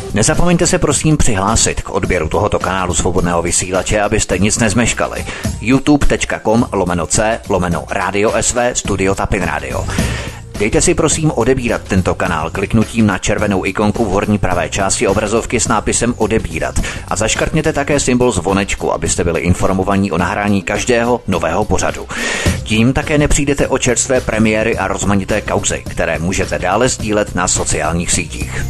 Nezapomeňte se prosím přihlásit k odběru tohoto kanálu Svobodného vysílače, abyste nic nezmeškali. youtube.com/c/Radio SV Studio Tapin Radio. Dejte si prosím odebírat tento kanál kliknutím na červenou ikonku v horní pravé části obrazovky s nápisem odebírat a zaškrtněte také symbol zvonečku, abyste byli informovaní o nahrání každého nového pořadu. Tím také nepřijdete o čerstvé premiéry a rozmanité kauzy, které můžete dále sdílet na sociálních sítích.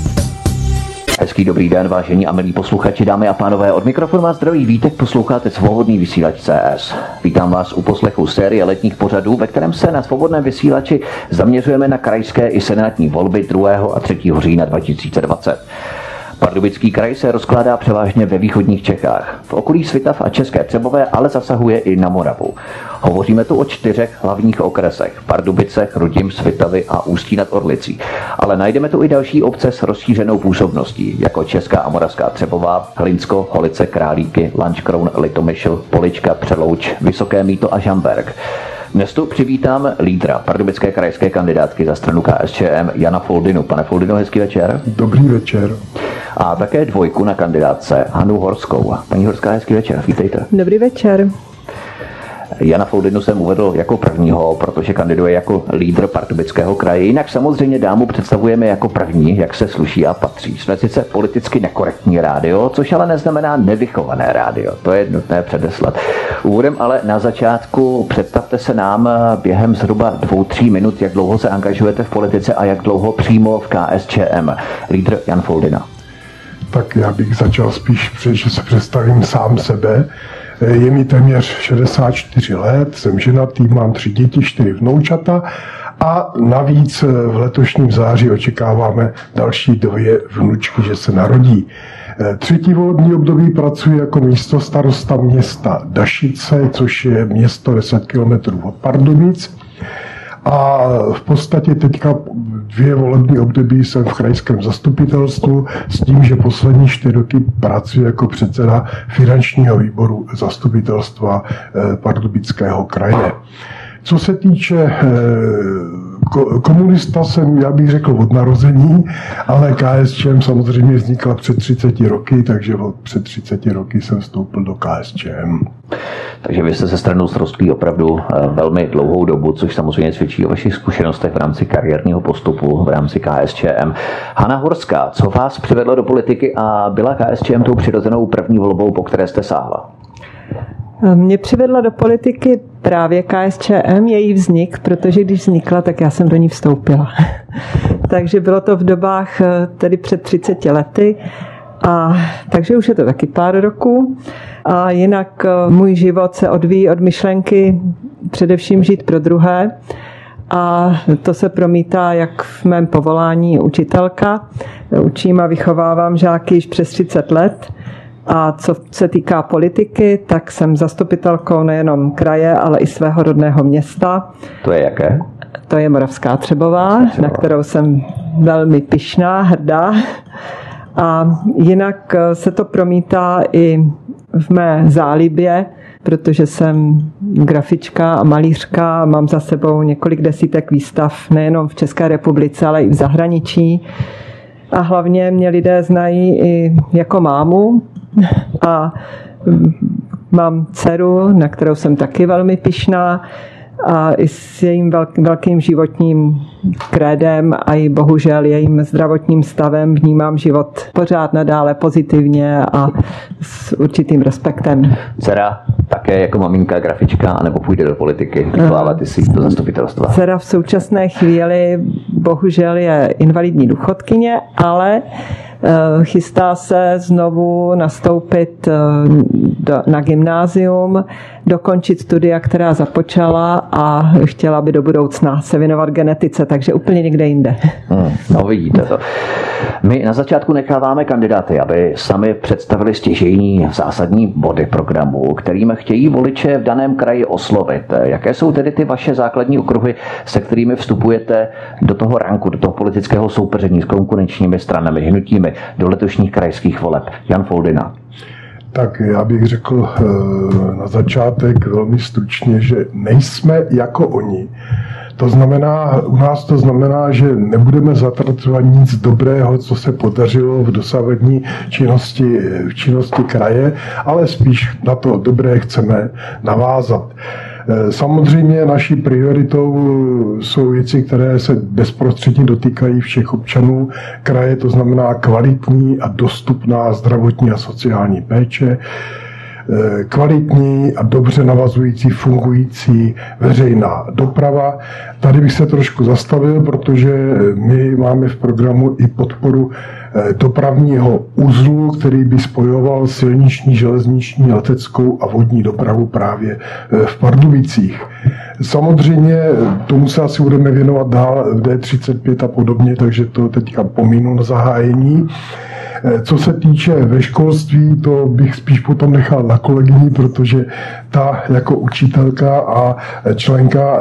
Hezký dobrý den, vážení a milí posluchači, dámy a pánové, od mikrofonu vás zdraví Vítek, posloucháte Svobodný vysílač CS. Vítám vás u poslechu série letních pořadů, ve kterém se na Svobodném vysílači zaměřujeme na krajské i senátní volby 2. a 3. října 2020. Pardubický kraj se rozkládá převážně ve východních Čechách. V okolí Svitav a České Třebové ale zasahuje i na Moravu. Hovoříme tu o 4 hlavních okresech: Pardubice, Chrudim, Svitavy a Ústí nad Orlicí. Ale najdeme tu i další obce s rozšířenou působností, jako Česká a Moravská Třebová, Hlinsko, Holice, Králíky, Lanškroun, Litomyšl, Polička, Přelouč, Vysoké Mýto a Žamberk. Dnes tu přivítám lídra pardubické krajské kandidátky za stranu KSČM Jana Foldinu. Pane Foldino, hezký večer. Dobrý večer. A také 2 na kandidátce, Hanu Horskou. Paní Horská, hezký večer, vítejte. Dobrý večer. Jana Foldinu jsem uvedl jako prvního, protože kandiduje jako lídr Pardubického kraje. Jinak samozřejmě dámu představujeme jako první, jak se sluší a patří. Jsme sice politicky nekorektní rádio, což ale neznamená nevychované rádio. To je nutné předeslat. Úvodem ale na začátku představte se nám během zhruba 2-3 minut, jak dlouho se angažujete v politice a jak dlouho přímo v KSČM. Lídr Jan Foldina. Tak já bych začal spíš, že se představím sám sebe. Je mi téměř 64 let, jsem ženatý, mám 3 děti, 4 vnoučata a navíc v letošním září očekáváme další 2 vnučky, že se narodí. 3. volební období pracuji jako místostarosta města Dašice, což je město 10 km od Pardubic. A v podstatě teďka 2 volební období jsem v krajském zastupitelstvu s tím, že poslední 4 roky pracuji jako předseda finančního výboru zastupitelstva Pardubického kraje. Co se týče komunista jsem, já bych řekl, od narození, ale KSČM samozřejmě vznikla před 30 roky, takže před 30 roky jsem vstoupil do KSČM. Takže vy jste se stranou srostlí opravdu velmi dlouhou dobu, což samozřejmě svědčí o vašich zkušenostech v rámci kariérního postupu v rámci KSČM. Hana Horská, co vás přivedlo do politiky a byla KSČM tou přirozenou první volbou, po které jste sáhla? Mě přivedla do politiky právě KSČM, její vznik, protože když vznikla, tak já jsem do ní vstoupila. Takže bylo to v dobách tedy před 30 lety. A takže už je to taky pár roků. A jinak můj život se odvíjí od myšlenky především žít pro druhé. A to se promítá jak v mém povolání učitelka. Učím a vychovávám žáky již přes 30 let. A co se týká politiky, tak jsem zastupitelkou nejenom kraje, ale i svého rodného města. To je jaké? To je Moravská Třebová, na kterou jsem velmi pyšná, hrdá. A jinak se to promítá i v mé zálibě, protože jsem grafička a malířka a mám za sebou několik desítek výstav nejenom v České republice, ale i v zahraničí. A hlavně mě lidé znají i jako mámu a mám dceru, na kterou jsem taky velmi pyšná, a i s jejím velkým životním krédem a i bohužel jejím zdravotním stavem vnímám život pořád nadále pozitivně a s určitým respektem. Dcera také jako maminka grafička, anebo půjde do politiky, vychovávat si do zastupitelstva? Dcera v současné chvíli bohužel je invalidní důchodkyně, ale chystá se znovu nastoupit na gymnázium, dokončit studia, která započala, a chtěla by do budoucna se věnovat genetice, takže úplně někde jinde. No vidíte to. My na začátku necháváme kandidáty, aby sami představili stěžejní zásadní body programu, kterým chtějí voliče v daném kraji oslovit. Jaké jsou tedy ty vaše základní okruhy, se kterými vstupujete do toho ranku, do toho politického soupeření s konkurenčními stranami, hnutími do letošních krajských voleb? Jan Foldina. Tak já bych řekl na začátek velmi stručně, že nejsme jako oni. To znamená, u nás to znamená, že nebudeme zatracovat nic dobrého, co se podařilo v dosavadní činnosti kraje, ale spíš na to dobré chceme navázat. Samozřejmě naší prioritou jsou věci, které se bezprostředně dotýkají všech občanů kraje, to znamená kvalitní a dostupná zdravotní a sociální péče, kvalitní a dobře navazující, fungující veřejná doprava. Tady bych se trošku zastavil, protože my máme v programu i podporu dopravního uzlu, který by spojoval silniční, železniční, leteckou a vodní dopravu právě v Pardubicích. Samozřejmě tomu se asi budeme věnovat dál v D35 a podobně, takže to teďka pominu na zahájení. Co se týče ve školství, to bych spíš potom nechal na kolegyni, protože ta jako učitelka a členka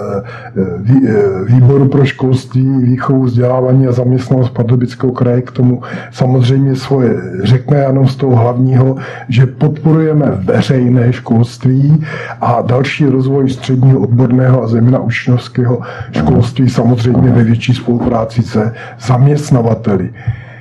výboru pro školství, výchovu, vzdělávání a zaměstnanost Pardubického kraje k tomu samozřejmě svoje řekne, jenom z toho hlavního, že podporujeme veřejné školství a další rozvoj středního, odborného a zejména učňovského školství samozřejmě ve větší spolupráci se zaměstnavateli.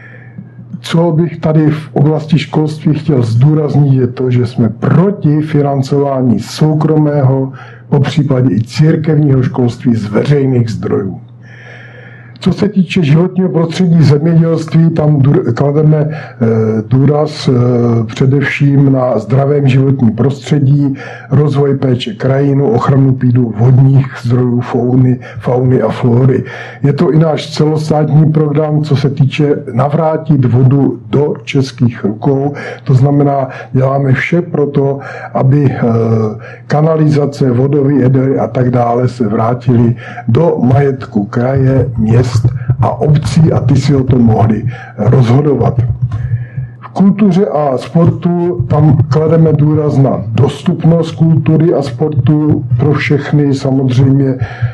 Co bych tady v oblasti školství chtěl zdůraznit, je to, že jsme proti financování soukromého, popřípadě i církevního školství z veřejných zdrojů. Co se týče životního prostředí, zemědělství, tam klademe důraz především na zdravém životním prostředí, rozvoj péče krajinu, ochranu půdy, vodních zdrojů, fauny a flory. Je to i náš celostátní program, co se týče navrátit vodu do českých rukou. To znamená, děláme vše pro to, aby kanalizace, vodový edery a tak dále se vrátily do majetku kraje, měst a obcí a ty si o tom mohli rozhodovat. V kultuře a sportu tam klademe důraz na dostupnost kultury a sportu pro všechny. Samozřejmě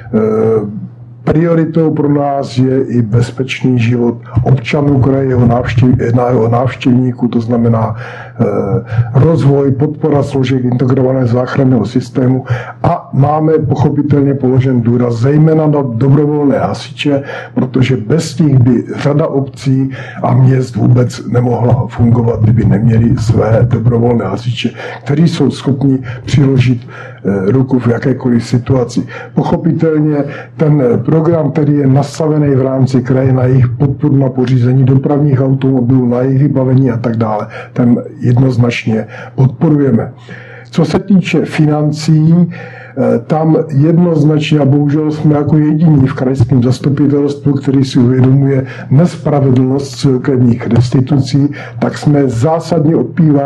prioritou pro nás je i bezpečný život občanů kraje, jeho návštěvníků, to znamená rozvoj, podpora složek integrovaného záchranného systému a máme pochopitelně položen důraz zejména na dobrovolné hasiče, protože bez těch by řada obcí a měst vůbec nemohla fungovat, kdyby neměli své dobrovolné hasiče, kteří jsou schopni přiložit ruku v jakékoliv situaci. Pochopitelně ten program, který je nastavený v rámci kraje na jejich podporu na pořízení dopravních automobilů, na jejich vybavení a tak dále, ten jednoznačně podporujeme. Co se týče financí, tam jednoznačně, a bohužel jsme jako jediní v krajském zastupitelstvu, který si uvědomuje nespravedlnost církevních restitucí, tak jsme zásadně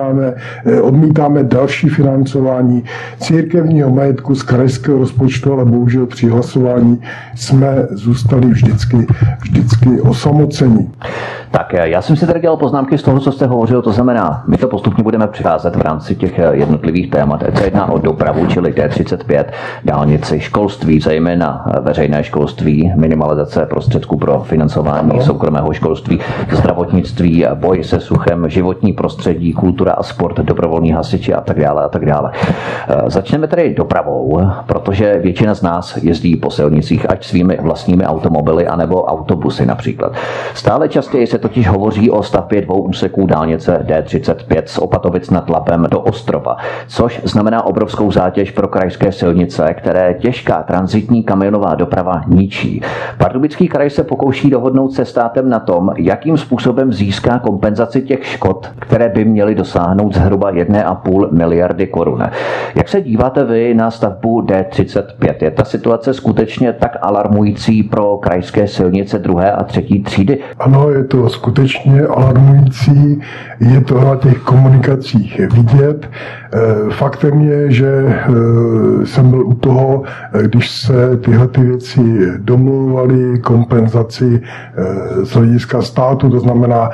odmítáme další financování církevního majetku z krajského rozpočtu, ale bohužel při hlasování jsme zůstali vždycky osamocení. Tak já jsem si tady dělal poznámky z toho, co jste hovořil, to znamená, my to postupně budeme přicházet v rámci těch jednotlivých témat. To jedná o dopravu, čili D35, dálnici, školství, zejména veřejné školství, minimalizace prostředků pro financování soukromého školství, zdravotnictví, boj se suchem, životní prostředí, kultura a sport, dobrovolní hasiči a tak dále a tak dále. Začneme tedy dopravou, protože většina z nás jezdí po silnicích, ať svými vlastními automobily, anebo autobusy například. Stále častěji se totiž hovoří o stavbě 2 úseků dálnice D35 z Opatovic nad Labem do Ostrova, což znamená obrovskou zátěž pro krajské silnice, které těžká tranzitní kamionová doprava ničí. Pardubický kraj se pokouší dohodnout se státem na tom, jakým způsobem získá kompenzaci těch škod, které by měly dosáhnout zhruba 1,5 miliardy korun. Jak se díváte vy na stavbu D35? Je ta situace skutečně tak alarmující pro krajské silnice 2. a 3. třídy? Ano, je to skutečně alarmující, je to na těch komunikacích vidět. Faktem je, že jsem byl u toho, když se tyhle věci domlouvaly, kompenzaci z hlediska státu, to znamená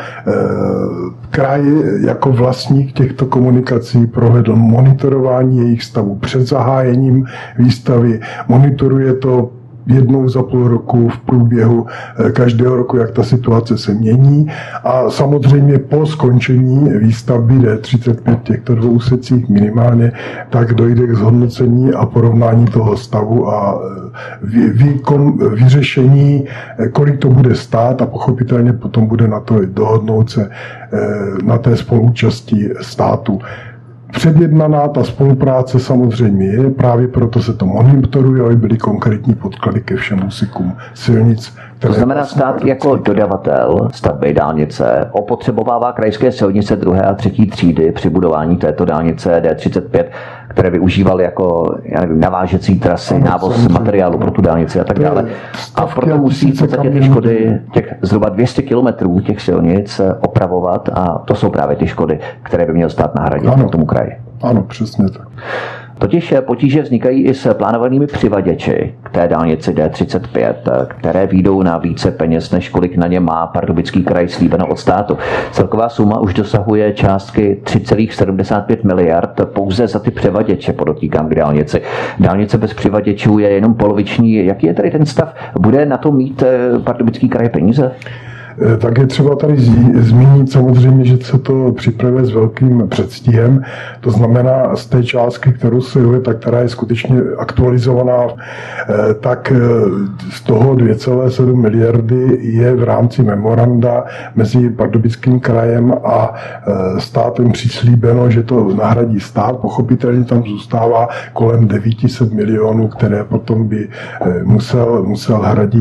kraj jako vlastník těchto komunikací provedl monitorování jejich stavu před zahájením výstavy, monitoruje to jednou za půl roku v průběhu každého roku, jak ta situace se mění. A samozřejmě po skončení výstavby D35 těchto dvou úsecích minimálně, tak dojde k zhodnocení a porovnání toho stavu a vyřešení, kolik to bude stát, a pochopitelně potom bude na to dohodnout se na té spoluúčasti státu. Předjednaná ta spolupráce samozřejmě je, právě proto se to monitoruje, aby byly konkrétní podklady ke všem úsekům silnic. To znamená, stát jako dodavatel stavby dálnice opotřebovává krajské silnice 2. a 3. třídy při budování této dálnice D35, které využíval jako, já nevím, navážecí trasy, návoz materiálu pro tu dálnici a tak dále. A proto musí v podstatě ty škody, těch zhruba 200 kilometrů těch silnic opravovat, a to jsou právě ty škody, které by měl stát nahradit tomu kraji. Ano, přesně tak. Totiž potíže vznikají i s plánovanými přivaděči k té dálnici D35, které výjdou na více peněz, než kolik na ně má Pardubický kraj slíbeno od státu. Celková suma už dosahuje částky 3,75 miliard pouze za ty převaděče, podotýkám, k dálnici. Dálnice bez přivaděčů je jenom poloviční. Jaký je tady ten stav? Bude na to mít Pardubický kraj peníze? Tak je třeba tady zmínit samozřejmě, že se to připravuje s velkým předstihem. To znamená, z té částky, kterou se jde, tak která je skutečně aktualizovaná, tak z toho 2,7 miliardy je v rámci memoranda mezi Pardubickým krajem a státem přislíbeno, že to nahradí stát. Pochopitelně tam zůstává kolem 900 milionů, které potom by musel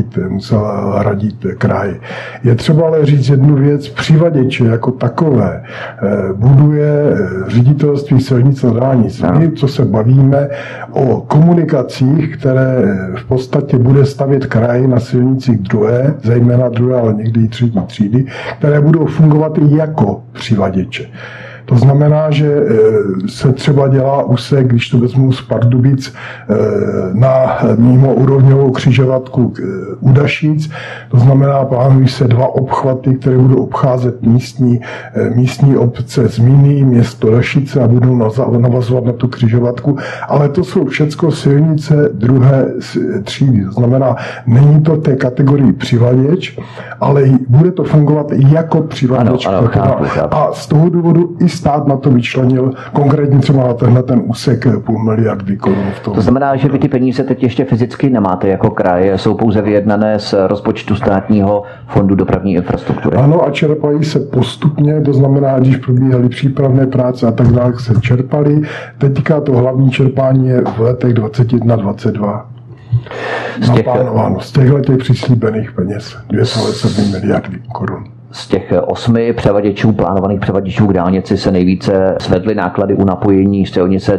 hradit kraj. Je třeba ale říct jednu věc, přivaděče jako takové buduje Ředitelství silnic a dálnic. My, co se bavíme o komunikacích, které v podstatě bude stavět kraj na silnicích druhé, zejména druhé, ale někdy i třetí třídy, které budou fungovat i jako přivaděče. To znamená, že se třeba dělá úsek, když to vezmu z Pardubic, na mimoúrovňovou křižovatku u Dašic. To znamená, plánují se 2 obchvaty, které budou obcházet místní obce Zmíny, město Dašice a budou navazovat na tu křižovatku. Ale to jsou všechno silnice druhé třídy. To znamená, není to té kategorii přivaděč, ale bude to fungovat jako přivaděč. A z toho důvodu i stát na to vyčlenil konkrétně třeba na tenhle ten úsek 0,5 miliardy korun. To znamená, že vy ty peníze teď ještě fyzicky nemáte jako kraj, jsou pouze vyjednané z rozpočtu státního fondu dopravní infrastruktury. Ano, a čerpají se postupně, to znamená, když probíhaly přípravné práce a tak dále, se čerpaly. Teďka to hlavní čerpání je v letech 2021-2022. Naplánováno z těchto přislíbených peněz 2,7 miliardy korun. Z těch 8 plánovaných převaděčů k dálnici se nejvíce svedly náklady u napojení silnice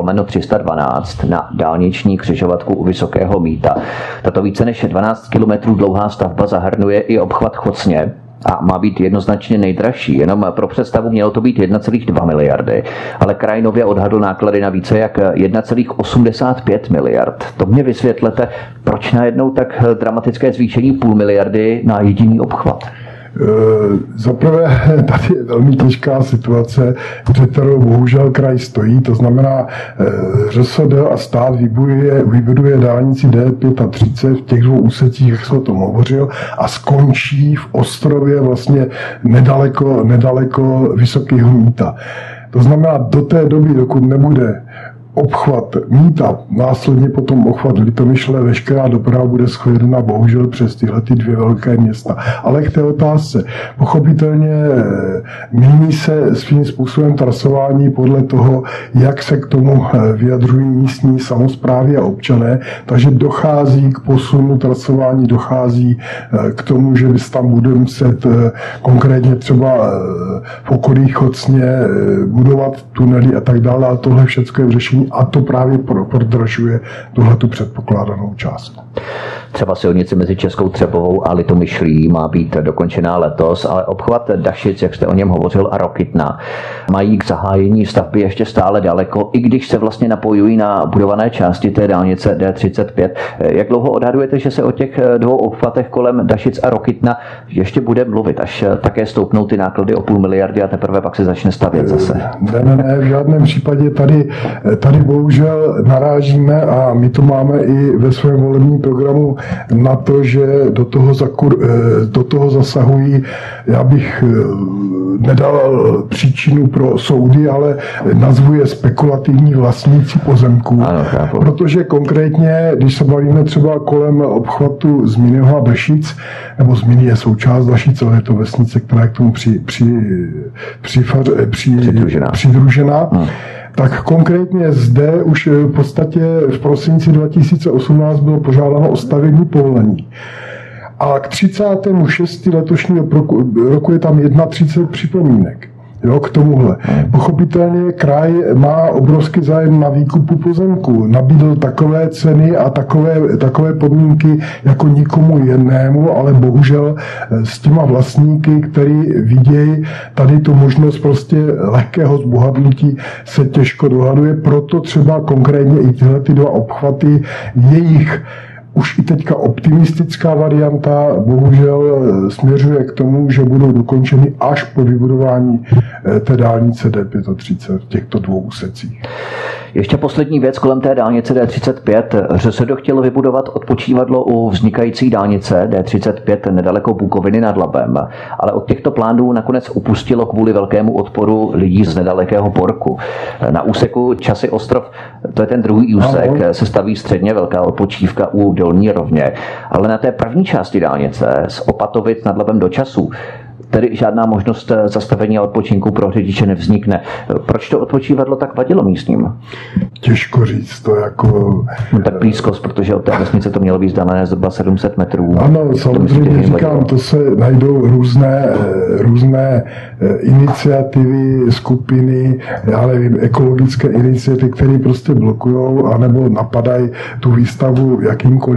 I/312 na dálniční křižovatku u Vysokého Mýta. Tato více než 12 km dlouhá stavba zahrnuje i obchvat Chocně a má být jednoznačně nejdražší. Jenom pro představu mělo to být 1,2 miliardy, ale kraj nově odhadl náklady na více jak 1,85 miliard. To mě vysvětlete, proč najednou tak dramatické zvýšení 0,5 miliardy na jediný obchvat? Zaprvé tady je velmi těžká situace, před kterou bohužel kraj stojí, to znamená ŘSD a stát vybuduje dálnici D35 v těch 2 úsecích, jak jsem o tom hovořil, a skončí v Ostrově vlastně nedaleko Vysokého Mýta. To znamená, do té doby, dokud nebude obchvat Mýta, následně potom obchvat Litomyšle, veškerá doprava bude shledena bohužel přes tyhle 2 velké města. Ale k té otázce, pochopitelně mění se svým způsobem trasování podle toho, jak se k tomu vyjadřují místní samosprávy a občané, takže dochází k posunu trasování, dochází k tomu, že tam bude muset konkrétně třeba v okolí Chocně budovat tunely a tak dále, a tohle všechno je v řešení. A to právě prodražuje tuhletu předpokládanou částku. Třeba silnice mezi Českou Třebovou a Litomyšlí má být dokončená letos, ale obchvat Dašic, jak jste o něm hovořil, a Rokytna mají k zahájení stavby ještě stále daleko, i když se vlastně napojují na budované části té dálnice D35. Jak dlouho odhadujete, že se o těch 2 obchvatech kolem Dašic a Rokytna ještě bude mluvit, až také stoupnou ty náklady o 0,5 miliardy a teprve pak se začne stavět zase? Ne, v žádném případě tady bohužel narážíme, a my to máme i ve svém volebním programu na to, že do toho zasahují, já bych nedal příčinu pro soudy, ale nazvu je spekulativní vlastníci pozemků. Ano, protože konkrétně, když se bavíme třeba kolem obchvatu Zmíněho a Bešic, nebo Zmíny je součást Dašic, ale je to vesnice, která je k tomu přidružená, tak konkrétně zde už v podstatě v prosinci 2018 bylo požádáno o stavební povolení. A k 36. letošního roku je tam 31 připomínek. Jo, k tomuhle. Pochopitelně kraj má obrovský zájem na výkupu pozemku. Nabídl takové ceny a takové podmínky jako nikomu jinému, ale bohužel s těma vlastníky, který vidějí tady tu možnost prostě lehkého zbohatnutí, se těžko dohaduje. Proto třeba konkrétně i tyhle dva obchvaty, jejich už i teďka optimistická varianta bohužel směřuje k tomu, že budou dokončeny až po vybudování té dálnice D35 v těchto dvou úsecích. Ještě poslední věc kolem té dálnice D35. ŘSD chtělo vybudovat odpočívadlo u vznikající dálnice D35 nedaleko Bukoviny nad Labem, ale od těchto plánů nakonec upustilo kvůli velkému odporu lidí z nedalekého Borku. Na úseku Časy Ostrov, to je ten druhý úsek, se staví středně velká odpočívka u Dolní Rovně, ale na té první části dálnice z Opatovic nad Labem do Časů tedy žádná možnost zastavení a odpočinku pro řidiče nevznikne. Proč to odpočívadlo tak vadilo místním? Těžko říct, to jako... Tak blízkost, protože od té vesnice to mělo být vzdálené zhruba 700 metrů. Ano, samozřejmě říkám, to se najdou různé iniciativy, skupiny, já nevím, ekologické iniciativy, které prostě blokujou anebo napadají tu výstavu v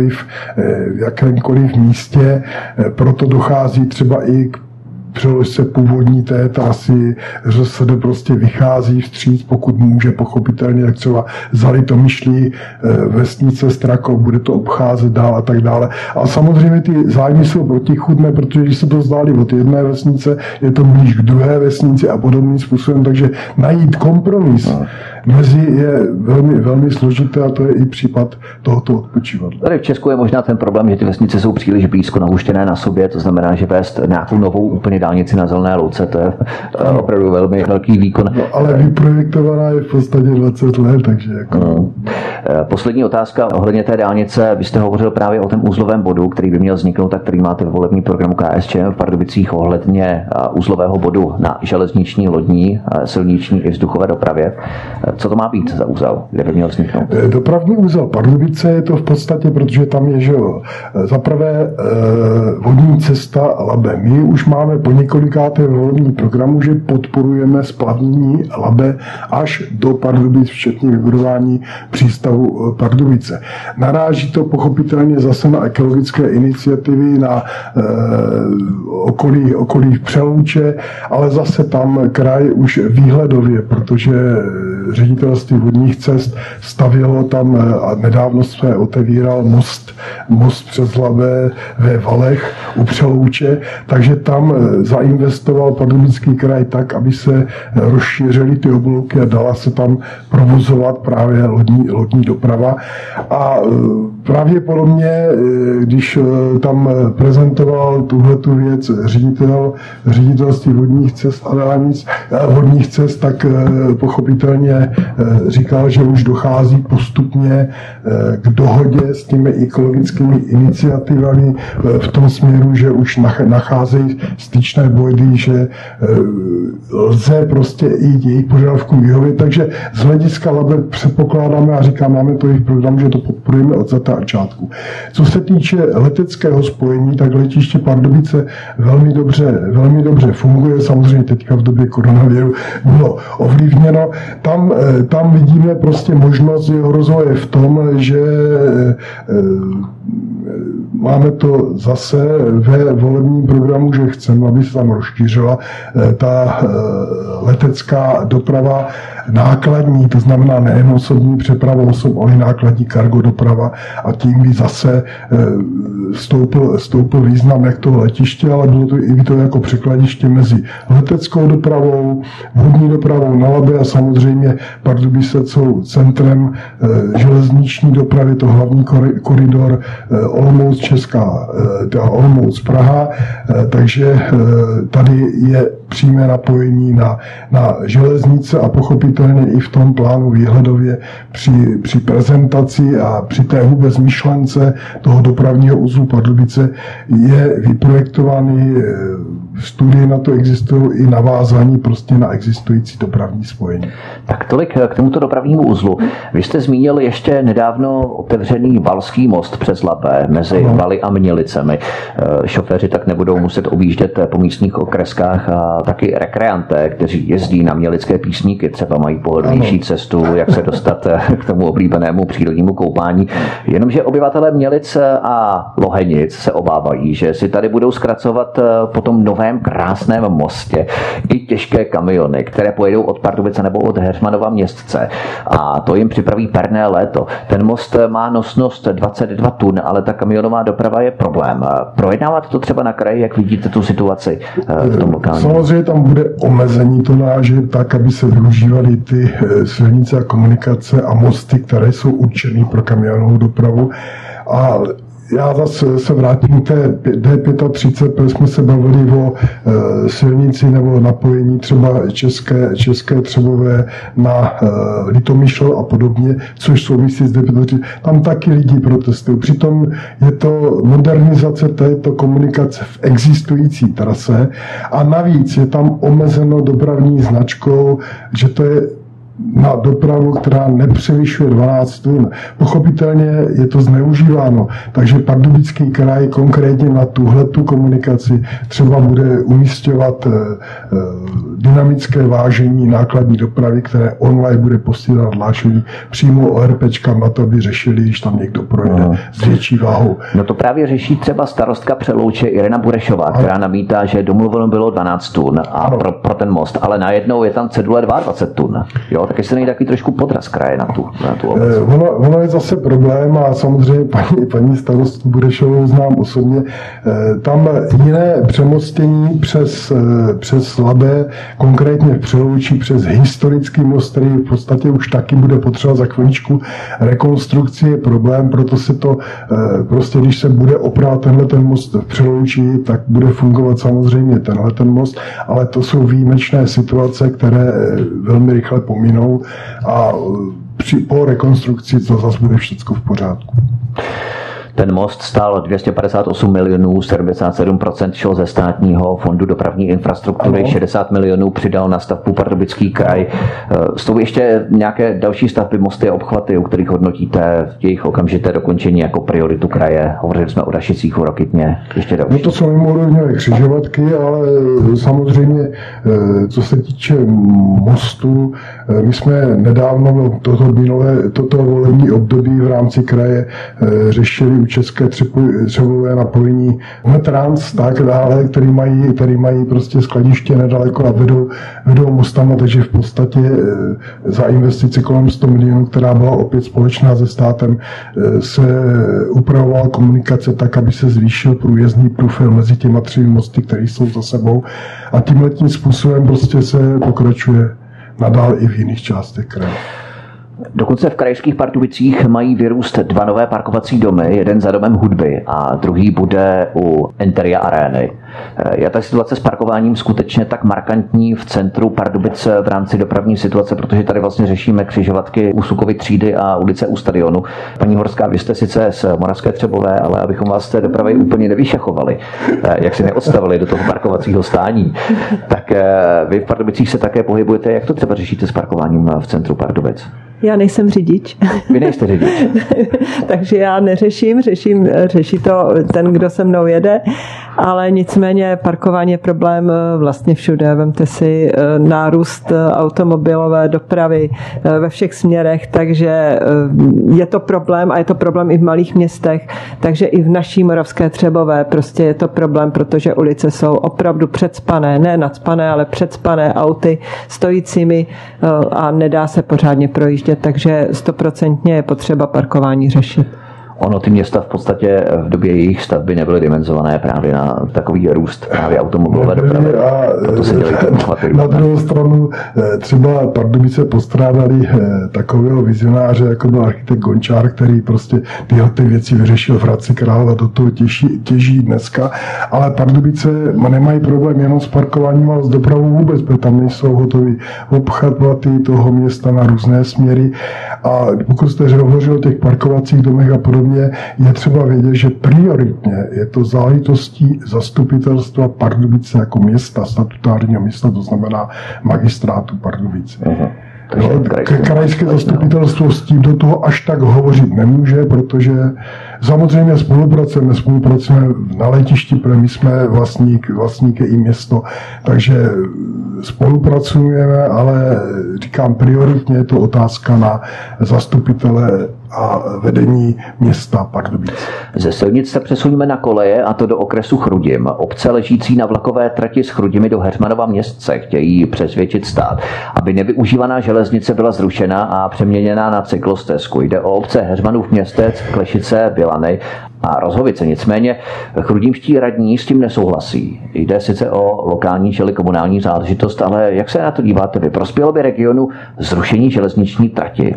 jakémkoliv místě. Proto dochází třeba i k přeložce původní té trasy, že se prostě vychází vstříc, pokud může, pochopitelně, jak třeba za Litomyšlí, vesnice Strakov, bude to obcházet dál a tak dále. A samozřejmě ty zájmy jsou protichůdné, protože když se to vzdálí od jedné vesnice, je to blíž k druhé vesnici a podobným způsobem, takže najít kompromis mezi je velmi, velmi složité a to je i případ tohoto odpočívadla. Tady v Česku je možná ten problém, že ty vesnice jsou příliš blízko nahuštěné na sobě, to znamená, že vést nějakou novou úplně dálnici na Zelené louce, to je opravdu velmi velký výkon. No, ale vyprojektovaná je v podstatě 20 let, takže jako... Poslední otázka ohledně té dálnice. Vy jste hovořil právě o tom uzlovém bodu, který by měl vzniknout a který máte ve volební programu KSČM v Pardubicích ohledně uzlového bodu na železniční, lodní, silniční i vzduchové dopravě. Co to má být za úzel, kde by měl vzniknout? Dopravní úzel Pardubice je to v podstatě, protože tam je, že za prvé vodní cesta Labe. My už máme po několikáté volební programu, že podporujeme splavnění Labe až do Pardubic, včetně vybudování přístavu Pardubice. Naráží to pochopitelně zase na ekologické iniciativy, na okolí Přelouče, ale zase tam kraj už výhledově, protože ředitelství vodních cest stavělo tam a nedávno se otevíral most přes Labe ve Valech u Přelouče, takže tam zainvestoval Pardubický kraj tak, aby se rozšířily ty oblouky a dala se tam provozovat právě lodní doprava. A pravděpodobně, když tam prezentoval tuhletu věc ředitelství vodních cest a dálnic, vodních cest, tak pochopitelně říkal, že už dochází postupně k dohodě s těmi ekologickými iniciativami v tom směru, že už nacházejí styčné body, že lze prostě i jejich požadavkům vyhovět. Takže z hlediska Labe předpokládáme a říkám, máme to i v programu, že to podporujeme od začátku. Co se týče leteckého spojení, tak letiště Pardubice velmi dobře funguje. Samozřejmě teďka v době koronaviru bylo ovlivněno. Tam vidíme prostě možnost jeho rozvoje v tom, že máme to zase ve volebním programu, že chceme, aby se tam rozšířila ta letecká doprava nákladní, to znamená nejen osobní přeprava osob, ale nákladní cargo doprava a tím by zase stoupil význam jak toho letiště, ale bylo to i to jako překladiště mezi leteckou dopravou, vodní dopravou na Labe a samozřejmě Pardubice jsou centrem železniční dopravy, to hlavní koridor Olomouc Česká, Olomouc Praha, takže tady je přímé napojení na železnice a pochopitelně i v tom plánu výhledově při prezentaci a při té vůbec myšlence toho dopravního uzlu Pardubice je vyprojektovaný, studie na to existují i navázání prostě na existující dopravní spojení. Tak tolik k tomuto dopravnímu uzlu. Vy jste zmínil ještě nedávno otevřený Valský most přes Labe mezi Valy a Mělicemi. Šoféři tak nebudou muset objíždět po místních okreskách a taky rekreanté, kteří jezdí na mělické písníky, třeba mají pohodlnější cestu, jak se dostat k tomu oblíbenému přírodnímu koupání. Jenomže obyvatelé Mělic a Lohenic se obávají, že si tady budou zkracovat po tom novém krásném mostě i těžké kamiony, které pojedou od Pardubice nebo od Heřmanova Městce. A to jim připraví perné léto. Ten most má nosnost 22 tun, ale ta kamionová doprava je problém. Projednávat to třeba na kraji, jak vidíte tu situaci v tom lokálním? Samozřejmě tam bude omezení tonáže tak, aby se využívaly ty silnice a komunikace a mosty, které jsou určené pro kamionovou dopravu. A já zase se vrátím k té D35, protože jsme se bavili o silnici nebo napojení třeba České Třebové na Litomyšl a podobně, což souvisí s D35. Tam taky lidi protestují. Přitom je to modernizace této komunikace v existující trase a navíc je tam omezeno dopravní značkou, že to je na dopravu, která nepřevyšuje 12 tun. Pochopitelně je to zneužíváno, takže Pardubický kraj konkrétně na tuhletu komunikaci třeba bude umísťovat dynamické vážení nákladní dopravy, které online bude posílat hlášení přímo ORPčkám na to, aby řešili, když tam někdo projde s větší váhou. No to právě řeší třeba starostka Přelouče Irena Burešová, která namítá, že domluveno bylo 12 tun a pro ten most, ale najednou je tam cedule 22 tun. Jo, tak jestli nejde takový trošku podraz kraje na tu obec. Ono je zase problém a samozřejmě paní starostku Burešovou znám osobně. Tam jiné přemostění přes Labe, konkrétně v Přelouči přes historický most, který v podstatě už taky bude potřeba za chviličku rekonstrukci, je problém, proto se to prostě, když se bude opravovat ten most v Přelouči, tak bude fungovat samozřejmě ten most, ale to jsou výjimečné situace, které velmi rychle pominou a po rekonstrukci to zase bude všechno v pořádku. Ten most stál 258 milionů, 77% šlo ze státního fondu dopravní infrastruktury, ano. 60 milionů přidal na stavbu Pardubický kraj. Jsou ještě nějaké další stavby, mosty a obchvaty, u kterých hodnotíte jejich okamžité dokončení jako prioritu kraje? Hovořili jsme o Rašicích, o Rokytně, ještě další. No to jsou mimořádné křižovatky, ale samozřejmě, co se týče mostu, my jsme nedávno toto volební období v rámci kraje řešili u České Třebové napojení Metrans, tak dále, který mají prostě skladiště nedaleko a vedou mostama, takže v podstatě za investici kolem 100 milionů, která byla opět společná se státem, se upravovala komunikace tak, aby se zvýšil průjezdný profil mezi těma 3 mosty, které jsou za sebou a tímhletím způsobem prostě se pokračuje nadál i v jiných částech kraje. Dokonce v krajských Pardubicích mají vyrůst 2 nové parkovací domy, jeden za domem hudby a druhý bude u Interia Arény. Je ta situace s parkováním skutečně tak markantní v centru Pardubic v rámci dopravní situace, protože tady vlastně řešíme křižovatky u Sukovy třídy a ulice u stadionu. Paní Horská, vy jste sice z Moravské Třebové, ale abychom vás z té dopravy úplně nevyšachovali, jak si neodstavili do toho parkovacího stání, tak vy v Pardubicích se také pohybujete. Jak to třeba řešíte s parkováním v centru Pardubic? Já nejsem řidič. Vy nejste řidič. Takže já neřeším, řeší to ten, kdo se mnou jede, ale nicméně parkování je problém vlastně všude. Vemte si nárůst automobilové dopravy ve všech směrech, takže je to problém a je to problém i v malých městech, takže i v naší Moravské Třebové prostě je to problém, protože ulice jsou opravdu předspané, ne nacpané, ale předspané auty stojícími a nedá se pořádně projíždět, takže 100% je potřeba parkování řešit. Ono, ty města v podstatě v době jejich stavby nebyly dimenzované právě na takový růst právě automobilové dopravy. Proto se dělají na druhou stranu třeba Pardubice postrádali takového vizionáře, jako byl architekt Gončár, který prostě tyhle ty věci vyřešil v Hradci Králové a do toho těží dneska. Ale Pardubice nemají problém jenom s parkováním, ale s dopravou vůbec, protože tam nejsou hotový obchvaty toho města na různé směry. A pokud jste hovořil o těch parkovacích domech a podobně, je třeba vědět, že prioritně je to záležitostí zastupitelstva Pardubice jako města, statutárního města, to znamená magistrátu Pardubice. Krajské zastupitelstvo s tím do toho až tak hovořit nemůže, protože samozřejmě spolupracujeme na letišti, protože my jsme vlastník i město, takže spolupracujeme, ale říkám, prioritně je to otázka na zastupitele a vedení města Pardubic. Ze silnic se přesuneme na koleje, a to do okresu Chrudim. Obce ležící na vlakové trati z Chrudimi do Heřmanova Městce chtějí přesvědčit stát, aby nevyužívaná železnice byla zrušena a přeměněná na cyklostezku. Jde o obce Heřmanův Městec, Klešice, Bělany a Rozhovice. Nicméně chrudimští radní s tím nesouhlasí. Jde sice o lokální, čili komunální záležitost, ale jak se na to díváte vy? Prospělo by regionu zrušení železniční trati?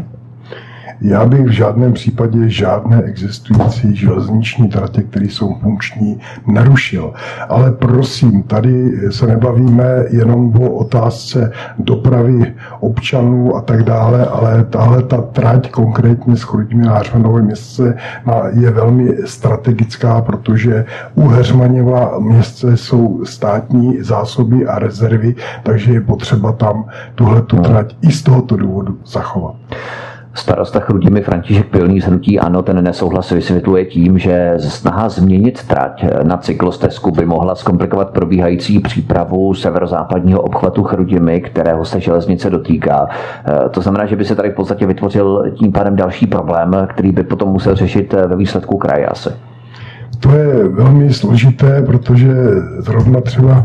Já bych v žádném případě žádné existující železniční tratě, které jsou funkční, narušil. Ale prosím, tady se nebavíme jenom o otázce dopravy občanů a tak dále, ale tahle ta trať konkrétně z Chrudimi na Heřmanové Městce je velmi strategická, protože u Heřmanova Městce jsou státní zásoby a rezervy, takže je potřeba tam tuhletu trať i z tohoto důvodu zachovat. Starosta Chrudimi František Pilný z hnutí ANO ten nesouhlas vysvětluje tím, že snaha změnit trať na cyklostezku by mohla zkomplikovat probíhající přípravu severozápadního obchvatu Chrudimi, kterého se železnice dotýká. To znamená, že by se tady v podstatě vytvořil tím pádem další problém, který by potom musel řešit ve výsledku kraje asi. To je velmi složité, protože zrovna třeba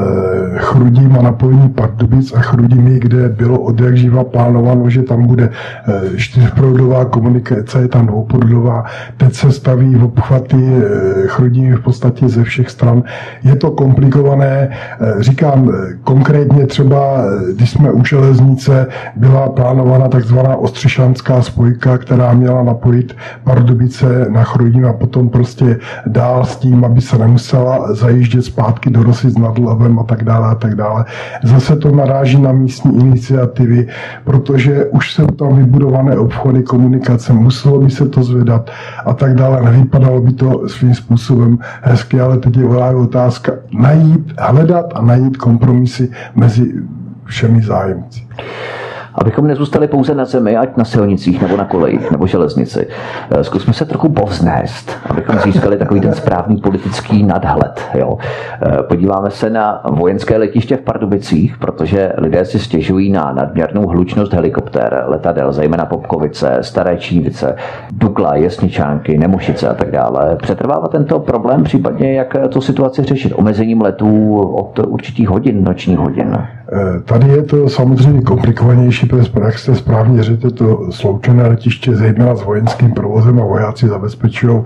Chrudim má napojení Pardubic a Chrudimi, kde bylo odjakživa plánováno, že tam bude čtyřproudová komunikace, je tam dvouproudová. Teď se staví v obchvaty Chrudimi v podstatě ze všech stran. Je to komplikované. Říkám konkrétně třeba, když jsme u železnice, byla plánována takzvaná ostřešanská spojka, která měla napojit Pardubice na Chrudim a potom prostě dál s tím, aby se nemusela zajíždět zpátky do Rosic nad Labem a tak dále a tak dále. Zase to naráží na místní iniciativy, protože už jsou tam vybudované obchody, komunikace, muselo by se to zvedat a tak dále. Nevypadalo by to svým způsobem hezky, ale teď je otázka hledat a najít kompromisy mezi všemi zájemci. Abychom nezůstali pouze na zemi, ať na silnicích, nebo na kolejích, nebo železnici. Zkusme se trochu povznést, abychom získali takový ten správný politický nadhled. Jo. Podíváme se na vojenské letiště v Pardubicích, protože lidé si stěžují na nadměrnou hlučnost helikoptér, letadel, zejména Popkovice, Staré Čívice, Dukla, Jesničánky, Nemošice a tak dále. Přetrvává tento problém, případně jak tu situaci řešit? Omezením letů od určitých hodin, nočních hodin? Tady je to samozřejmě komplikovanější, protože jak jste správně řekli, to sloučené letiště zejména s vojenským provozem a vojáci zabezpečují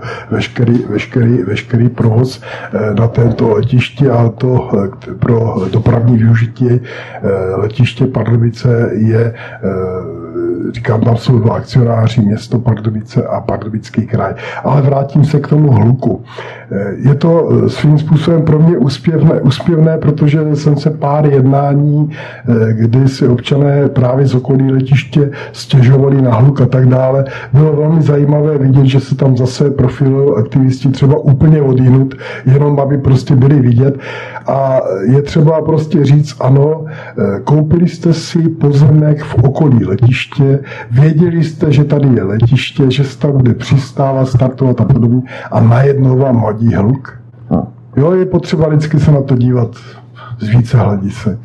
veškerý provoz na tento letišti a to pro dopravní využití letiště Pardubice je, říkám, tam jsou dva akcionáři, město Pardubice a Pardubický kraj. Ale vrátím se k tomu hluku. Je to svým způsobem pro mě úspěvné, protože jsem se pár jednání, kdy si občané právě z okolí letiště stěžovali na hluk a tak dále. Bylo velmi zajímavé vidět, že se tam zase profilují aktivisti třeba úplně odjinud, jenom aby prostě byli vidět. A je třeba prostě říct, ano, koupili jste si pozemek v okolí letiště, věděli jste, že tady je letiště, že se tam bude přistávat, startovat a podobně a najednou vám hodí hluk. Jo, je potřeba vždycky se na to dívat z více hledisek.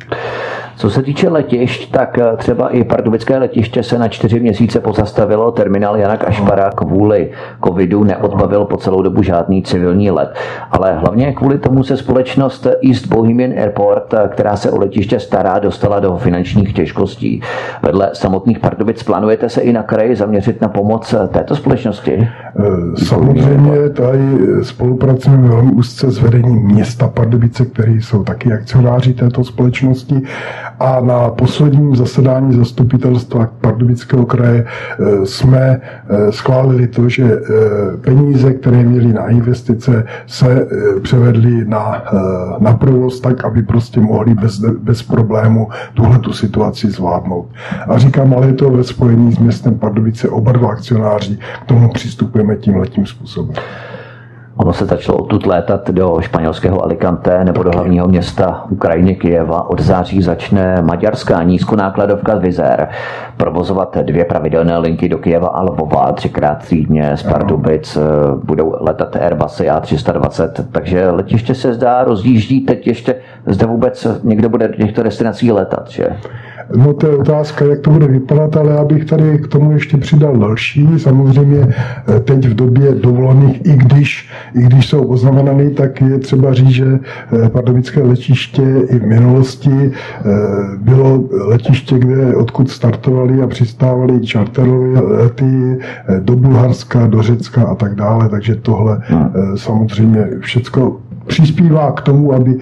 Co se týče letišť, tak třeba i pardubické letiště se na 4 měsíce pozastavilo. Terminál Jana Kašpara kvůli covidu neodbavil po celou dobu žádný civilní let. Ale hlavně kvůli tomu se společnost East Bohemian Airport, která se o letiště stará, dostala do finančních těžkostí. Vedle samotných Pardubic plánujete se i na kraji zaměřit na pomoc této společnosti? Samozřejmě tady spolupracujeme velmi úzce s vedením města Pardubice, které jsou taky akcionáři této společnosti. A na posledním zasedání zastupitelstva Pardubického kraje jsme schválili to, že peníze, které měly na investice, se převedly na provoz tak, aby prostě mohli bez problému tuhletu situaci zvládnout. A říkám, ale je to ve spojení s městem Pardubice, oba dva akcionáři k tomu přistupujeme tímhletím způsobem. Ono se začalo odtud létat do španělského Alicante nebo do hlavního města Ukrajiny Kyjeva. Od září začne maďarská nízkonákladovka Wizz Air provozovat 2 pravidelné linky do Kyjeva a Lvova 3x týdně. Z Pardubic budou letat Airbusy A320, takže letiště se zdá rozjíždí. Teď ještě zde vůbec někdo bude do těchto destinací letat, že? No to je otázka, jak to bude vypadat, ale já bych tady k tomu ještě přidal další. Samozřejmě teď v době dovolených, i když jsou oznamenaný, tak je třeba říct, že pardubické letiště i v minulosti bylo letiště, odkud startovali a přistávali čarterové lety do Bulharska, do Řecka a tak dále, takže tohle samozřejmě všecko přispívá k tomu, aby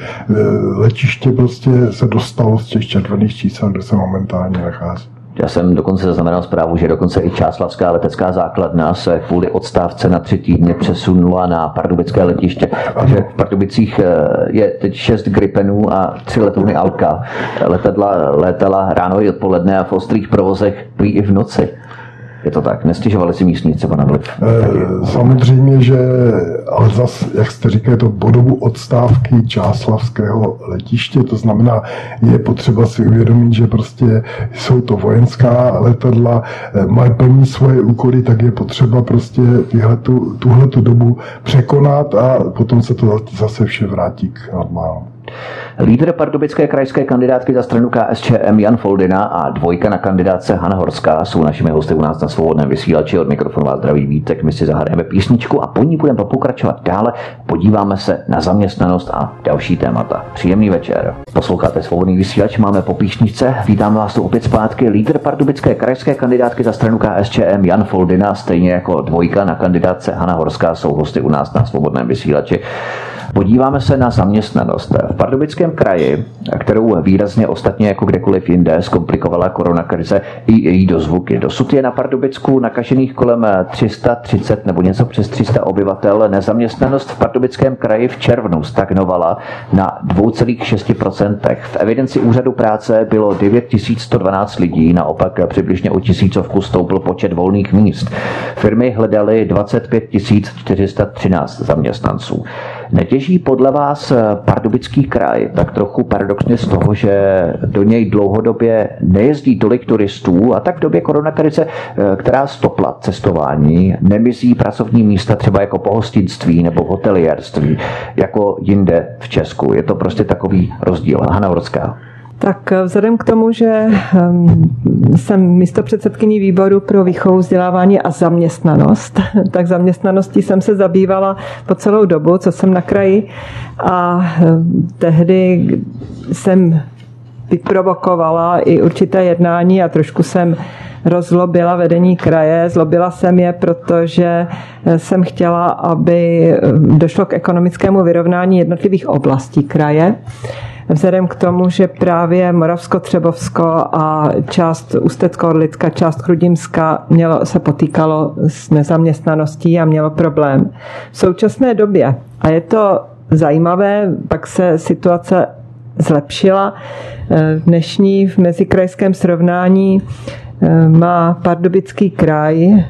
letiště prostě se dostalo z těch červených čísel, kde se momentálně nachází. Já jsem dokonce zaznamenal zprávu, že dokonce i Čáslanská letecká základna se kvůli odstávce na 3 týdny přesunula na pardubické letiště. Takže v Pardubicích je teď 6 Gripenů a 3 letouny Alka. Letadla létala ráno i odpoledne a v ostrých provozech prý i v noci. Je to tak? Nestěžovali si místní třeba na vliv? Samozřejmě, že, ale zase, jak jste říkali, to po dobu odstávky Čáslavského letiště, to znamená, je potřeba si uvědomit, že prostě jsou to vojenská letadla, mají plní svoje úkoly, tak je potřeba prostě tuhletu dobu překonat a potom se to zase vše vrátí k normálu. Lídr pardubické krajské kandidátky za stranu KSČM Jan Foldina a 2 na kandidátce Hana Horská jsou našimi hosty u nás na Svobodném vysílači. Od mikrofonu vás zdraví Vítek, my si zahrajeme písničku a po ní budeme pokračovat dále. Podíváme se na zaměstnanost a další témata. Příjemný večer. Posloucháte Svobodný vysílač, máme po písničce. Vítám vás tu opět zpátky. Lídr pardubické krajské kandidátky za stranu KSČM Jan Foldina, stejně jako 2 na kandidátce Hana Horská, jsou hosty u nás na Svobodném vysílači. Podíváme se na zaměstnanost. V Pardubickém kraji, kterou výrazně ostatně jako kdekoliv jinde zkomplikovala koronakrize i její dozvuky. Dosud je na Pardubicku nakažených kolem 330 nebo něco přes 300 obyvatel. Nezaměstnanost v Pardubickém kraji v červnu stagnovala na 2,6%. V evidenci úřadu práce bylo 9112 lidí, naopak přibližně o 1000 stoupl počet volných míst. Firmy hledaly 25 413 zaměstnanců. Netěží podle vás Pardubický kraj tak trochu paradoxně z toho, že do něj dlouhodobě nejezdí tolik turistů a tak v době koronakrize, která stopla cestování, nemizí pracovní místa třeba jako pohostinství nebo hotelierství jako jinde v Česku? Je to prostě takový rozdíl. Hana Horská. Tak vzhledem k tomu, že jsem místopředsedkyní výboru pro výchovu, vzdělávání a zaměstnanost, tak zaměstnaností jsem se zabývala po celou dobu, co jsem na kraji, a tehdy jsem vyprovokovala i určité jednání a trošku jsem rozlobila vedení kraje. Zlobila jsem je, protože jsem chtěla, aby došlo k ekonomickému vyrovnání jednotlivých oblastí kraje. vzhledem k tomu, že právě Moravsko-Třebovsko a část Ústecko-Orlicka, část Chrudimska se potýkalo s nezaměstnaností a mělo problém. V současné době, a je to zajímavé, pak se situace zlepšila. Dnešní v mezikrajském srovnání má Pardubický kraj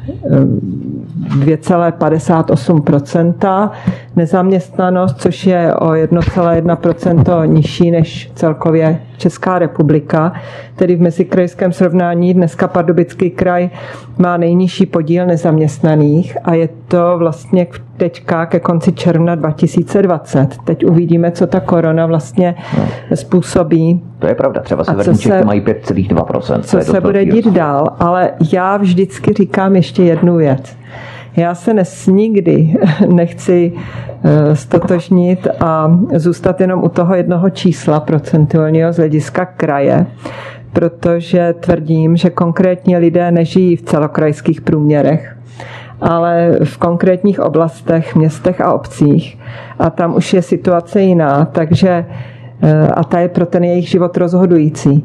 2,58% nezaměstnanost, což je o 1,1% nižší než celkově Česká republika. Tedy v mezikrajském srovnání dneska Pardubický kraj má nejnižší podíl nezaměstnaných a je to vlastně teďka ke konci června 2020. Teď uvidíme, co ta korona vlastně způsobí. To je pravda, třeba severní Čechy mají 5,2%. Co se bude dít dál, ale já vždycky říkám ještě jednu věc. Já se nikdy nechci stotožnit a zůstat jenom u toho jednoho čísla procentuálního z hlediska kraje, protože tvrdím, že konkrétní lidé nežijí v celokrajských průměrech, ale v konkrétních oblastech, městech a obcích. A tam už je situace jiná, takže a ta je pro ten jejich život rozhodující.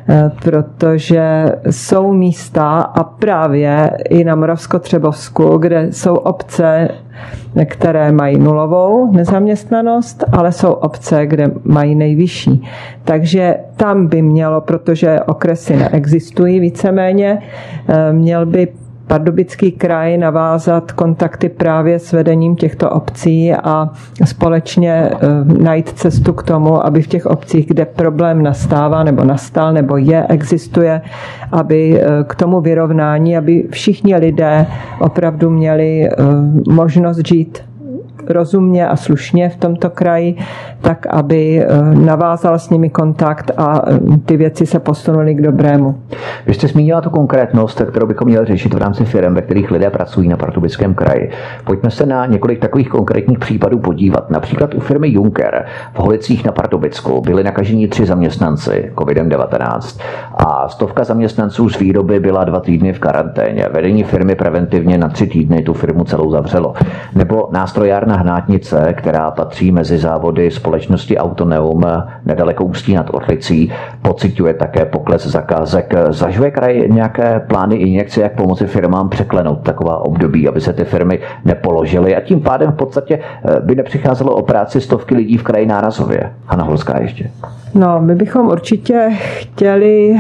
Protože jsou místa a právě i na Moravsko-Třebovsku, kde jsou obce, které mají nulovou nezaměstnanost, ale jsou obce, kde mají nejvyšší. Takže tam by mělo, protože okresy neexistují víceméně, měl by Pardubický kraj navázat kontakty právě s vedením těchto obcí a společně najít cestu k tomu, aby v těch obcích, kde problém nastává nebo nastal nebo existuje, aby k tomu vyrovnání, aby všichni lidé opravdu měli možnost žít rozumně a slušně v tomto kraji, tak aby navázal s nimi kontakt a ty věci se posunuly k dobrému. Vy jste zmínila tu konkrétnost, kterou bychom měli řešit v rámci firem, ve kterých lidé pracují na Pardubickém kraji. Pojďme se na několik takových konkrétních případů podívat. Například u firmy Juncker v Holicích na Pardubicku byli nakaženi 3 zaměstnanci COVID-19 a 100 zaměstnanců z výroby byla 2 týdny v karanténě. Vedení firmy preventivně na 3 týdny tu firmu celou zavřelo. Nebo nástrojárna Hnátnice, která patří mezi závody společnosti Autoneum nedaleko Ústí nad Orlicí, pociťuje také pokles zakázek. Zažuje kraj nějaké plány, injekce, jak pomoci firmám překlenout taková období, aby se ty firmy nepoložily a tím pádem v podstatě by nepřicházelo o práci 100 lidí v kraji nárazově? Hana Holská ještě. No, my bychom určitě chtěli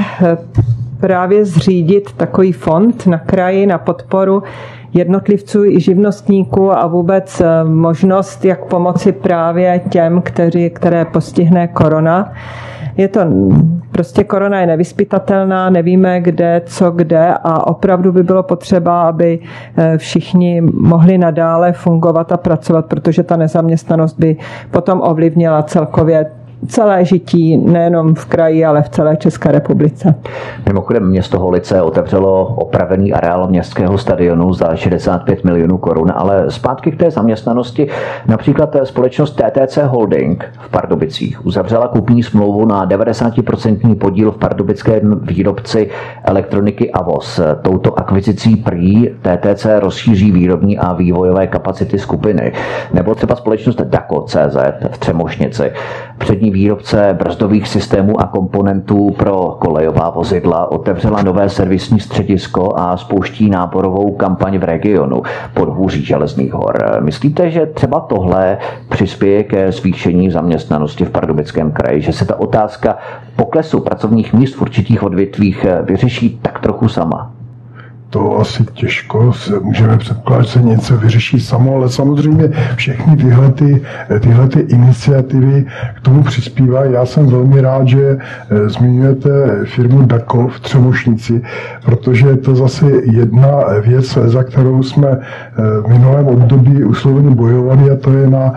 právě zřídit takový fond na kraji na podporu jednotlivců i živnostníků a vůbec možnost, jak pomoci právě těm, které postihne korona. Je to prostě korona je nevyzpytatelná, nevíme kde, co kde a opravdu by bylo potřeba, aby všichni mohli nadále fungovat a pracovat, protože ta nezaměstnanost by potom ovlivnila celkově celé žití, nejenom v kraji, ale v celé České republice. Mimochodem město Holice otevřelo opravený areál městského stadionu za 65 milionů korun, ale zpátky k té zaměstnanosti. Například společnost TTC Holding v Pardubicích uzavřela kupní smlouvu na 90% podíl v pardubickém výrobci elektroniky AVOS. Touto akvizicí prý TTC rozšíří výrobní a vývojové kapacity skupiny. Nebo třeba společnost DACO.CZ v Třemošnici. Přední výrobce brzdových systémů a komponentů pro kolejová vozidla otevřela nové servisní středisko a spouští náborovou kampaň v regionu Podhůří Železných hor. Myslíte, že třeba tohle přispěje ke zvýšení zaměstnanosti v Pardubickém kraji, že se ta otázka poklesu pracovních míst v určitých odvětvích vyřeší tak trochu sama? To asi těžko se můžeme předpokládat, že se něco vyřeší samo, ale samozřejmě všechny tyhle iniciativy k tomu přispívají. Já jsem velmi rád, že zmiňujete firmu DACO v Třemošnici, protože je to zase jedna věc, za kterou jsme v minulém období usilovně bojovali, a to je na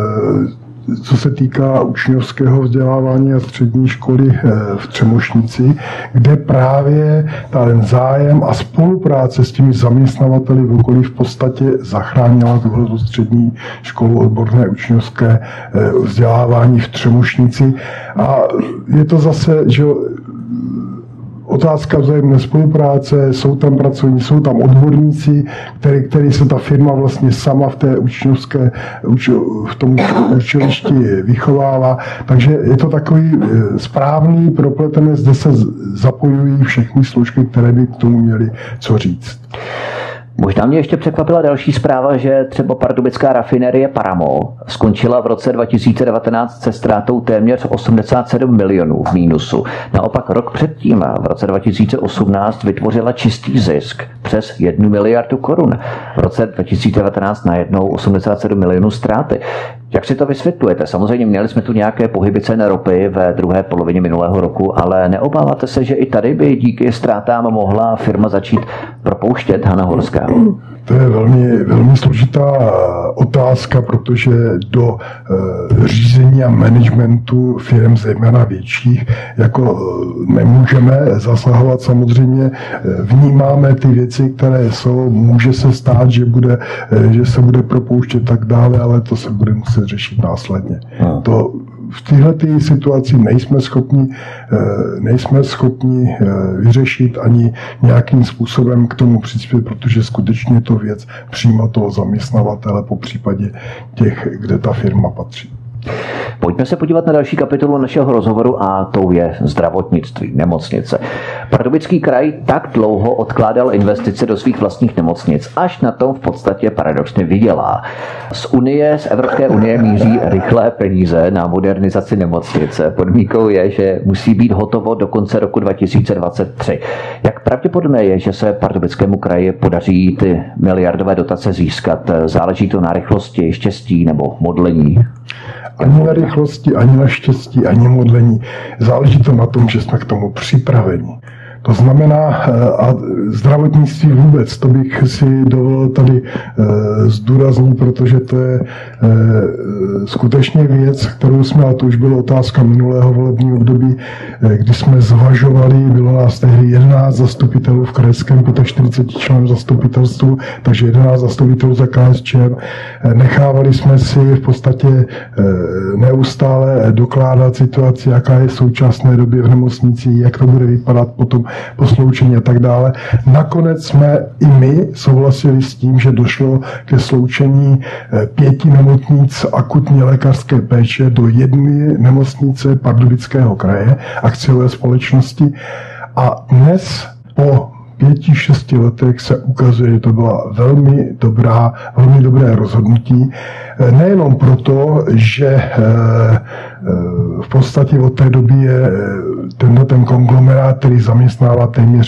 co se týká učňovského vzdělávání a střední školy v Třemošnici, kde právě ten zájem a spolupráce s těmi zaměstnavateli v okolí v podstatě zachránila tuhle střední školu odborné učňovské vzdělávání v Třemošnici. A je to zase, že otázka vzájemné spolupráce, jsou tam pracovníci, jsou tam odborníci, který se ta firma vlastně sama v té v tom učilišti vychovává. Takže je to takový správný propletenec, kde se zapojují všechny složky, které by k tomu měly co říct. Možná mě ještě překvapila další zpráva, že třeba pardubická rafinerie Paramo skončila v roce 2019 se ztrátou téměř 87 milionů v mínusu. Naopak rok předtím, v roce 2018, vytvořila čistý zisk přes 1 miliardu korun. V roce 2019 najednou 87 milionů ztráty. Jak si to vysvětlujete? Samozřejmě měli jsme tu nějaké pohyby cen ropy ve druhé polovině minulého roku, ale neobáváte se, že i tady by díky ztrátám mohla firma začít propouštět, Hana Horská? To je velmi složitá otázka, protože do řízení a managementu firm, zejména větších, jako nemůžeme zasahovat. Samozřejmě vnímáme ty věci, které jsou, může se stát, že se bude propouštět tak dále, ale to se bude muset řešit následně. To v této situaci nejsme schopni vyřešit ani nějakým způsobem k tomu přispět, protože skutečně je to věc přímo toho zaměstnavatele, po případě těch, kde ta firma patří. Pojďme se podívat na další kapitolu našeho rozhovoru a tou je zdravotnictví, nemocnice. Pardubický kraj tak dlouho odkládal investice do svých vlastních nemocnic, až na tom v podstatě paradoxně vydělá. Z Evropské unie míří rychlé peníze na modernizaci nemocnice. Podmínkou je, že musí být hotovo do konce roku 2023. Jak pravděpodobné je, že se Pardubickému kraji podaří ty miliardové dotace získat? Záleží to na rychlosti, štěstí nebo modlení? Ani na rychlosti, ani na štěstí, ani modlení. Záleží to na tom, že jsme k tomu připraveni. To znamená, a zdravotnictví vůbec, to bych si dovolil tady zdůraznit, protože to je skutečně věc, kterou jsme, a to už byla otázka minulého volebního období, kdy jsme zvažovali, bylo nás tehdy 11 zastupitelů v krajském 45 členů zastupitelstvu, takže 11 zastupitelů za KSČM. Nechávali jsme si v podstatě neustále dokládat situaci, jaká je v současné době v nemocnici, jak to bude vypadat potom po sloučení a tak dále. Nakonec jsme i my souhlasili s tím, že došlo ke sloučení 5 nemocnic akutní lékařské péče do jedné nemocnice Pardubického kraje, akciové společnosti. A dnes po 5-6 letech se ukazuje, že to byla velmi dobré rozhodnutí. Nejenom proto, že v podstatě od té doby je ten konglomerát, který zaměstnává téměř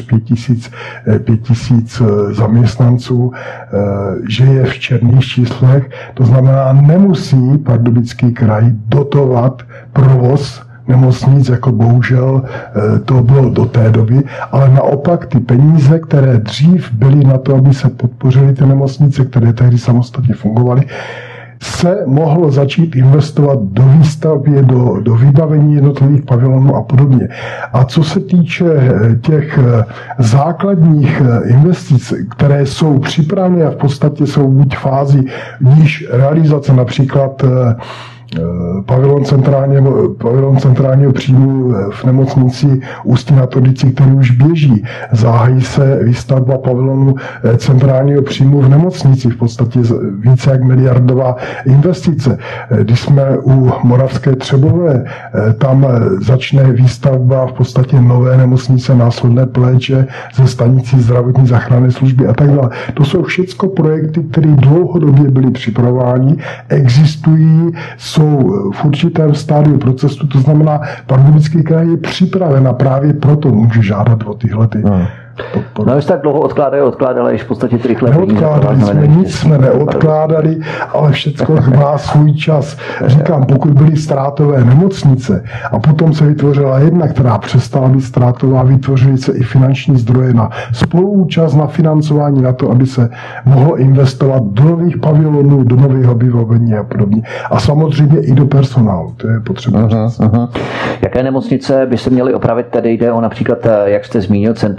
5000 zaměstnanců, že je v černých číslech. To znamená, nemusí Pardubický kraj dotovat provoz nemocnic, jako bohužel to bylo do té doby, ale naopak ty peníze, které dřív byly na to, aby se podpořily ty nemocnice, které tehdy samostatně fungovaly, se mohlo začít investovat do výstavby, do vybavení jednotlivých pavilonů a podobně. A co se týče těch základních investic, které jsou připraveny a v podstatě jsou buď fázi níž realizace, například pavilon centrálního příjmu v nemocnici Ústí nad Orlicí, který už běží. Zahájí se výstavba pavilonu centrálního příjmu v nemocnici, v podstatě více jak miliardová investice. Když jsme u Moravské Třebové, tam začne výstavba v podstatě nové nemocnice následné péče ze stanicí zdravotní záchranné služby a tak dále. To jsou všechno projekty, které dlouhodobě byly připravovány, existují, jsou v určitém stádiu procesu, to znamená, Pardubický kraj je připraven a právě proto může žádat o tyhle podporu. No, tak dlouho odkládali, v podstatě ty rychlé peníze. Nic jsme neodkládali, ale všechno má svůj čas. Říkám, pokud byly ztrátové nemocnice a potom se vytvořila jedna, která přestala být ztrátová, vytvořily se i finanční zdroje na spoluúčast, na financování, na to, aby se mohlo investovat do nových pavilonů, do nového vybavení a podobně. A samozřejmě i do personálu. To je potřeba. Jaké nemocnice by se měly opravit? Tady jde o například, jak jste zmínil, centrální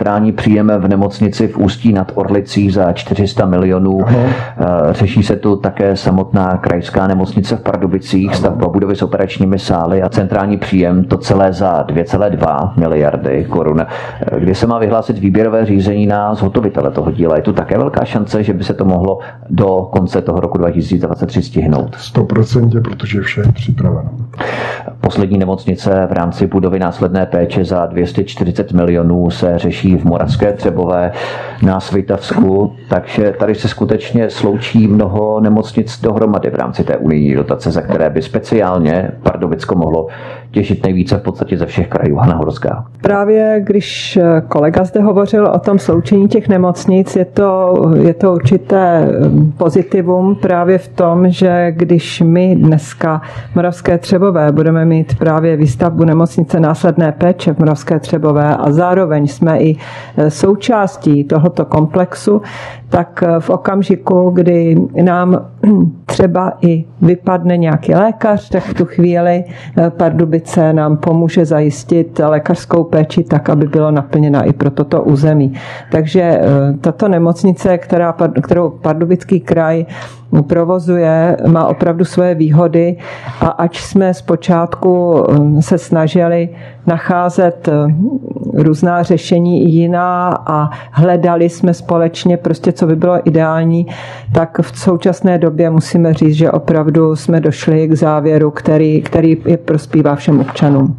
příjem v nemocnici v Ústí nad Orlicí za 400 milionů. Řeší se tu také samotná krajská nemocnice v Pardubicích, stavba budovy s operačními sály a centrální příjem, to celé za 2,2 miliardy korun. Kdy se má vyhlásit výběrové řízení na zhotovitele toho díla? Je tu také velká šance, že by se to mohlo do konce toho roku 2023 stihnout? 100%, protože vše je připraveno. Poslední nemocnice v rámci budovy následné péče za 240 milionů se řeší v Moravské Třebové na Svitavsku, takže tady se skutečně sloučí mnoho nemocnic dohromady v rámci té unijní dotace, za které by speciálně Pardubicko mohlo těžit nejvíce v podstatě ze všech krajů. Hana Horská. Právě když kolega zde hovořil o tom sloučení těch nemocnic, je to určité pozitivum právě v tom, že když my dneska v Moravské Třebové budeme mít právě výstavbu nemocnice následné péče v Moravské Třebové a zároveň jsme i součástí tohoto komplexu, tak v okamžiku, kdy nám třeba i vypadne nějaký lékař, tak v tu chvíli Pardubice nám pomůže zajistit lékařskou péči tak, aby bylo naplněna i pro toto území. Takže tato nemocnice, kterou Pardubický kraj provozuje, má opravdu svoje výhody a ač jsme zpočátku se snažili nacházet různá řešení i jiná a hledali jsme společně prostě, co by bylo ideální, tak v současné době musíme říct, že opravdu jsme došli k závěru, který je prospívá všem občanům.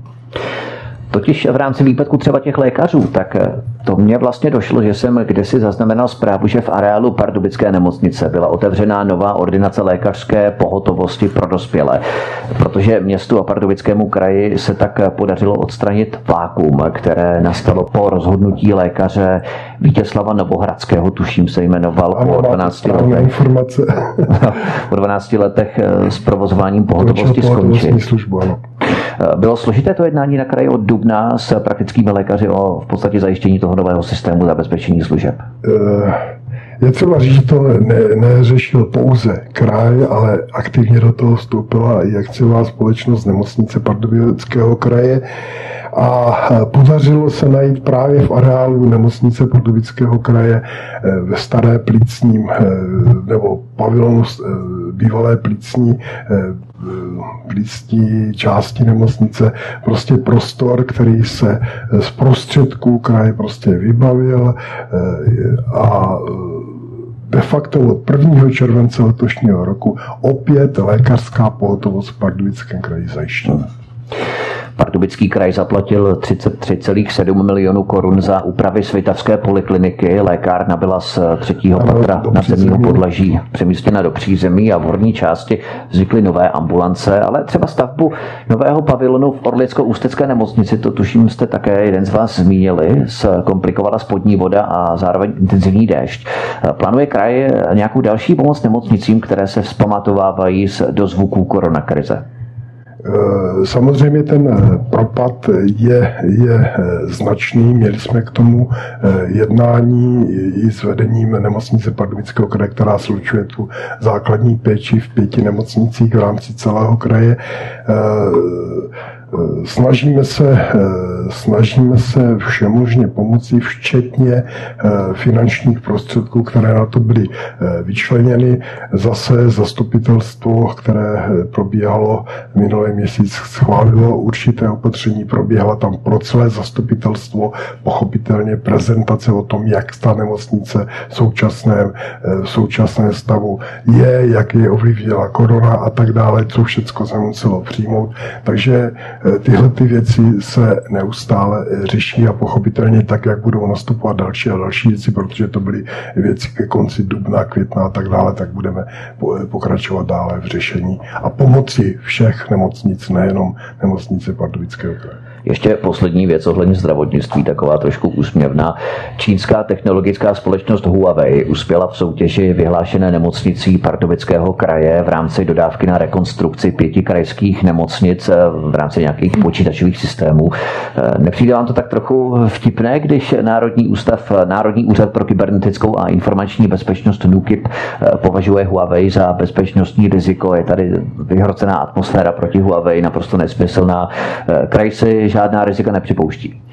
Totiž v rámci výpadku třeba těch lékařů, tak to mně vlastně došlo, že jsem kdysi zaznamenal zprávu, že v areálu Pardubické nemocnice byla otevřená nová ordinace lékařské pohotovosti pro dospělé, protože městu a Pardubickému kraji se tak podařilo odstranit vákuum, které nastalo po rozhodnutí lékaře Vítězslava Novohradského, tuším se jmenoval, po 12 letech. Po 12 letech s provozováním pohotovosti skončit. Bylo složité to jednání na kraji od dubna s praktickými lékaři o v podstatě zajištění toho nového systému zabezpečení služeb? Je třeba říct, že to neřešil pouze kraj, ale aktivně do toho vstoupila i akciová společnost nemocnice Pardubického kraje a podařilo se najít právě v areálu nemocnice Pardubického kraje ve staré plicním nebo pavilonu bývalé plicní části nemocnice, prostě prostor, který se z prostředků kraje prostě vybavil a de facto od 1. července letošního roku opět lékařská pohotovost v Pardubickém kraji zajištěna. Pardubický kraj zaplatil 33,7 milionů korun za úpravy Svitavské polikliniky. Lékárna byla z 3. patra nadzemního podlaží přemístěna do přízemí a v horní části vznikly nové ambulance, ale třeba stavbu nového pavilonu v Orlicko-Ústecké nemocnici, to tuším jste také jeden z vás zmínili, zkomplikovala spodní voda a zároveň intenzivní déšť. Plánuje kraj nějakou další pomoc nemocnicím, které se vzpamatovávají z dozvuků koronakrize? Samozřejmě ten propad je značný. Měli jsme k tomu jednání i s vedením nemocnice Pardubického kraje, která slučuje tu základní péči v 5 nemocnicích v rámci celého kraje. Snažíme se všemožně pomoci, včetně finančních prostředků, které na to byly vyčleněny. Zase zastupitelstvo, které probíhalo minulý měsíc, schválilo určité opatření, proběhla tam pro celé zastupitelstvo pochopitelně prezentace o tom, jak ta nemocnice v současném stavu je, jak je ovlivnila korona a tak dále, co všechno se muselo přijmout. Takže tyhle ty věci se neustále řeší a pochopitelně tak, jak budou nastupovat další a další věci, protože to byly věci ke konci dubna, května a tak dále, tak budeme pokračovat dále v řešení a pomoci všech nemocnic, nejenom nemocnice Pardubického kraje. Ještě poslední věc ohledně zdravotnictví, taková trošku úsměvná. Čínská technologická společnost Huawei uspěla v soutěži vyhlášené nemocnicí Pardubického kraje v rámci dodávky na rekonstrukci 5 krajských nemocnic v rámci nějakých počítačových systémů. Nepřijde vám to tak trochu vtipné, když Národní úřad pro kybernetickou a informační bezpečnost NÚKIB považuje Huawei za bezpečnostní riziko? Je tady vyhrocená atmosféra proti Huawei, naprosto nesmyslná. Kraj si žádná rizika nepřipouští.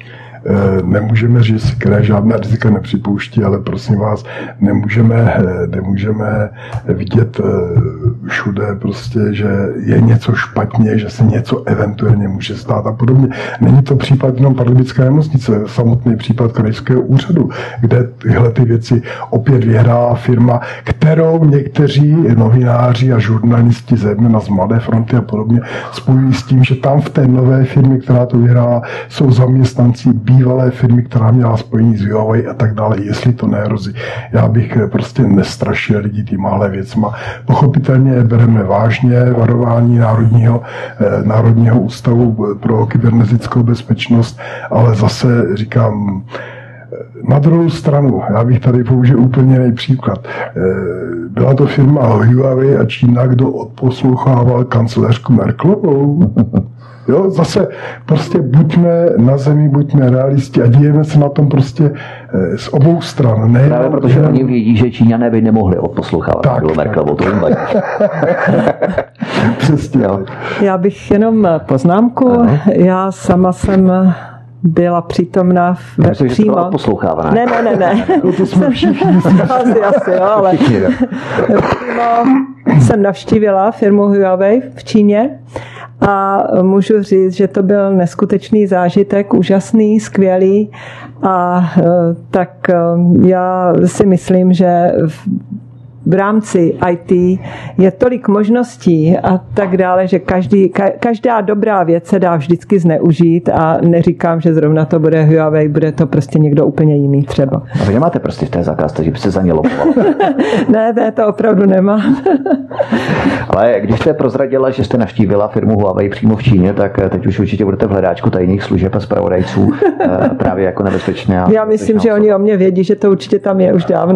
nemůžeme říct, které žádné rizika nepřipouští, ale prosím vás, nemůžeme vidět všude prostě, že je něco špatně, že se něco eventuálně může stát a podobně. Není to případ jenom Pardubické nemocnice, samotný případ krajského úřadu, kde tyhle ty věci opět vyhrála firma, kterou někteří novináři a žurnalisti zejména z Mladé fronty a podobně spojují s tím, že tam v té nové firmě, která to vyhrála, jsou zaměstnanci bývalé firmy, která měla spojení s Huawei a tak dále, jestli to nehrozí. Já bych prostě nestrašil lidi těmahle věcma. Pochopitelně bereme vážně varování Národního ústavu pro kybernetickou bezpečnost, ale zase říkám, na druhou stranu, já bych tady použil úplně jiný příklad. Byla to firma Huawei a Čína, kdo odposlouchával kancléřku Merkelovou. Jo, zase prostě buďme na zemi, buďme realisti a díjeme se na tom prostě z obou stran. Právě protože oni vědí, že Číňané by nemohli odposlouchávat Merkelovou. To jim přesně. Já bych jenom poznámku. Ano. Já sama jsem byla přítomna přímo. Odposlouchávaná. Ne. To jsme všichni. Asi, jo, ale přímo jsem navštívila firmu Huawei v Číně a můžu říct, že to byl neskutečný zážitek, úžasný, skvělý a tak já si myslím, že v rámci IT je tolik možností a tak dále, že každá dobrá věc se dá vždycky zneužít a neříkám, že zrovna to bude Huawei, bude to prostě někdo úplně jiný třeba. A vy nemáte prostě v té zakázce, že by se za ně lopoval? Ne, to opravdu nemám. Ale když jste prozradila, že jste navštívila firmu Huawei přímo v Číně, tak teď už určitě budete v hledáčku tajných služeb a zpravodajců právě jako nebezpečné. Já myslím, že oni o mě vědí, že to určitě tam je už dávno.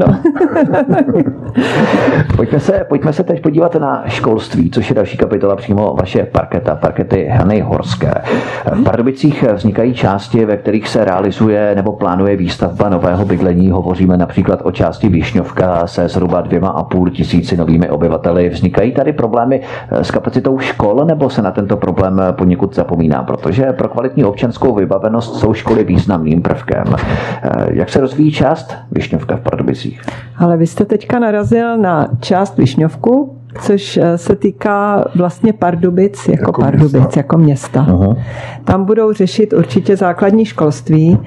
Pojďme se teď podívat na školství, což je další kapitola, přímo vaše parkety Hany Horské. V Pardubicích vznikají části, ve kterých se realizuje nebo plánuje výstavba nového bydlení. Hovoříme například o části Višňovka se zhruba 2,5 tisíci novými obyvateli. Vznikají tady problémy s kapacitou škol, nebo se na tento problém poněkud zapomíná? Protože pro kvalitní občanskou vybavenost jsou školy významným prvkem. Jak se rozvíjí část Višňovka v Pardubicích? Ale vy jste teďka narazil na část Višňovku, což se týká vlastně Pardubic jako města. Aha. Tam budou řešit určitě základní školství,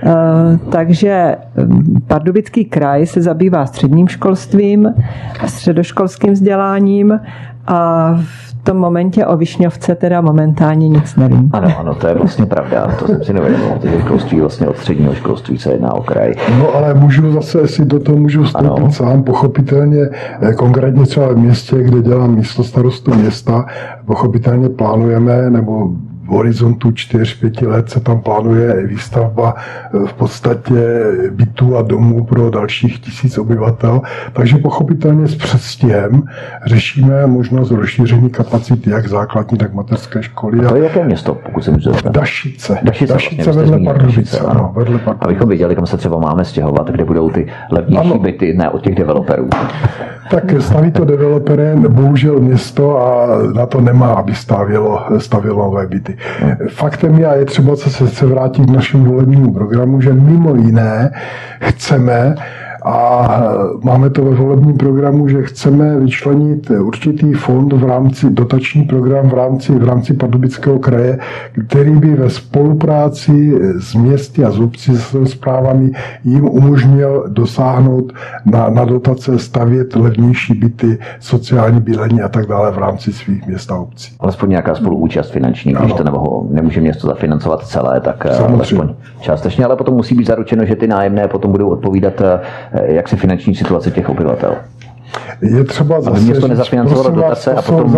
takže Pardubický kraj se zabývá středním školstvím, středoškolským vzděláním a v tom momentě o Višňovce teda momentálně nic nevím. Ano, to je vlastně pravda. To jsem si nevěděl, že školství vlastně od středního školství se jedná o kraj. No ale si do toho můžu vstoupit sám. Pochopitelně, konkrétně třeba v městě, kde dělám místostarostu města, pochopitelně plánujeme, nebo v horizontu 4-5 let se tam plánuje výstavba v podstatě bytů a domů pro dalších 1000 obyvatel. Takže pochopitelně s předstihem řešíme možnost rozšíření kapacity jak základní, tak mateřské školy. A to je jaké město, pokud se můžu zeptat? Dašice vlastně, vedle Pardubice. Ano, vedle Pardubice. Abychom viděli, kam se třeba máme stěhovat, kde budou ty levnější byty, ne od těch developerů. Tak staví to developery, bohužel město a na to nemá, aby stavělo nové byty. Faktem je třeba se vrátit k našemu volebnímu programu, že mimo jiné chceme, a máme to ve volebním programu, že chceme vyčlenit určitý fond v rámci, dotační program v rámci Pardubického kraje, který by ve spolupráci s městy a s obcí se správami jim umožnil dosáhnout na dotace, stavět levnější byty, sociální bydlení a tak dále v rámci svých měst a obcí. Alespoň nějaká spoluúčast finanční, když to nemůže město zafinancovat celé, tak alespoň částečně, ale potom musí být zaručeno, že ty nájemné potom budou odpovídat jak se finanční situace těch obyvatel. Je třeba zase město nezafinancovalo dotace a potom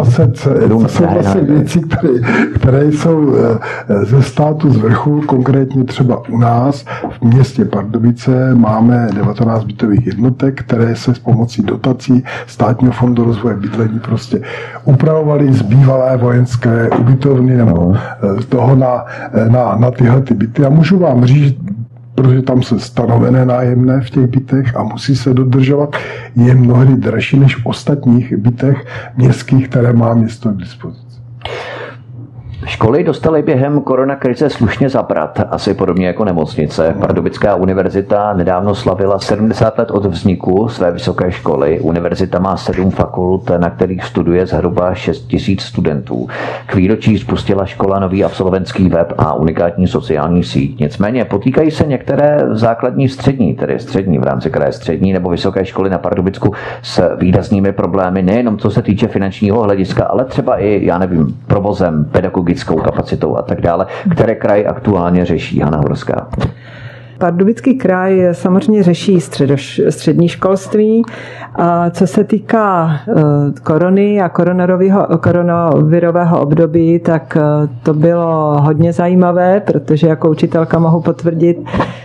zase věci, které jsou ze státu z vrchu, konkrétně třeba u nás v městě Pardubice máme 19 bytových jednotek, které se s pomocí dotací Státního fondu rozvoje bydlení prostě upravovaly z bývalé vojenské ubytovny nebo z toho na tyhle ty byty. A můžu vám říct, protože tam se stanovené nájemné v těch bytech a musí se dodržovat, je mnohdy dražší než v ostatních bytech městských, které má město k dispozici. Školy dostaly během koronakrize slušně zabrat, asi podobně jako nemocnice. Pardubická univerzita nedávno slavila 70 let od vzniku své vysoké školy. Univerzita má 7 fakult, na kterých studuje zhruba 6 000 studentů. K výročí spustila škola nový absolventský web a unikátní sociální síť. Nicméně potýkají se některé základní střední, tedy střední v rámci kraje střední nebo vysoké školy na Pardubicku s výraznými problémy, nejenom co se týče finančního hlediska, ale třeba i, já nevím, provozem, pedagogickou kapacitou a tak dále, které kraj aktuálně řeší. Hana Horská. Pardubický kraj samozřejmě řeší střední školství. A co se týká korony a koronavirového období, tak to bylo hodně zajímavé, protože jako učitelka mohu potvrdit,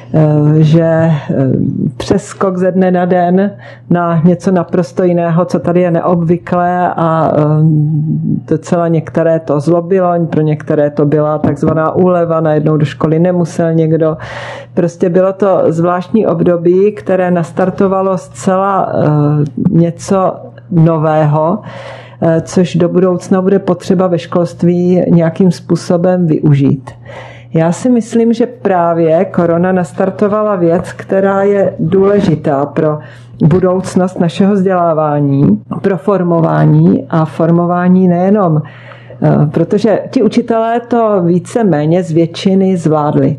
že přeskok ze dne na den na něco naprosto jiného, co tady je neobvyklé a docela některé to zlobilo, pro některé to byla takzvaná úleva, najednou do školy nemusel někdo. Prostě bylo to zvláštní období, které nastartovalo zcela něco nového, což do budoucna bude potřeba ve školství nějakým způsobem využít. Já si myslím, že právě korona nastartovala věc, která je důležitá pro budoucnost našeho vzdělávání, pro formování a formování nejenom, protože ti učitelé to více-méně z většiny zvládli.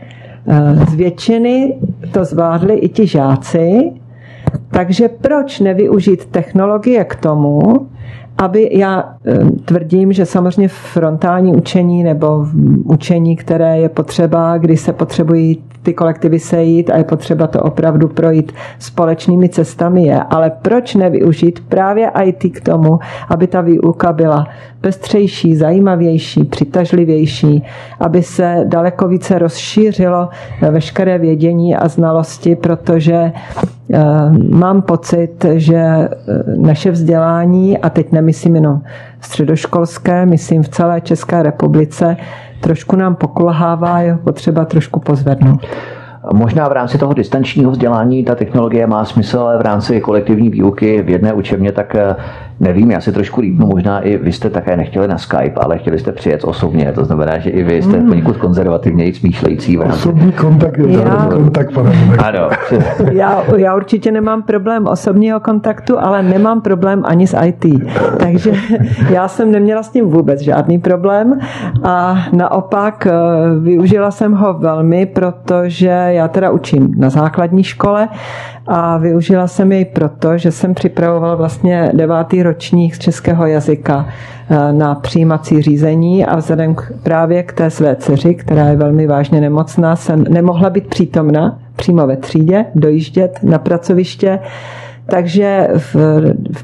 Z většiny to zvládli i ti žáci, takže proč nevyužít technologie k tomu, aby já tvrdím, že samozřejmě frontální učení nebo učení, které je potřeba, kdy se potřebují ty kolektivy sejít a je potřeba to opravdu projít společnými cestami je. Ale proč nevyužít právě IT k tomu, aby ta výuka byla pestřejší, zajímavější, přitažlivější, aby se daleko více rozšířilo veškeré vědění a znalosti, protože mám pocit, že naše vzdělání, a teď nemyslím jenom středoškolské, myslím v celé České republice, trošku nám pokulhává, je potřeba trošku pozvednout. Možná v rámci toho distančního vzdělání ta technologie má smysl, ale v rámci kolektivní výuky v jedné učebně, tak nevím, já si trošku líbnu, možná i vy jste také nechtěli na Skype, ale chtěli jste přijet osobně, to znamená, že i vy jste poněkud konzervativněji smýšlející v rámci. Osobní kontakt je kontakt, pane. Ano. Já určitě nemám problém osobního kontaktu, ale nemám problém ani s IT. Takže já jsem neměla s tím vůbec žádný problém a naopak využila jsem ho velmi, protože já teda učím na základní škole a využila jsem jej proto, že jsem připravoval vlastně 9. ročník z českého jazyka na přijímací řízení a vzhledem právě k té své dceři, která je velmi vážně nemocná, jsem nemohla být přítomna přímo ve třídě, dojíždět na pracoviště, takže v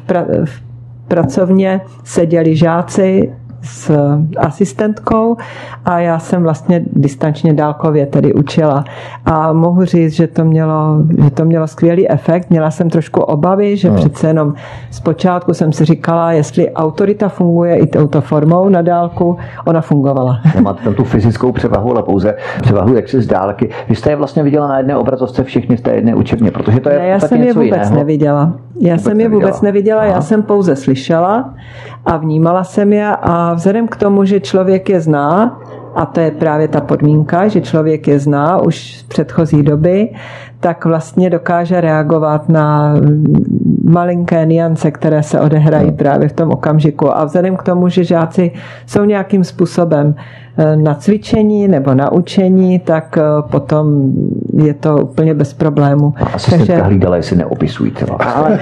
pracovně seděli žáci s asistentkou a já jsem vlastně distančně dálkově tedy učila. A mohu říct, že to mělo skvělý efekt. Měla jsem trošku obavy, že přece jenom zpočátku jsem si říkala, jestli autorita funguje i touto formou na dálku, ona fungovala. Nemáte tam tu fyzickou převahu, ale pouze převahu jaksi z dálky. Vy jste je vlastně viděla na jedné obrazovce všichni v té jedné učebně, protože to je já jsem je vůbec neviděla. Já jsem pouze slyšela a vnímala jsem je a vzhledem k tomu, že člověk je zná, a to je právě ta podmínka, že člověk je zná už z předchozí doby, tak vlastně dokáže reagovat na malinké niance, které se odehrají právě v tom okamžiku. A vzhledem k tomu, že žáci jsou nějakým způsobem na cvičení nebo na učení, tak potom je to úplně bez problému. Asistentka hlídala, jestli neopisují třeba.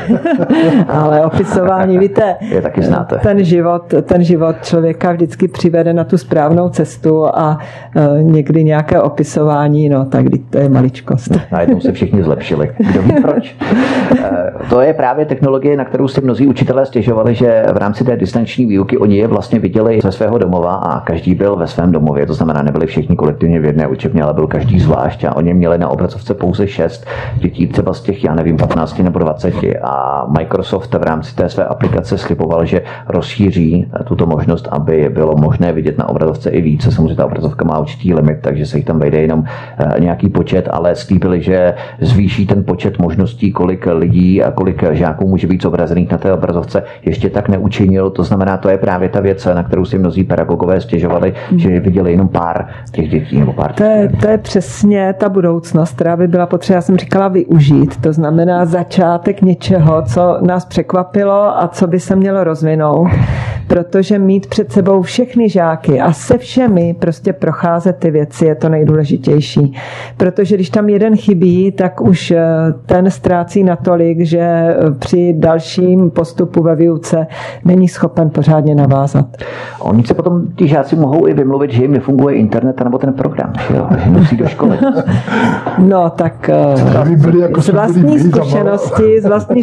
Ale opisování, víte, je taky znáte. Ten život člověka vždycky přivede na tu správnou cestu a někdy nějaké opisování, no tak to je maličkost. Najednou se všichni zlepšili. Kdo ví proč? To je právě technologie, na kterou si mnozí učitelé stěžovali, že v rámci té distanční výuky oni je vlastně viděli ze svého domova a každý byl ve svém domově. To znamená, nebyli všichni kolektivně v jedné učebně, ale byl každý zvlášť a oni měli na obrazovce pouze 6 dětí, třeba z těch, já nevím, 15 nebo 20 a Microsoft v rámci té své aplikace sliboval, že rozšíří tuto možnost, aby bylo možné vidět na obrazovce i více. Samozřejmě ta obrazovka má určitý limit, takže se jich tam vejde jenom nějaký počet, ale slíbili, že zvýší ten počet možností, kolik lidí a kolik žáků může být zobrazených na té obrazovce. Ještě tak neučinil, to znamená, to je právě ta věc, na kterou si mnozí pedagogové stěžovali, že viděli jenom pár těch dětí nebo pár. To je přesně ta budoucnost, která by byla potřeba, já jsem říkala, využít. To znamená začátek něčeho, co nás překvapilo a co by se mělo rozvinout, protože mít před sebou všechny žáky a se všemi prostě procházet ty věci je to nejdůležitější. Protože když tam jeden chybí, tak už ten ztrácí natolik, že při dalším postupu ve výuce není schopen pořádně navázat. Oni se potom ti žáci mohou i vymluvit, že jim nefunguje internet nebo ten program, že musí do školy. No tak z vlastní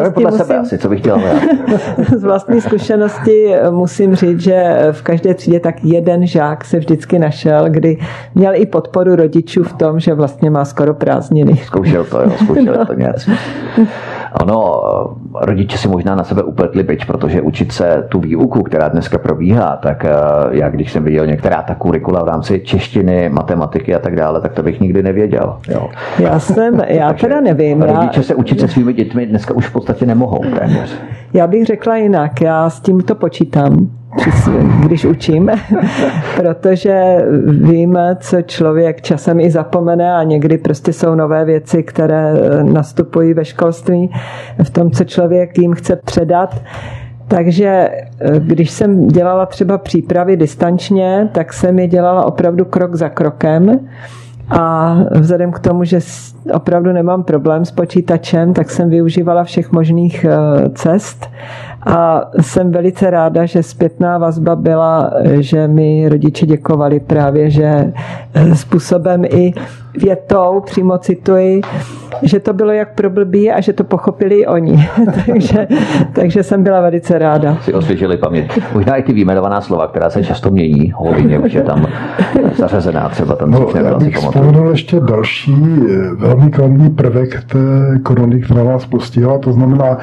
zkušenosti musím říct, že v každé třídě tak jeden žák se vždycky našel, kdy měl i podporu rodičů v tom, že vlastně má skoro prázdniny. Zkoušel to nějak. Ono, rodiče si možná na sebe upletli bič, protože učit se tu výuku, která dneska probíhá, tak já když jsem viděl některá ta kurikula v rámci češtiny, matematiky a tak dále, tak to bych nikdy nevěděl. Jo. Já teda nevím. Rodiče se učit se svými dětmi dneska už v podstatě nemohou téměř. Já bych řekla jinak, já s tímto počítám, když učím, protože vím, co člověk časem i zapomene a někdy prostě jsou nové věci, které nastupují ve školství v tom, co člověk jim chce předat. Takže když jsem dělala třeba přípravy distančně, tak jsem je dělala opravdu krok za krokem. A vzhledem k tomu, že opravdu nemám problém s počítačem, tak jsem využívala všech možných cest a jsem velice ráda, že zpětná vazba byla, že mi rodiče děkovali právě, že způsobem i větou, přímo cituji, že to bylo jak pro blbý a že to pochopili i oni. takže jsem byla velice ráda. Si osvěžili paměť. Možná i ty výjmenovaná slova, která se často mění, holině, už je tam zařazená třeba tam. Já bych vzpomenul ještě další velmi kladný prvek té korony, která nás postihla, to znamená,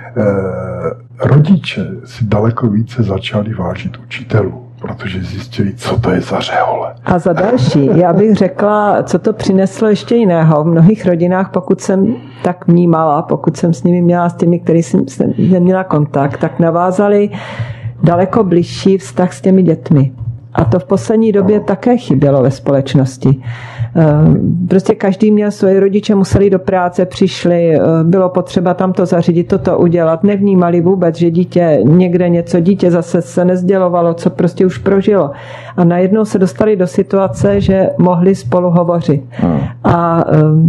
rodiče si daleko více začali vážit učitelů, protože zjistili, co to je za řehole. A za další, já bych řekla, co to přineslo ještě jiného. V mnohých rodinách, pokud jsem tak vnímala, pokud jsem s nimi měla, s těmi, který jsem neměla kontakt, tak navázali daleko bližší vztah s těmi dětmi. A to v poslední době také chybělo ve společnosti. Prostě každý měl svoje, rodiče museli do práce, přišli, bylo potřeba tam to zařídit, toto udělat, nevnímali vůbec, že dítě někde něco, dítě zase se nezdělovalo, co prostě už prožilo. A najednou se dostali do situace, že mohli spolu hovořit. A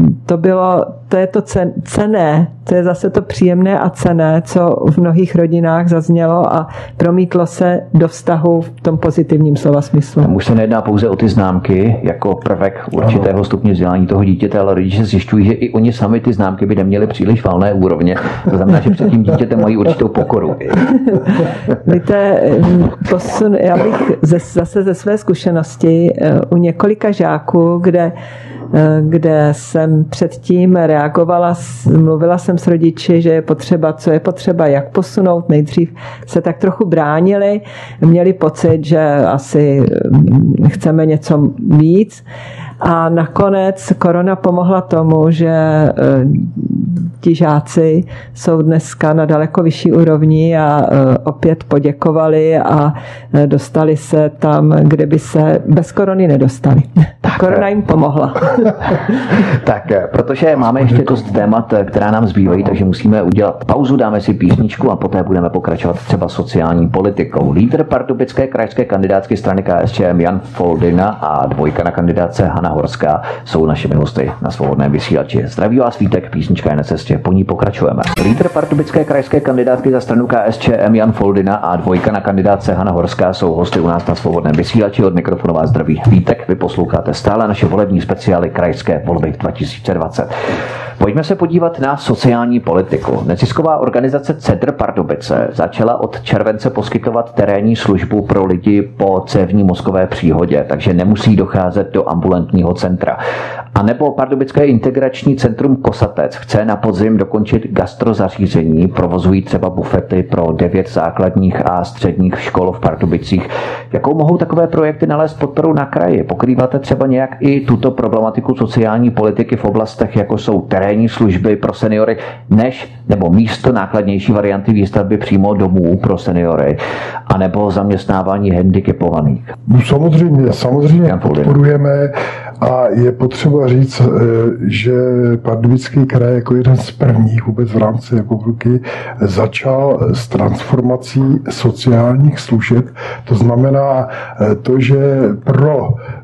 to je to cenné, to je zase to příjemné a cenné, co v mnohých rodinách zaznělo a promítlo se do vztahu v tom pozitivním slova smyslu. Už se nejedná pouze o ty známky jako prvek určitého stupně vzdělání toho dítěte, ale rodiče zjišťují, že i oni sami ty známky by neměly příliš valné úrovně. To znamená, že před tím dítětem mají určitou pokoru. Víte, já bych zase ze své zkušenosti u několika žáků, kde jsem předtím reagovala, mluvila jsem s rodiči, že je potřeba, co je potřeba, jak posunout. Nejdřív se tak trochu bránili, měli pocit, že asi chceme něco víc. A nakonec korona pomohla tomu, že ti žáci jsou dneska na daleko vyšší úrovni a opět poděkovali a dostali se tam, kde by se bez korony nedostali. Korona jim pomohla. Tak, protože máme ještě dost témat, která nám zbývají, takže musíme udělat pauzu, dáme si písničku a poté budeme pokračovat třeba sociální politikou. Lídr pardubické krajské kandidátky strany KSČM Jan Foldina a dvojka na kandidátce Hana Horská jsou našimi hosty na Svobodném vysílači. Zdraví vás Vítek, písnička je na cestě, po ní pokračujeme. Lídr pardubické krajské kandidátky za stranu KSČM Jan Foldina a dvojka na kandidátce Hana Horská jsou hosty u nás na Svobodném vysílači. Od mikrofonu vás zdraví Vítek, vy posloucháte stále naše volební speciály krajské volby 2020. Pojďme se podívat na sociální politiku. Nezisková organizace Cedr Pardubice začala od července poskytovat terénní službu pro lidi po cévní mozkové příhodě, takže nemusí docházet do ambulantního centra. A nebo pardubické integrační centrum Kosatec chce na podzim dokončit gastrozařízení, provozují třeba bufety pro 9 základních a středních škol v Pardubicích. Jakou mohou takové projekty nalézt podporu na kraji? Pokrýváte třeba nějak i tuto problematiku sociální politiky v oblastech, jako jsou terénní služby pro seniory, než nebo místo nákladnější varianty výstavby přímo domů pro seniory, anebo zaměstnávání handicapovaných? No samozřejmě podporujeme a je potřeba říct, že Pardubický kraj jako jeden z prvních vůbec v rámci republiky začal s transformací sociálních služeb. To znamená to, že pro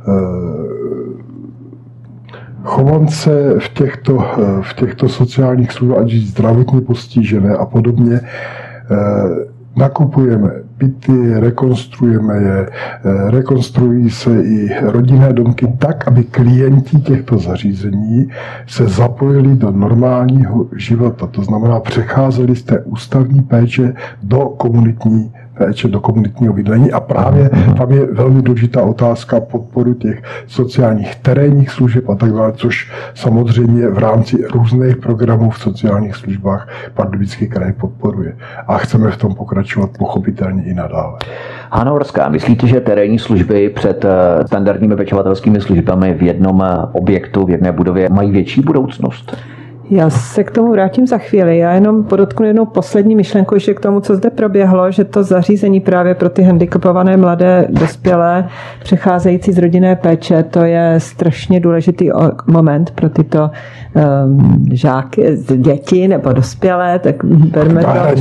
chovance v těchto sociálních službách, ať zdravotně postižené a podobně, nakupujeme byty, rekonstruujeme je, rekonstruují se i rodinné domky tak, aby klienti těchto zařízení se zapojili do normálního života. To znamená, přecházeli z té ústavní péče do komunitní péče, do komunitního bydlení a právě tam je velmi důležitá otázka podporu těch sociálních terénních služeb a tak dále, což samozřejmě v rámci různých programů v sociálních službách Pardubický kraj podporuje. A chceme v tom pokračovat pochopitelně i nadále. Hana Horská, myslíte, že terénní služby před standardními pečovatelskými službami v jednom objektu, v jedné budově mají větší budoucnost? Já se k tomu vrátím za chvíli. Já jenom podotknu jednou poslední myšlenku ještě k tomu, co zde proběhlo, že to zařízení právě pro ty handicapované mladé dospělé přecházející z rodinné péče, to je strašně důležitý moment pro tyto žáky, děti nebo dospělé, tak berme to.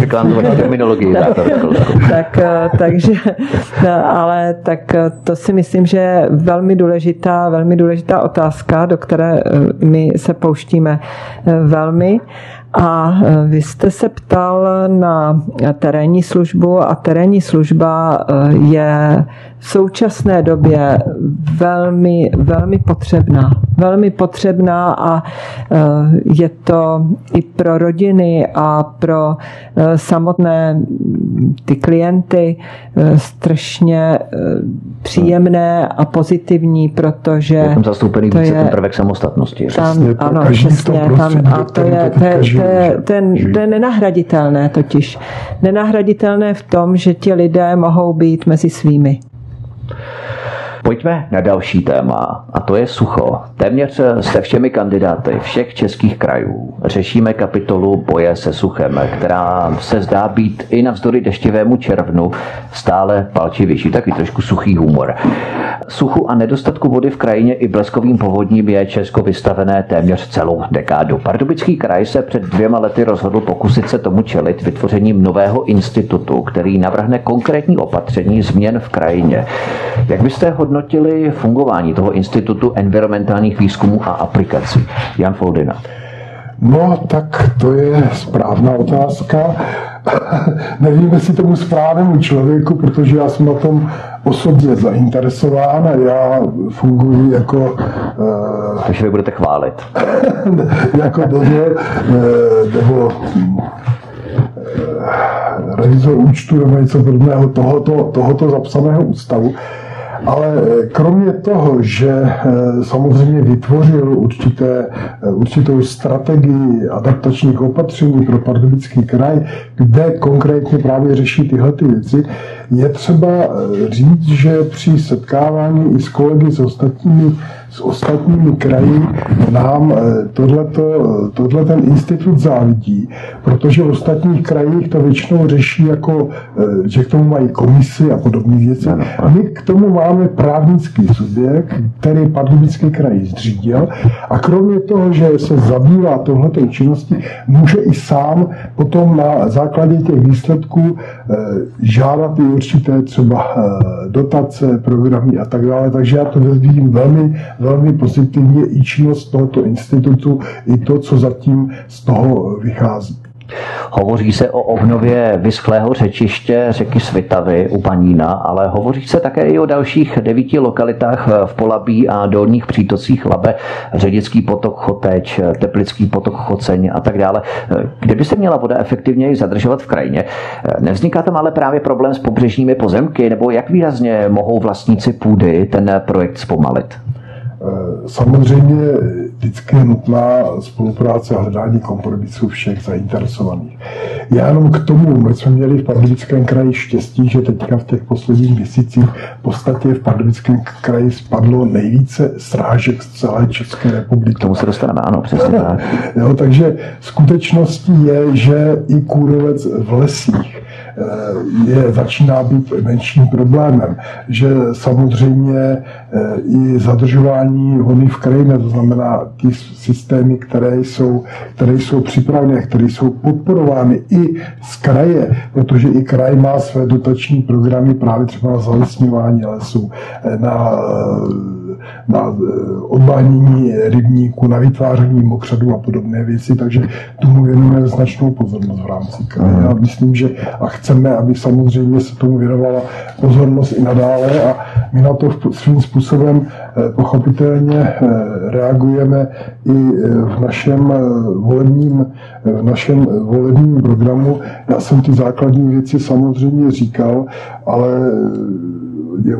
Ale to si myslím, že je velmi důležitá otázka, do které my se pouštíme velmi. A vy jste se ptal na terénní službu a terénní služba je v současné době velmi potřebná a je to i pro rodiny a pro samotné ty klienty strašně příjemné a pozitivní protože je tam zastoupený více ten prvek samostatnosti. Ano, přesně. A to je nenahraditelné totiž. Nenahraditelné v tom, že ti lidé mohou být mezi svými. Pojďme na další téma, a to je sucho. Téměř se všemi kandidáty všech českých krajů řešíme kapitolu boje se suchem, která se zdá být i navzdory deštivému červnu stále palčivější. Taky trošku suchý humor. Suchu a nedostatku vody v krajině i bleskovým povodním je Česko vystavené téměř celou dekádu. Pardubický kraj se před 2 lety rozhodl pokusit se tomu čelit vytvořením nového institutu, který navrhne konkrétní opatření změn v krajině. Jak byste hodnotili fungování toho institutu environmentálních výzkumů a aplikací? Jan Foldina. No, tak to je správná otázka. Nevím, jestli tomu správnému člověku, protože já jsem na tom osobně zainteresován a já funguji jako... Takže vy budete chválit. jako dozor, nebo revizor účtu nebo něco podobného tohoto zapsaného ústavu. Ale kromě toho, že samozřejmě vytvořil určitou strategii adaptačních opatření pro Pardubický kraj, kde konkrétně právě řeší tyhle ty věci, je třeba říct, že při setkávání i s kolegy s ostatními kraji nám tohle ten institut závidí, protože v ostatních krajích to většinou řeší jako, že k tomu mají komisi a podobné věci. My k tomu máme právnický subjekt, který Pardubický kraj zřídil a kromě toho, že se zabývá tohletou činností, může i sám potom na základě těch výsledků žádat i určité třeba dotace, programy a tak dále. Takže já to vidím velmi pozitivně i činnost tohoto institutu, i to, co zatím z toho vychází. Hovoří se o obnově vyschlého řečiště řeky Svitavy u Panína, ale hovoří se také i o dalších 9 lokalitách v Polabí a dolních přítocích Labe, Ředický potok Choteč, Teplický potok Choceň a tak dále. Kdyby se měla voda efektivněji zadržovat v krajině, nevzniká tam ale právě problém s pobřežními pozemky, nebo jak výrazně mohou vlastníci půdy ten projekt zpomalit? Samozřejmě vždycky je nutná spolupráce a hledání kompromisů všech zainteresovaných. Já jenom k tomu, my jsme měli v Pardubickém kraji štěstí, že teďka v těch posledních měsících v podstatě v Pardubickém kraji spadlo nejvíce srážek z celé České republiky. K tomu se dostaneme, ano, přesně tak. Jo, takže skutečností je, že i kůrovec v lesích začíná být menším problémem, že samozřejmě i zadržování vody v krajině, to znamená ty systémy, které jsou připravené, které jsou podporovány i z kraje, protože i kraj má své dotační programy právě třeba na zalesňování lesů, na odbahnění rybníků, na vytváření mokřadů a podobné věci, takže tomu věnujeme značnou pozornost v rámci kraje. Já myslím, že a chceme, aby samozřejmě se tomu věnovala pozornost i nadále a my na to svým způsobem pochopitelně reagujeme i v našem volebním programu. Já jsem ty základní věci samozřejmě říkal, ale je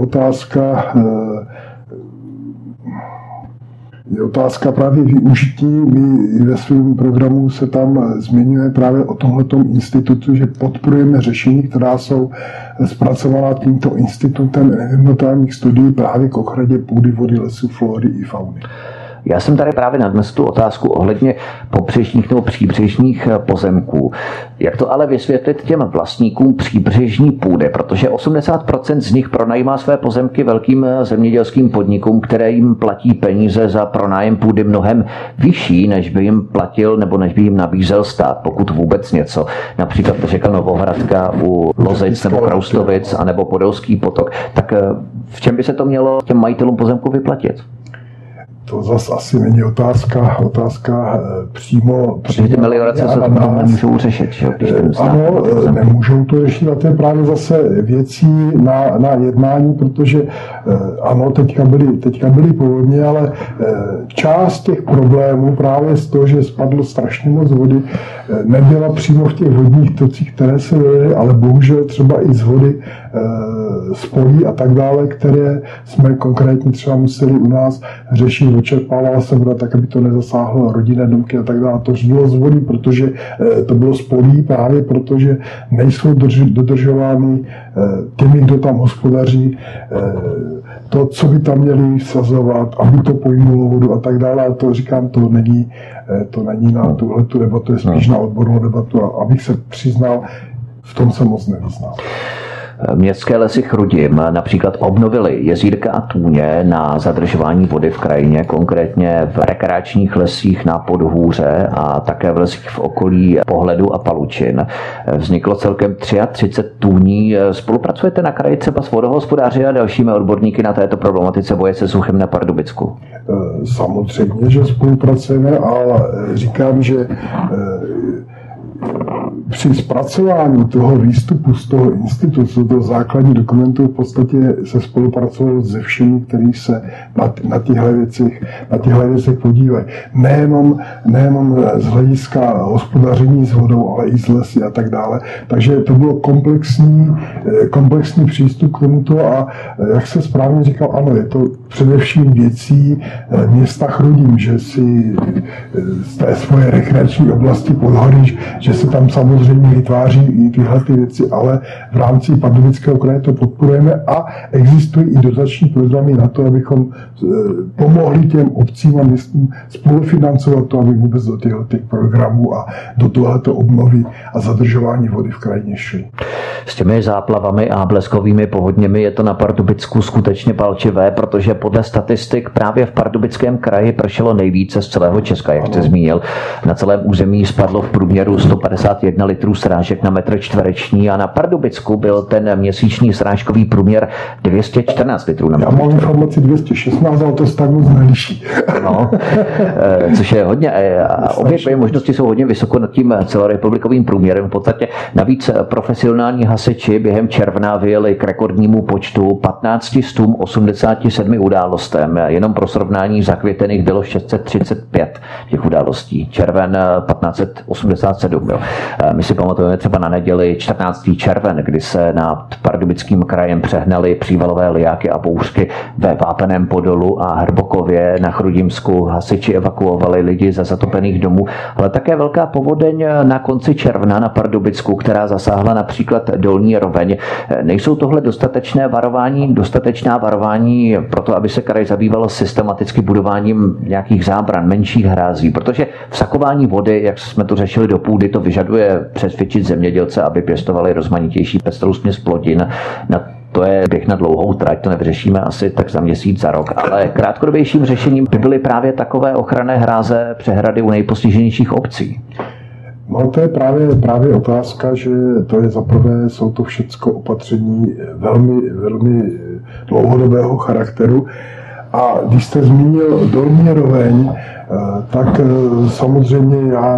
otázka právě využití. My ve svém programu se tam zmiňuje právě o tomhletom institutu, že podporujeme řešení, která jsou zpracovaná tímto institutem environmentálních studií právě k ochraně půdy, vody, lesů, flóry i fauny. Já jsem tady právě nadnesl tu otázku ohledně pobřežních nebo příbřežních pozemků. Jak to ale vysvětlit těm vlastníkům příbřežní půdy, protože 80% z nich pronajímá své pozemky velkým zemědělským podnikům, které jim platí peníze za pronájem půdy mnohem vyšší, než by jim platil nebo než by jim nabízel stát, pokud vůbec něco. Například řeka Novohradka u Lozic nebo Kraustovic anebo Podolský potok. Tak v čem by se to mělo těm majitelům pozemku vyplatit? To zase asi není otázka přímo ty meliorace se to nemůžou řešit, že? Ano, nemůžou to řešit a to je právě zase věcí na jednání, protože ano, teďka byly povodně, ale část těch problémů právě z toho, že spadlo strašně moc vody, nebyla přímo v těch vodních tocích, které se vylily, ale bohužel třeba i z vody z polí a tak dále, které jsme konkrétně třeba museli u nás řešit. Očerpávala se voda tak, aby to nezasáhlo rodinné domky a tak dále. To bylo z vody, protože to bylo z polí právě protože nejsou dodržovány těmi, kdo tam hospodaří, to, co by tam měli vsazovat, aby to pojmulo vodu a tak dále. A to říkám, to není na tuhletu debatu, je spíš na odbornou debatu. A abych se přiznal, v tom se moc nevyznal. Městské lesy Chrudim například obnovily jezírka a tůně na zadržování vody v krajině, konkrétně v rekreačních lesích na Podhůře a také v lesích v okolí Pohledu a Palučin. Vzniklo celkem 33 tůní. Spolupracujete na kraji třeba s vodohospodáři a dalšími odborníky na této problematice boje se suchem na Pardubicku? Samozřejmě, že spolupracujeme, ale říkám, že při zpracování toho výstupu z toho institutu, toho základní dokumentu v podstatě se spolupracovalo se všemi, kteří se na těchto věcech podívají. Nejenom z hlediska hospodaření s vodou, ale i z lesy a tak dále. Takže to bylo komplexní přístup k tomuto a jak se správně říkal, ano, je to především věcí města Chrudim, že si z té svoje rekreační oblasti Podhoří, že se tam samozřejmě vytváří i tyhle ty věci, ale v rámci Pardubického kraje to podporujeme a existují i dotační programy na to, abychom pomohli těm obcím a městům spolufinancovat to, aby vůbec do těchto programů a do tohoto obnovy a zadržování vody v krajině šli. S těmi záplavami a bleskovými povodněmi je to na Pardubicku skutečně palčivé, protože podle statistik právě v Pardubickém kraji pršelo nejvíce z celého Česka, jak jste zmínil. Na celém území spadlo v průměru 151 litrů srážek na metr čtvereční a na Pardubicku byl ten měsíční srážkový průměr 214 litrů na metr čtvereční. Já mám informaci 216, ale to se tak moc neliší. No, což je hodně. Obě možnosti jsou hodně vysoko nad tím celorepublikovým průměrem. V podstatě navíc profesionální hasiči během června vyjeli k rekordnímu počtu 1587 událostem. Jenom pro srovnání zakvětených bylo 635 těch událostí. Červen 1587 byl. My si pamatujeme třeba na neděli 14. červen, kdy se nad Pardubickým krajem přehnaly přívalové lijáky a bouřky ve Vápeném Podolu a Hrbokově na Chrudimsku. Hasiči evakuovali lidi ze zatopených domů, ale také velká povodeň na konci června na Pardubicku, která zasáhla například Dolní Roveň. Nejsou tohle dostatečná varování pro to, aby se kraj zabýval systematicky budováním nějakých zábran, menších hrází, protože vsakování vody, jak jsme to řešili do půdy, to vyžaduje přesvědčit zemědělce, aby pěstovali rozmanitější pestrou směs plodin. To je běh na dlouhou trať, to nevyřešíme asi tak za měsíc, za rok, ale krátkodobějším řešením by byly právě takové ochranné hráze, přehrady u nejpostiženějších obcí. No to je právě otázka, že to je zaprvé, jsou to všecko opatření velmi dlouhodobého charakteru. A když jste zmínil Dolní Roveň, tak samozřejmě já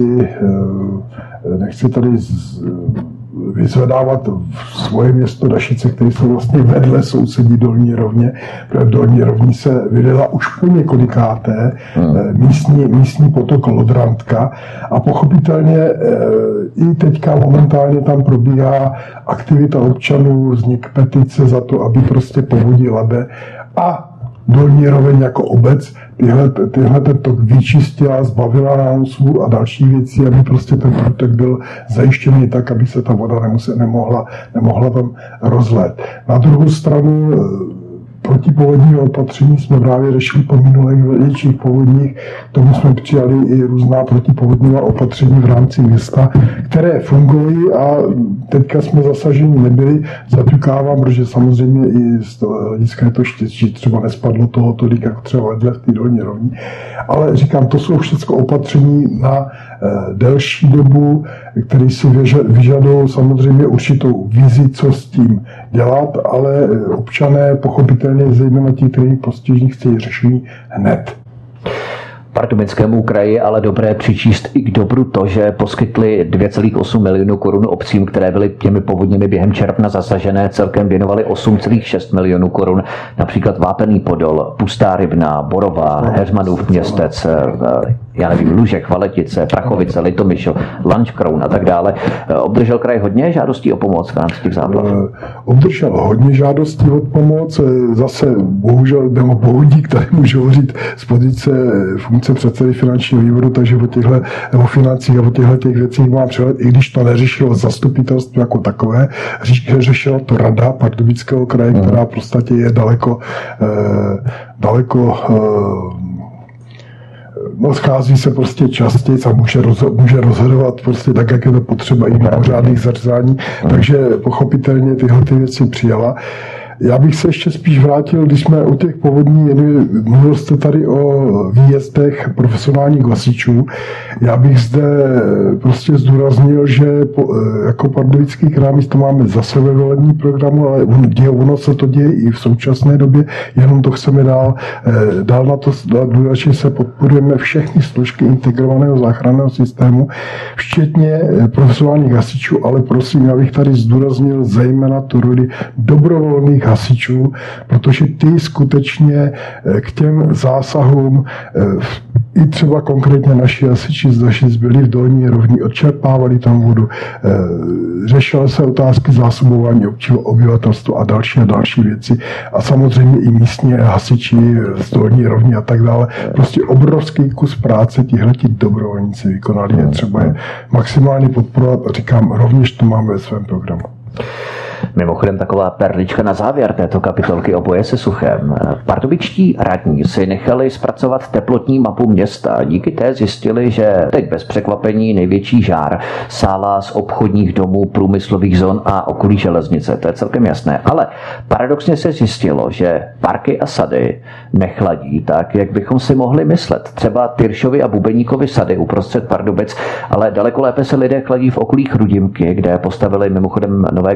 nechci tady vyzvedávat svoje město Dašice, které jsou vlastně vedle sousedí Dolní Rovně, protože v Dolní Rovní se vylila už po několikáté místní potok Lodrantka a pochopitelně i teďka momentálně tam probíhá aktivita občanů, vznik petice za to, aby prostě povodí Labe a Dolní Roveň jako obec tyhle ten tok vyčistila, zbavila nánosů a další věci, aby prostě ten průtek byl zajištěný tak, aby se ta voda nemohla tam rozlét. Na druhou stranu protipovodní opatření jsme právě řešili po minulých větších povodních. K tomu jsme přijali i různá protipovodní opatření v rámci města, které fungovaly a teďka jsme zasaženi nebyli. Zaťukávám, protože samozřejmě i z hlediska je to štěstí, třeba nespadlo toho tolik, jako třeba vedle v té Dolní Rovní. Ale říkám, to jsou všechno opatření na delší dobu, které si vyžadují samozřejmě určitou vizi, co s tím dělat, ale občané pochopitelně zejména ti, kteří postižení chtějí řešení hned. Pardubickému kraji ale dobré přičíst i k dobru to, že poskytli 2,8 milionů korun obcím, které byly těmi povodněmi během června zasažené, celkem věnovali 8,6 milionů korun, například Vápený Podol, Pustá Rybná, Borová, Heřmanův Městec, já nevím, Lužek, Valetice, Prachovice, Litomyšl, Lanškroun a tak dále. Obdržel kraj hodně žádostí o pomoc v rámci těch záplav? Obdržel hodně žádostí o pomoc, zase bohužel bohudík, tady můžu hovořit z pozice funkce předsedy finančního výboru, takže o financích a o těchto věcích mám přehled, i když to neřešilo zastupitelstvo jako takové, řešila to rada Pardubického kraje, která v podstatě je daleko schází se prostě častěji a může rozhodovat prostě tak, jak je to potřeba i mimořádných zařazání, takže pochopitelně tyhle věci přijala. Já bych se ještě spíš vrátil, když jsme u těch povodní, mluvil jste tady o výjezdech profesionálních hasičů. Já bych zde prostě zdůraznil, že jako Pardubický kraj to máme zase ve volební programu, ale ono se to děje i v současné době, jenom to chceme dál na to důležitě se podporujeme všechny složky integrovaného záchranného systému, včetně profesionálních hasičů, ale prosím, já bych tady zdůraznil zejména tu roli dobrovolných hasičů, protože ty skutečně k těm zásahům i třeba konkrétně naši hasiči z Dašic byli v Dolní Rovní, odčerpávali tam vodu, řešily se otázky zásobování obyvatelstva a další věci. A samozřejmě i místní hasiči z Dolní Rovní a tak dále. Prostě obrovský kus práce tihleti dobrovolníci vykonali. Je třeba je maximálně podporovat a říkám, rovněž to máme ve svém programu. Mimochodem taková perlička na závěr této kapitolky o boji se suchem. Pardubičtí radní si nechali zpracovat teplotní mapu města. Díky té zjistili, že teď bez překvapení největší žár sálá z obchodních domů, průmyslových zón a okolí železnice. To je celkem jasné. Ale paradoxně se zjistilo, že parky a sady nechladí tak, jak bychom si mohli myslet. Třeba Tyršovy a Bubeníkovy sady uprostřed Pardubic, ale daleko lépe se lidé chladí v okolí Chrudimky, kde postavili mimochodem nové griloviště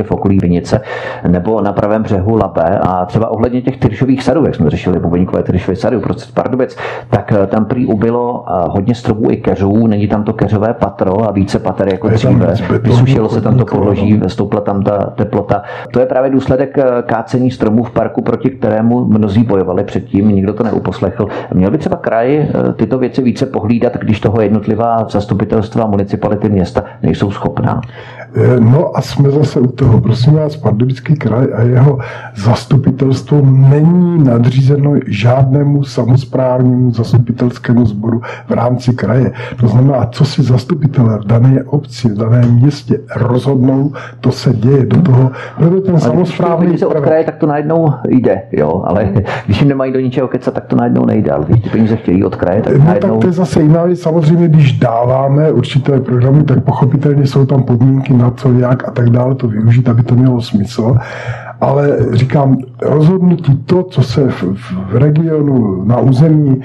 v okolí Vinice nebo na pravém břehu Labe a třeba ohledně těch tyršových sadů, jak jsme řešili Bubeníkové tyršové sady uprostřed Pardubic, tak tam prý ubylo hodně stromů i keřů, není tam to keřové patro a více pater jako dříve. Vysušilo se tam to podloží, stoupla tam ta teplota. To je právě důsledek kácení stromů v parku, proti kterému mnozí bojovali předtím, nikdo to neuposlechl. Měl by třeba kraj tyto věci více pohlídat, když toho jednotlivá zastupitelstva a municipality města nejsou schopná? No a jsme zase u toho. Prosím vás, Pardubický kraj a jeho zastupitelstvo není nadřízeno žádnému samosprávnímu zastupitelskému sboru v rámci kraje. To znamená, co si zastupitelé v dané obci, v daném městě rozhodnou, to se děje do toho. Proto ten samosprávný... Když se od kraje, tak to najednou jde, jo, ale když jim nemají do ničeho kecat, tak to najednou nejde. Ale když ty peníze chtějí od kraje, tak najednou... Tak to je zase jiná věc. Samozřejmě, když dáváme určité programy, tak pochopitelně jsou tam podmínky na co, jak a tak dále to využít, aby to mělo smysl. Ale říkám, rozhodnutí to, co se v regionu, na území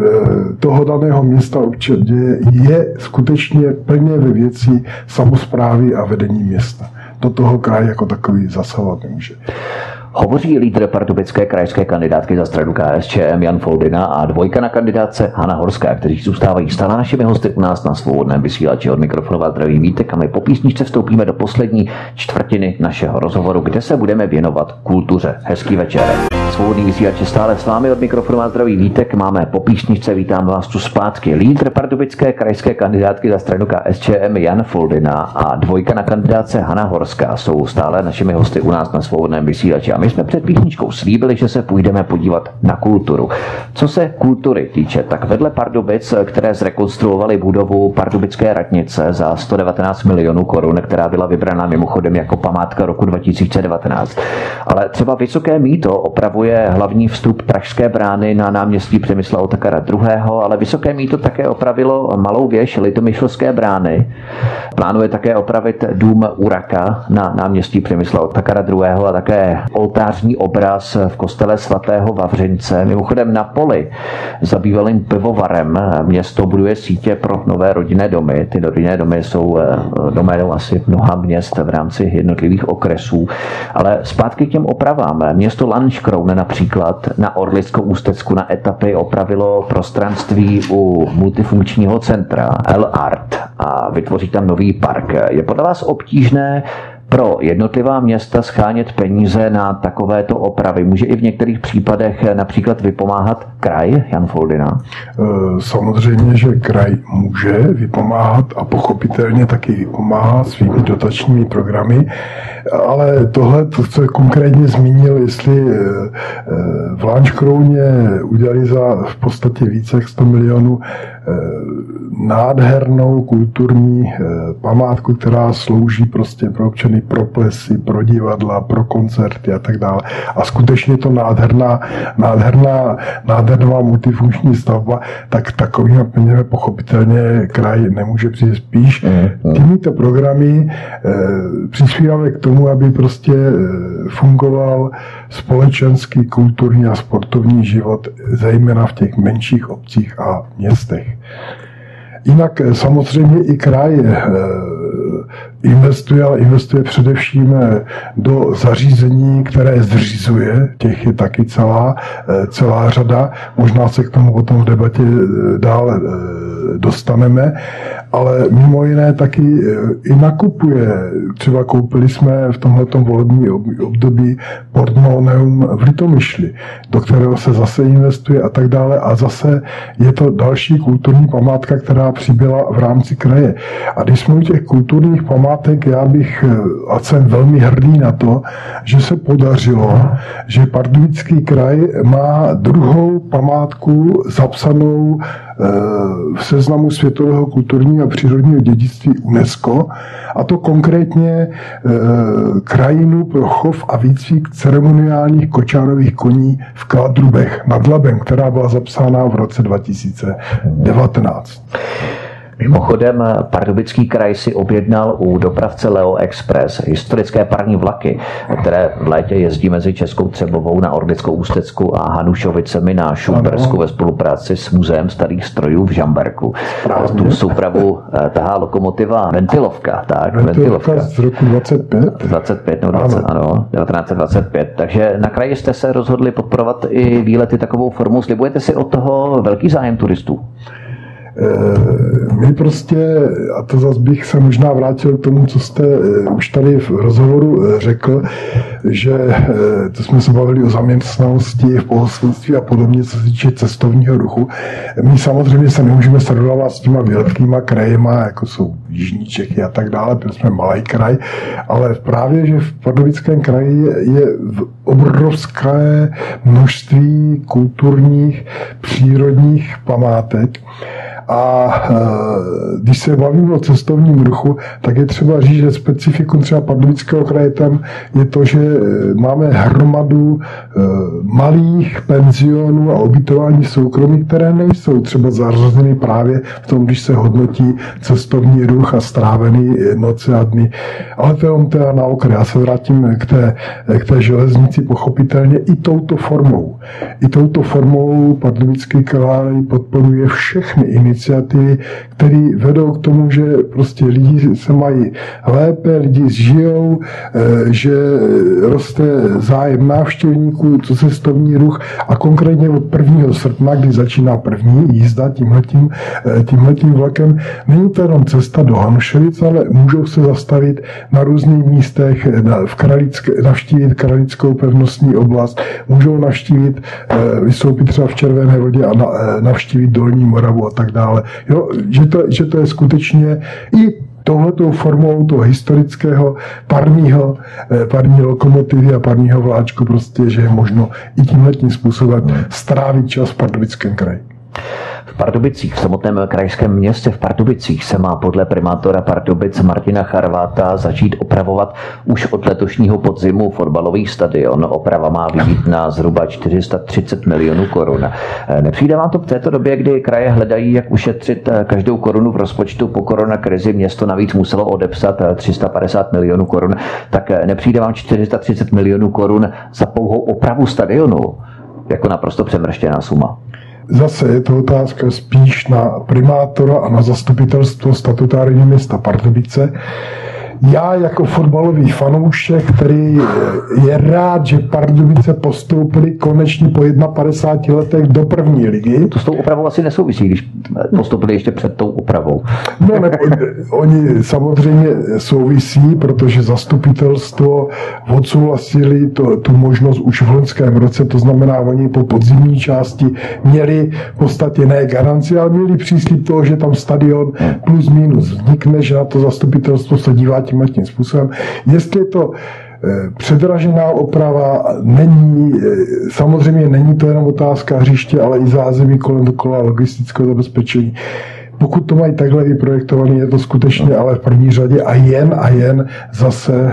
toho daného města děje, je skutečně plně ve věci samosprávy a vedení města. Do toho kraj jako takový zasahovat nemůže. Hovoří lídr pardubické krajské kandidátky za stranu KSČM Jan Foldina a dvojka na kandidátce Hana Horská, kteří zůstávají stále našimi hosty u nás na Svobodném vysílači. Od mikrofonu zdraví Vítek a my po písničce vstoupíme do poslední čtvrtiny našeho rozhovoru, kde se budeme věnovat kultuře. Hezký večer. Svobodný vysílač je stále s vámi, od mikrofonu zdraví Vítek. Máme po písničce, vítám vás tu zpátky. Lídr pardubické krajské kandidátky za stranu KSČM Jan Foldina a dvojka na kandidátce Hana Horská jsou stále našimi hosty u nás na Svobodném vysílači. My jsme před písničkou slíbili, že se půjdeme podívat na kulturu. Co se kultury týče, tak vedle Pardubic, které zrekonstruovali budovu Pardubické radnice za 119 milionů korun, která byla vybraná mimochodem jako památka roku 2019. Ale třeba Vysoké mýto opravuje hlavní vstup Pražské brány na náměstí Přemysla Otakara II., ale Vysoké mýto také opravilo malou věž Litomyšlské brány. Plánuje také opravit dům Uraka na náměstí Přemysla Otakara II. A také oltářní obraz v kostele svatého Vavřince. Mimochodem na poli za bývalým pivovarem město buduje sítě pro nové rodinné domy. Ty rodinné domy jsou doménou asi mnoha měst v rámci jednotlivých okresů. Ale zpátky k těm opravám. Město Lanškroun například na Orlicko-Ústecku na etapy opravilo prostranství u multifunkčního centra L-Art a vytvoří tam nový park. Je podle vás obtížné pro jednotlivá města schánět peníze na takovéto opravy? Může i v některých případech například vypomáhat kraj, Jan Foldina? Samozřejmě, že kraj může vypomáhat a pochopitelně taky vypomáhá svými dotačními programy, ale tohle, to, co konkrétně zmínil, jestli v Lanškrouně udělali za v podstatě více jak 100 milionů nádhernou kulturní památku, která slouží prostě pro občany, pro plesy, pro divadla, pro koncerty a tak dále. A skutečně to nádherná multifunkční stavba, tak takovými penězi pochopitelně kraj nemůže přijít. Spíš těmito programy přispíváme k tomu, aby prostě fungoval společenský, kulturní a sportovní život, zejména v těch menších obcích a městech. Jinak samozřejmě i kraj investuje především do zařízení, které zřizuje, těch je taky celá řada, možná se k tomu potom v debatě dále dostaneme, ale mimo jiné taky i nakupuje. Třeba koupili jsme v tomhletom volebním období Portmoneum v Litomyšli, do kterého se zase investuje a tak dále a zase je to další kulturní památka, která přibyla v rámci kraje. A když jsme u těch kulturních památek, já bych, a jsem velmi hrdý na to, že se podařilo, že Pardubický kraj má druhou památku zapsanou v seznamu světového kulturního a přírodního dědictví UNESCO, a to konkrétně krajinu pro chov a výcvik ceremoniálních kočárových koní v Kladrubech nad Labem, která byla zapsána v roce 2019. Mimochodem, Pardubický kraj si objednal u dopravce Leo Express historické parní vlaky, které v létě jezdí mezi Českou Třebovou na Orlickou Ústecku a Hanušovicemi na Šumpersku ve spolupráci s Muzeem starých strojů v Žamberku. Tu soupravu tahá lokomotiva Ventilovka, tak? Ventilovka z roku 25. Ano, 1925. Takže na kraji jste se rozhodli podporovat i výlety takovou formou. Slibujete si od toho velký zájem turistů? My prostě, a to zase bych se možná vrátil k tomu, co jste už tady v rozhovoru řekl, že to jsme se bavili o zaměstnanosti v pohostinství a podobně, co se týče cestovního ruchu. My samozřejmě se nemůžeme srovnávat s těma velkýma krajema, jako jsou Jižní Čechy a tak dále, protože jsme malý kraj, ale právě, že v Pardubickém kraji je obrovské množství kulturních, přírodních památek. A když se bavíme o cestovním ruchu, tak je třeba říct, že specifikum třeba Pardubického kraje tam je to, že máme hromadu malých penzionů a ubytování soukromí, které nejsou třeba zařazeny právě v tom, když se hodnotí cestovní ruch a strávený noci a dny. Ale to je teda na okraj. Já se vrátím k té železnici pochopitelně i touto formou. I touto formou Pardubický kraj podporuje všechny iniciativy, které vedou k tomu, že prostě lidi se mají lépe, lidi žijou, že roste zájem návštěvníků, co cestovní ruch a konkrétně od 1. srpna, kdy začíná první jízda tímhletím vlakem, není to jenom cesta do Hanušovic, ale můžou se zastavit na různých místech, navštívit Kralickou pevnostní oblast, můžou navštívit, vystoupit třeba v Červené Vodě a navštívit Dolní Moravu a tak dále. Jo, že to je skutečně i touhletou formou toho historického parní lokomotivy a parního vláčku prostě, že je možno i tímhletím způsobem strávit čas v Pardubickém kraji. V Pardubicích, v samotném krajském městě v Pardubicích, se má podle primátora Pardubic Martina Charváta začít opravovat už od letošního podzimu fotbalový stadion. Oprava má vyjít na zhruba 430 milionů korun. Nepřijde vám to v této době, kdy kraje hledají, jak ušetřit každou korunu v rozpočtu po koronakrizi, město navíc muselo odepsat 350 milionů korun, tak nepřijde vám 430 milionů korun za pouhou opravu stadionu jako naprosto přemrštěná suma? Zase je to otázka spíš na primátora a na zastupitelstvo statutárního města Pardubice. Já jako fotbalový fanoušek, který je rád, že Pardubice postoupili konečně po 51 letech do první ligy. To s tou opravou asi nesouvisí, když postoupili ještě před tou opravou. No, oni samozřejmě souvisí, protože zastupitelstvo odsouhlasili tu možnost už v loňském roce, to znamená, oni po podzimní části měli v podstatě ne garanci, ale měli příslib toho, že tam stadion plus minus vznikne, že na to zastupitelstvo se dívá tímhletím způsobem. Jestli to předražená oprava není, samozřejmě není to jenom otázka hřiště, ale i zázemí kolem dokola logistického zabezpečení. Pokud to mají takhle vyprojektovaný, je to skutečně ale v první řadě a jen zase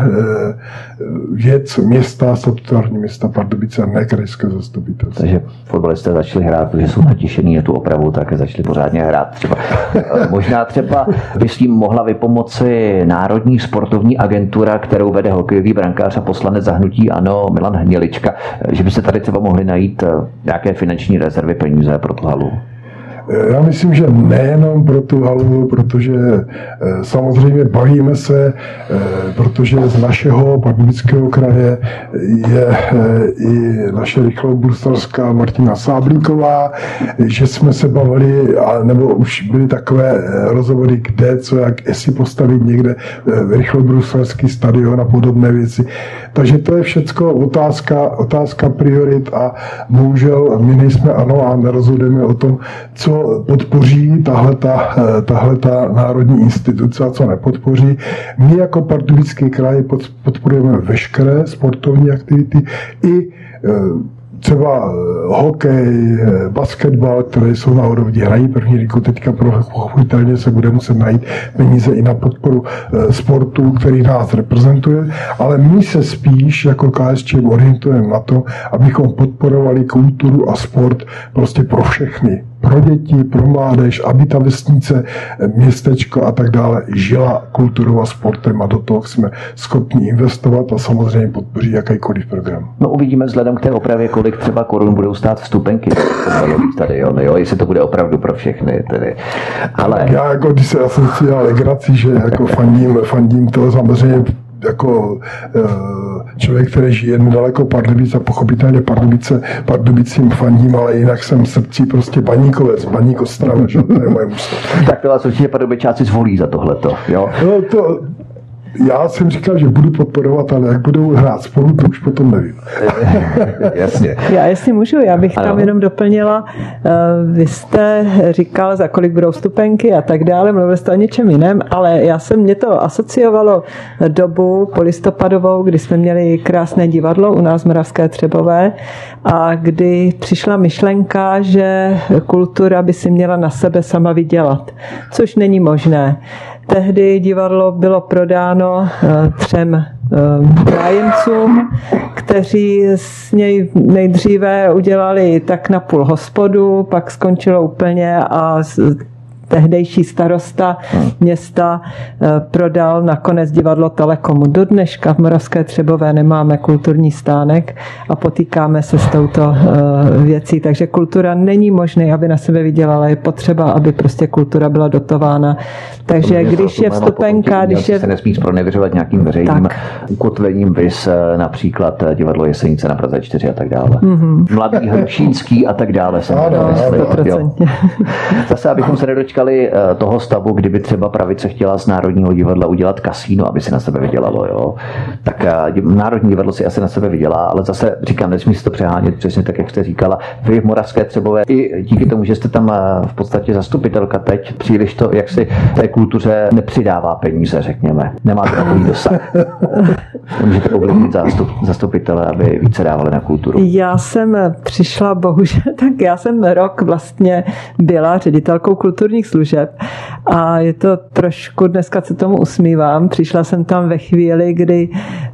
věc města, statutární města Pardubice a ne krajské zastupitelství. Takže fotbalisté začali hrát, protože jsou natěšení na tu opravu, tak začali pořádně hrát. Možná třeba by s tím mohla vypomoci Národní sportovní agentura, kterou vede hokejový brankář a poslanec za hnutí ANO Milan Hnilička, že by se tady třeba mohli najít nějaké finanční rezervy, peníze pro tu halu. Já myslím, že nejenom pro tu halu, protože samozřejmě bavíme se, protože z našeho Pardubického kraje je i naše rychlobruslařská Martina Sáblíková, že jsme se bavili, nebo už byly takové rozhovory, kde, co, jak, jestli postavit někde rychlobruslařský stadion a podobné věci. Takže to je všecko otázka priorit a bohužel my nejsme ANO a nerozhodujeme o tom, co podpoří tahleta národní instituce a co nepodpoří. My jako Pardubický kraj podporujeme veškeré sportovní aktivity i třeba hokej, basketbal, které jsou na úrovni, hrají první ligu, teďka pochopitelně se bude muset najít peníze i na podporu sportu, který nás reprezentuje, ale my se spíš jako KSČM orientujeme na to, abychom podporovali kulturu a sport prostě pro všechny pro děti, pro mládež, aby ta vesnice, městečko a tak dále žila kulturou a sportem a do toho jsme schopni investovat a samozřejmě podpořit jakýkoliv program. No uvidíme vzhledem k té opravě, kolik třeba korun budou stát vstupenky tady, jo, jestli to bude opravdu pro všechny tedy. Ale... Já jako, když já jsem si dělal legraci, že jako fandím to samozřejmě jako člověk, který žije nedaleko Pardubic a pochopitelně Pardubicím fandím, ale jinak jsem v srdci prostě Baníkovec, Baník Ostrava, že to je moje mužstvo. Tak to vás určitě Pardubičáci zvolí za tohleto, jo? No to... Já jsem říkal, že budu podporovat, ale jak budou hrát spolu, to už potom nevím. Jasně. Já jestli můžu, já bych tam jenom doplnila, vy jste říkal, za kolik budou vstupenky a tak dále, mluvili jste o něčem jiném, ale mě to asociovalo dobu polistopadovou, kdy jsme měli krásné divadlo u nás v Moravské Třebové a kdy přišla myšlenka, že kultura by si měla na sebe sama vydělat, což není možné. Tehdy divadlo bylo prodáno 3 nájemcům, kteří z něj nejdříve udělali tak na půl hospodu, pak skončilo úplně a tehdejší starosta města prodal nakonec divadlo Telekomu. Do dneška v Moravské Třebové nemáme kulturní stánek a potýkáme se s touto věcí. Takže kultura není možné, aby na sebe vydělala. Je potřeba, aby prostě kultura byla dotována. Takže když je vstupenka, když je... se nesmí zpronevěřovat nějakým veřejným ukotvením, vys například divadlo Jesenice na Praze 4 a tak dále. Mladý Hršínský a tak dále. Zase, abychom se nedočkali toho stavu, kdyby třeba pravice chtěla z Národního divadla udělat kasíno, aby si na sebe vydělalo, jo. Tak Národní divadlo si asi na sebe vydělá, ale zase říkám, nesmí si to přehánět, přesně tak, jak jste říkala. Vy v Moravské Třebové i díky tomu, že jste tam v podstatě zastupitelka teď, příliš to, jak si té kultuře nepřidává peníze, řekněme. Nemáte takový dosah. Můžete ovlivnit zastupitele, aby více dávali na kulturu. Já jsem přišla, bohužel, tak já jsem rok vlastně byla ředitelkou kulturních služeb a je to trošku, dneska se tomu usmívám, přišla jsem tam ve chvíli, kdy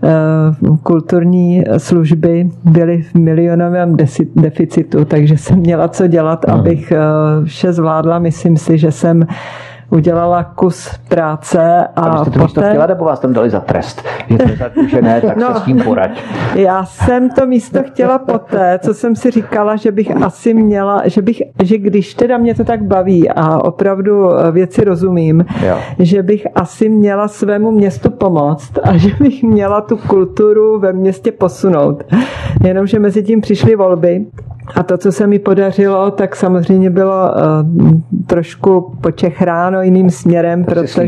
kulturní služby byly v milionovém deficitu, takže jsem měla co dělat, abych vše zvládla. Myslím si, že jsem udělala kus práce a jste to místo chtěla, nebo vás tam dali za trest? Je to tak, že ne, tak se s tím poraď. Já jsem to místo chtěla poté, co jsem si říkala, že bych asi měla, že když teda mě to tak baví a opravdu věci rozumím, že bych asi měla svému městu pomoct a že bych měla tu kulturu ve městě posunout. Jenomže mezi tím přišly volby a to, co se mi podařilo, tak samozřejmě bylo trošku počechráno jiným směrem,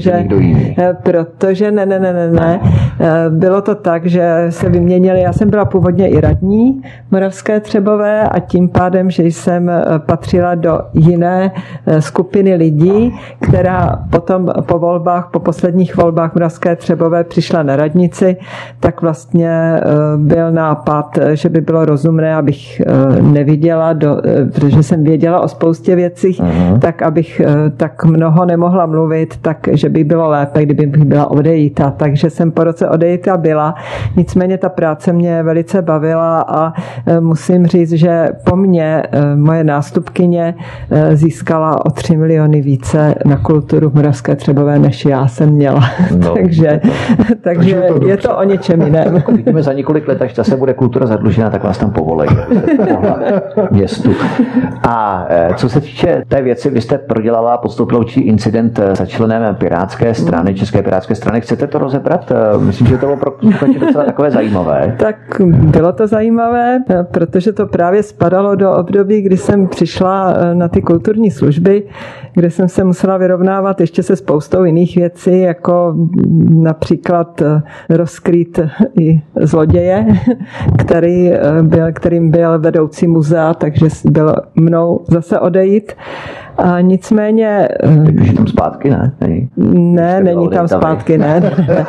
protože ne. Bylo to tak, že se vyměnili, já jsem byla původně i radní Moravské Třebové a tím pádem, že jsem patřila do jiné skupiny lidí, která potom po posledních volbách Moravské Třebové přišla na radnici, tak vlastně byl nápad, že by bylo rozumné, abych neviděla, protože jsem věděla o spoustě věcí, tak abych tak mnoho nemohla mluvit, takže by bylo lépe, kdyby byla odejita. Takže jsem po roce odejita byla. Nicméně ta práce mě velice bavila a musím říct, že po mně moje nástupkyně získala o 3 miliony více na kulturu v Moravské Třebové, než já jsem měla. No, takže je to o něčem jiném. Vidíme za několik let, až zase bude kultura zadlužená, tak vás tam povolej městu. A co se týče té věci, vy jste prodělala, podstoupila určitý incident za členem Pirátské strany, České pirátské strany. Chcete to rozebrat? Myslím, že to bylo pro posluchače docela takové zajímavé. Tak bylo to zajímavé, protože to právě spadalo do období, kdy jsem přišla na ty kulturní služby, kde jsem se musela vyrovnávat ještě se spoustou jiných věcí, jako například rozkrýt i zloděje, kterým byl vedoucí muzea, takže byl mnou zase odejít. Nicméně... Když je tam zpátky, ne? Není tam zpátky, ne.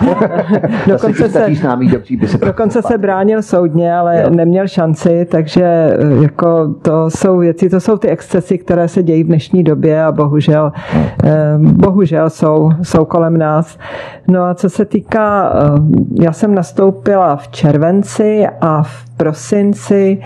Dokonce se bránil soudně, ale neměl šanci, takže jako to jsou věci, to jsou ty excesy, které se dějí v dnešní době a bohužel jsou kolem nás. No a co se týká, já jsem nastoupila v červenci a v prosinci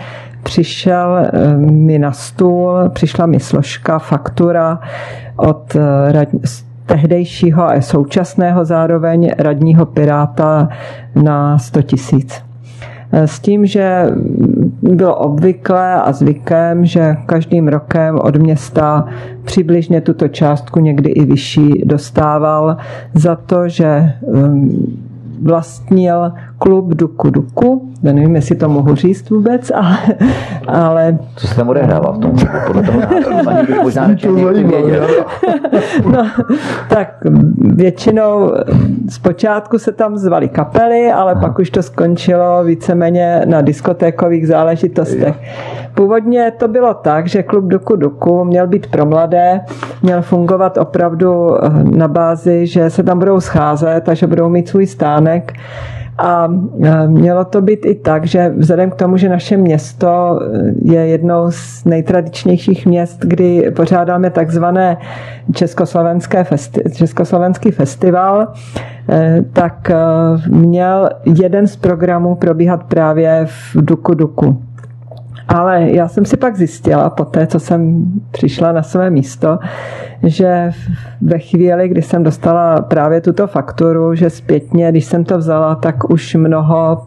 přišla mi složka, faktura od tehdejšího a současného zároveň radního Piráta na 100 000. S tím, že bylo obvyklé a zvykem, že každým rokem od města přibližně tuto částku, někdy i vyšší, dostával za to, že vlastnil klub Duku. Nevím, jestli to mohu říct vůbec, ale... Co se tam odehrává v tom? Podle toho názoru, bych možná věděl. No, tak většinou zpočátku se tam zvali kapely, ale pak už to skončilo víceméně na diskotékových záležitostech. Původně to bylo tak, že klub Duku měl být pro mladé, měl fungovat opravdu na bázi, že se tam budou scházet a že budou mít svůj stánek. A mělo to být i tak, že vzhledem k tomu, že naše město je jednou z nejtradičnějších měst, kdy pořádáme takzvané československý festival, tak měl jeden z programů probíhat právě v Duku. Ale já jsem si pak zjistila, po té, co jsem přišla na své místo, že ve chvíli, kdy jsem dostala právě tuto fakturu, že zpětně, když jsem to vzala, tak už mnoho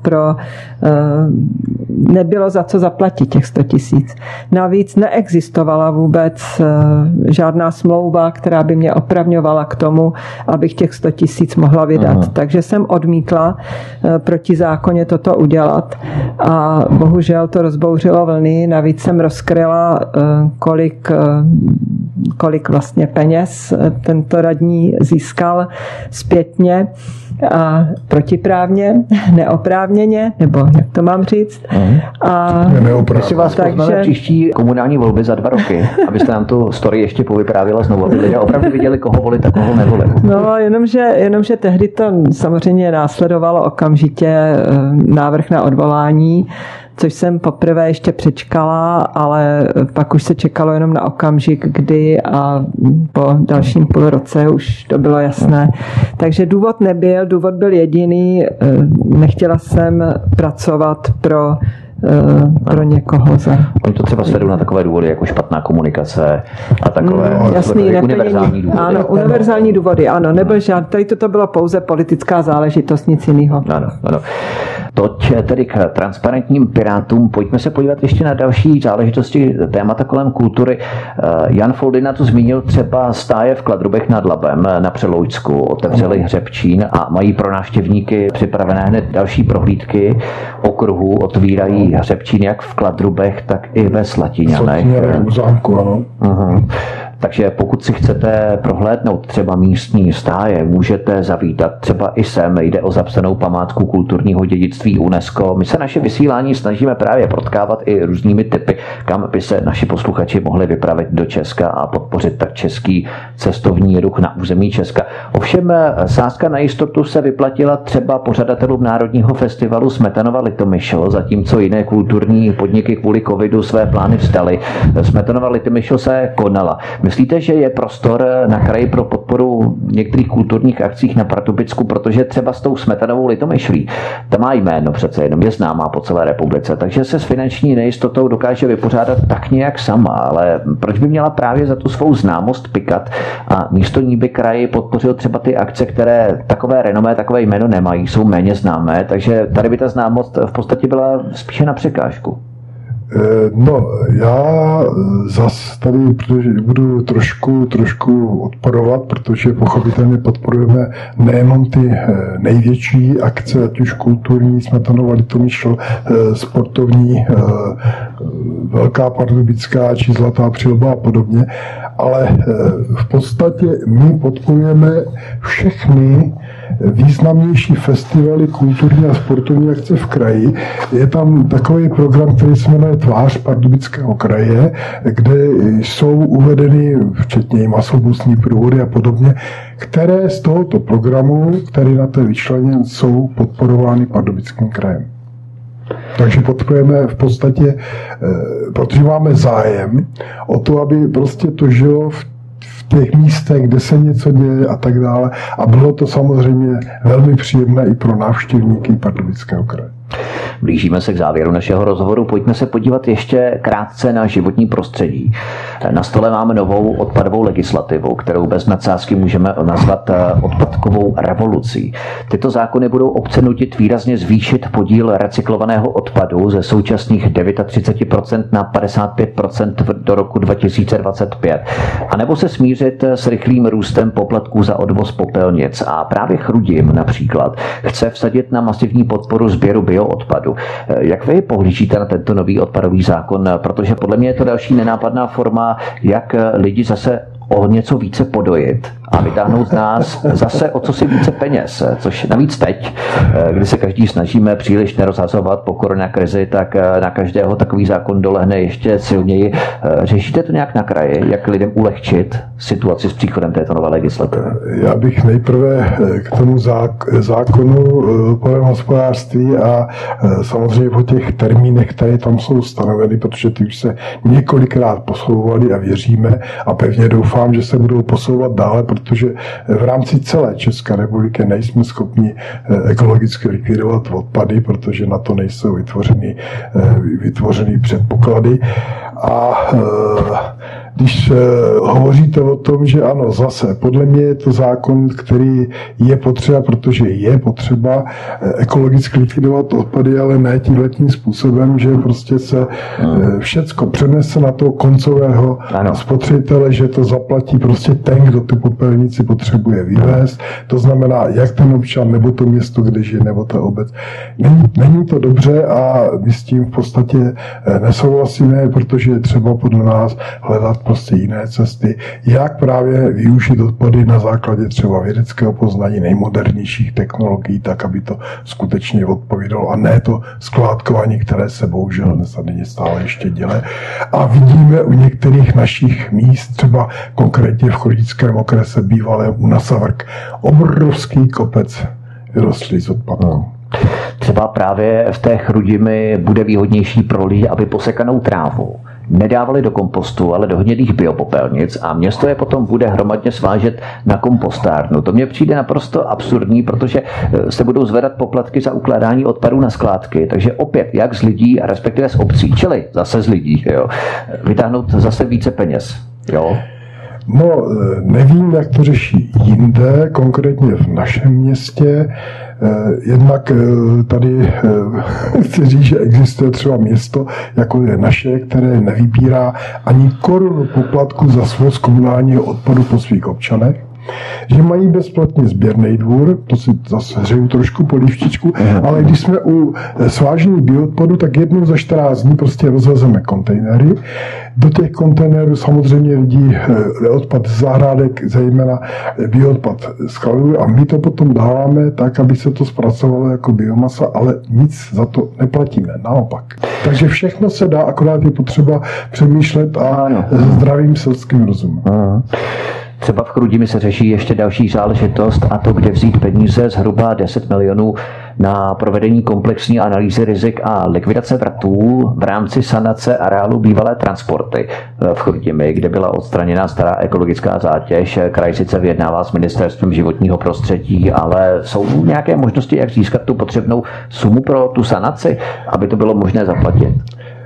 nebylo za co zaplatit těch 100 000. Navíc neexistovala vůbec žádná smlouva, která by mě opravňovala k tomu, abych těch 100 000 mohla vydat. Aha. Takže jsem odmítla protizákonně toto udělat a bohužel to rozbouřilo vlny. Navíc jsem rozkryla, kolik vlastně peněz tento radní získal zpětně a protiprávně, neoprávněně, nebo jak to mám říct. A jestli vás poznáme příští komunální volby za 2 roky, abyste nám tu story ještě povyprávila znovu, aby lidé opravdu viděli, koho volit a koho nevolit. No, jenomže tehdy to samozřejmě následovalo okamžitě návrh na odvolání, což jsem poprvé ještě přečkala, ale pak už se čekalo jenom na okamžik, kdy a po dalším půlroce už to bylo jasné. Takže důvod byl jediný, nechtěla jsem pracovat pro někoho. Oni to třeba svedou na takové důvody, jako špatná komunikace a takové univerzální důvody. Ano, univerzální důvody, ano. Nebyl žádný, tady toto bylo pouze politická záležitost, nic jiného. Ano. Toť tedy k transparentním pirátům. Pojďme se podívat ještě na další záležitosti témata kolem kultury. Jan Foldina tu zmínil třeba stáje v Kladrubech nad Labem na Přeloučsku. Otevřeli hřebčín a mají pro návštěvníky připravené hned další prohlídky okruhu. Otvírají hřebčín jak v Kladrubech, tak i ve Slatíňanech. Takže pokud si chcete prohlédnout třeba místní stáje, můžete zavítat třeba i sem. Jde o zapsanou památku kulturního dědictví UNESCO. My se naše vysílání snažíme právě potkávat i různými typy, kam by se naši posluchači mohli vypravit do Česka a podpořit tak český cestovní ruch na území Česka. Ovšem sázka na jistotu se vyplatila třeba pořadatelům Národního festivalu Smetanova Litomyšl, zatímco jiné kulturní podniky kvůli covidu své plány vstaly. Smetanova Litomyšl se konala. Myslíte, že je prostor na kraji pro podporu některých kulturních akcích na Pardubicku, protože třeba s tou Smetanovou Litomyšlí, ta má jméno přece jenom, je známá po celé republice, takže se s finanční nejistotou dokáže vypořádat tak nějak sama, ale proč by měla právě za tu svou známost pikat a místo ní by kraj podpořil třeba ty akce, které takové renomé, takové jméno nemají, jsou méně známé, takže tady by ta známost v podstatě byla spíše na překážku. No, já zas tady budu trošku odporovat, protože pochopitelně podporujeme nejenom ty největší akce, ať už kulturní, Smetanova Litomyšl, sportovní, Velká Pardubická či Zlatá Přilba a podobně, ale v podstatě my podporujeme všechny významnější festivaly, kulturní a sportovní akce v kraji. Je tam takový program, který se jmenuje Tvář Pardubického kraje, kde jsou uvedeny včetně i masobusní průvody a podobně, které z tohoto programu, který na to vyčleněn, jsou podporovány Pardubickým krajem. Takže podporujeme v podstatě, protože máme zájem o to, aby prostě to žilo v těch místech, kde se něco děje a tak dále. A bylo to samozřejmě velmi příjemné i pro návštěvníky Pardubického kraje. Blížíme se k závěru našeho rozhovoru. Pojďme se podívat ještě krátce na životní prostředí. Na stole máme novou odpadovou legislativu, kterou bez nadsázky můžeme nazvat odpadkovou revolucí. Tyto zákony budou obce nutit výrazně zvýšit podíl recyklovaného odpadu ze současných 39% na 55% do roku 2025. A nebo se smířit s rychlým růstem poplatků za odvoz popelnic. A právě Chrudim například chce vsadit na masivní podporu sběru bioodpadu. Jak vy pohlížíte na tento nový odpadový zákon? Protože podle mě je to další nenápadná forma, jak lidi zase o něco více podojit a vytáhnout z nás zase o co si více peněz, což navíc teď, kdy se každý snažíme příliš nerozhazovat po koronakrizi, tak na každého takový zákon dolehne ještě silněji. Řešíte to nějak na kraji, jak lidem ulehčit situaci s příchodem této nové legislativy? Já bych nejprve k tomu zákonu o hospodářství a samozřejmě po těch termínech, které tam jsou stanoveny, protože ty už se několikrát posouvaly a věříme a pevně doufám, že se budou posouvat dále, protože v rámci celé České republiky nejsme schopni ekologicky likvidovat odpady, protože na to nejsou vytvořeny předpoklady. A když hovoříte o tom, že ano, zase, podle mě je to zákon, který je potřeba, protože je potřeba ekologicky likvidovat odpady, ale ne tímhletím způsobem, že prostě se všecko přenese na toho koncového spotřebitele, že to zaplatí prostě ten, kdo tu popelnici potřebuje vyvést. To znamená, jak ten občan, nebo to město, kde žije, nebo ta obec. Není to dobře a my s tím v podstatě nesouhlasíme, protože je třeba podle nás hledat prostě jiné cesty, jak právě využít odpady na základě třeba vědeckého poznání nejmodernějších technologií, tak, aby to skutečně odpovídalo a ne to skládkování, které se bohužel dnes a denně stále ještě dělá. A vidíme u některých našich míst, třeba konkrétně v Chrudickém okrese bývalé u Nasavrk, obrovský kopec vyrostlý z odpadů. Třeba právě v té Chrudimi bude výhodnější pro lidi, aby posekanou trávu nedávali do kompostu, ale do hnědých biopopelnic a město je potom bude hromadně svážet na kompostárnu. To mně přijde naprosto absurdní, protože se budou zvedat poplatky za ukládání odpadů na skládky, takže opět jak z lidí, a respektive z obcí, čili zase z lidí, jo, vytáhnout zase více peněz. Jo. No, nevím, jak to řeší jinde, konkrétně v našem městě. Jednak tady chci říct, že existuje třeba město, jako je naše, které nevybírá ani korunu poplatku za svoz komunálního odpadu po svých občanech, že mají bezplatně sběrný dvůr, to si zase hřeju trošku polívčičku, ale když jsme u svážení bioodpadu, tak jednou za 14 dní prostě rozvezeme kontejnery. Do těch kontejnerů samozřejmě lidi odpad z zahrádek, zejména bioodpad skladují a my to potom dáváme tak, aby se to zpracovalo jako biomasa, ale nic za to neplatíme, naopak. Takže všechno se dá, akorát je potřeba přemýšlet a zdravým selským rozumem. Třeba v Chrudimi se řeší ještě další záležitost a to, kde vzít peníze zhruba 10 milionů na provedení komplexní analýzy rizik a likvidace vrtů v rámci sanace areálu bývalé transporty v Chrudimi, kde byla odstraněna stará ekologická zátěž. Kraj sice vyjednává s ministerstvem životního prostředí, ale jsou nějaké možnosti, jak získat tu potřebnou sumu pro tu sanaci, aby to bylo možné zaplatit?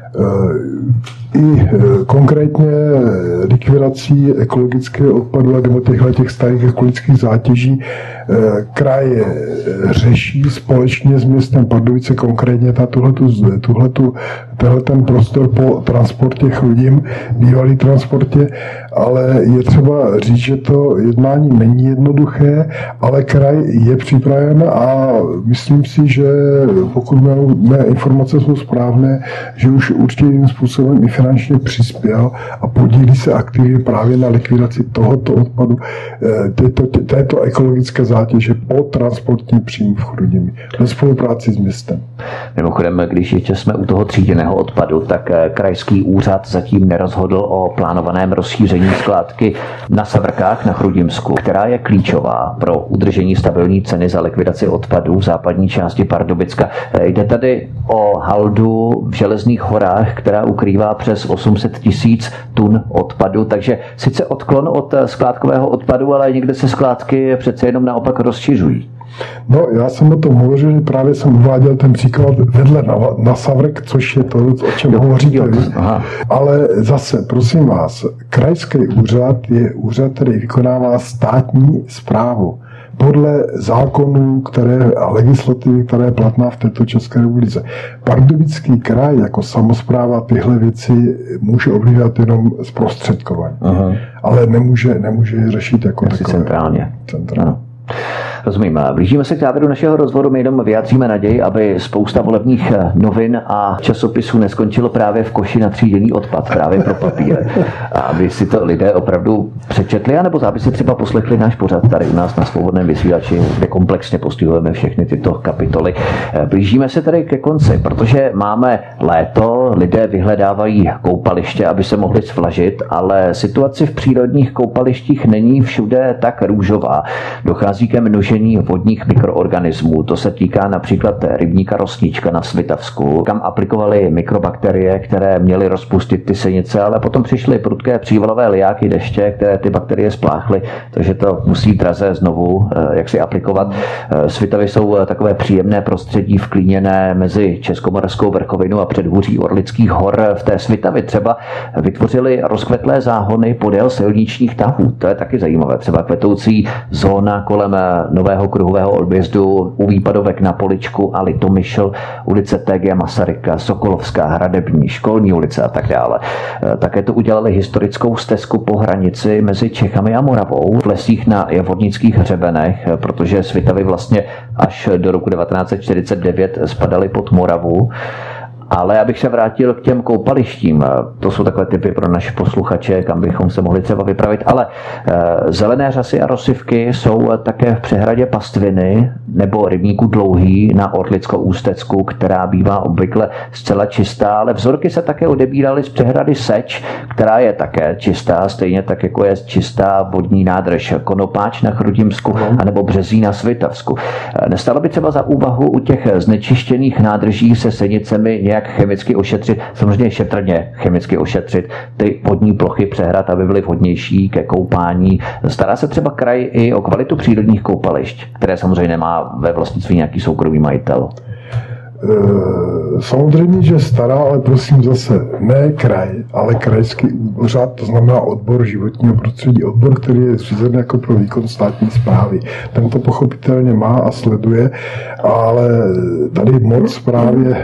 I konkrétně likvidací ekologického odpadu nebo těch starých ekologických zátěží kraj řeší společně s městem Pardubice, konkrétně ten prostor po transportě Chrudim, bývalý transportě, ale je třeba říct, že to jednání není jednoduché, ale kraj je připraven a myslím si, že pokud mé informace jsou správné, že už určitým způsobem i finančně přispěl a podílí se aktivně právě na likvidaci tohoto odpadu, této ekologické zátěže po transportním příjmu v Chrudimi ve spolupráci s městem. Mimochodem, když ještě jsme u toho tříděného odpadu, tak krajský úřad zatím nerozhodl o plánovaném rozšíření skládky na Savrkách na Chrudimsku, která je klíčová pro udržení stabilní ceny za likvidaci odpadů v západní části Pardubicka. Jde tady o haldu v Železných horách, která ukrývá přes 800 000 tun odpadu, takže sice odklon od skládkového odpadu, ale někde se skládky přece jenom naopak rozšiřují. No, já jsem o tom hovořil, že právě jsem uváděl ten příklad vedle na Savrk, což je to, o čem hovoříte vy. Ale zase, prosím vás, krajský úřad je úřad, který vykonává státní správu podle zákonů a legislativy, která je platná v této České republice. Pardubický kraj jako samospráva tyhle věci může ovlivňovat jenom zprostředkovaně, ale nemůže je řešit jako takové. Centrálně. Rozumím. Blížíme se k závěru našeho rozhovoru. My jenom vyjádříme naději, aby spousta volebních novin a časopisů neskončilo právě v koši na tříděný odpad, právě pro papír. A aby si to lidé opravdu přečetli, anebo aby si třeba poslechli náš pořad tady u nás na Svobodném vysílači, kde komplexně postihujeme všechny tyto kapitoly. Blížíme se tedy ke konci, protože máme léto, lidé vyhledávají koupaliště, aby se mohli svlažit, ale situace v přírodních koupalištích není všude tak růžová. Dochází ke množení vodních mikroorganismů. To se týká například rybníka Rosnička na Svitavsku, kam aplikovali mikrobakterie, které měly rozpustit ty sinice, ale potom přišly prudké přívalové lijáky deště, které ty bakterie spláchly, takže to musí draze znovu jaksi aplikovat. Svitavy jsou takové příjemné prostředí vklíněné mezi Českomoravskou vrchovinu a předhůří Orlických hor. V té Svitavě třeba vytvořili rozkvetlé záhony podél silničních tahů. To je taky zajímavé. Třeba kvetoucí zóna kolem Nového kruhového odjezdu, u výpadovek na Poličku a Litomyšl, ulice T.G. Masaryka, Sokolovská, Hradební, Školní ulice a tak dále. Také to udělali historickou stezku po hranici mezi Čechami a Moravou v lesích na Javornických hřebenech, protože Svitavy vlastně až do roku 1949 spadaly pod Moravu. Ale abych se vrátil k těm koupalištím, to jsou takové typy pro naše posluchače, kam bychom se mohli třeba vypravit, ale zelené řasy a rozsivky jsou také v přehradě Pastviny nebo rybníku Dlouhý na Orlicko-Ústecku, která bývá obvykle zcela čistá, ale vzorky se také odebíraly z přehrady Seč, která je také čistá, stejně tak jako je čistá vodní nádrž Konopáč na Chrudimsku anebo Březí na Svitavsku. Nestalo by třeba za úvahu u těch znečištěných nádrží se senicemi nějak chemicky ošetřit, samozřejmě šetrně chemicky ošetřit ty vodní plochy přehrad, aby byly vhodnější ke koupání. Stará se třeba kraj i o kvalitu přírodních koupališť, které samozřejmě nemá ve vlastnictví nějaký soukromý majitel. Samozřejmě, že stará, ale prosím zase ne kraj, ale krajský úřad, to znamená odbor životního prostředí, odbor, který je zřízen jako pro výkon státní správy. Ten to pochopitelně má a sleduje, ale tady moc právě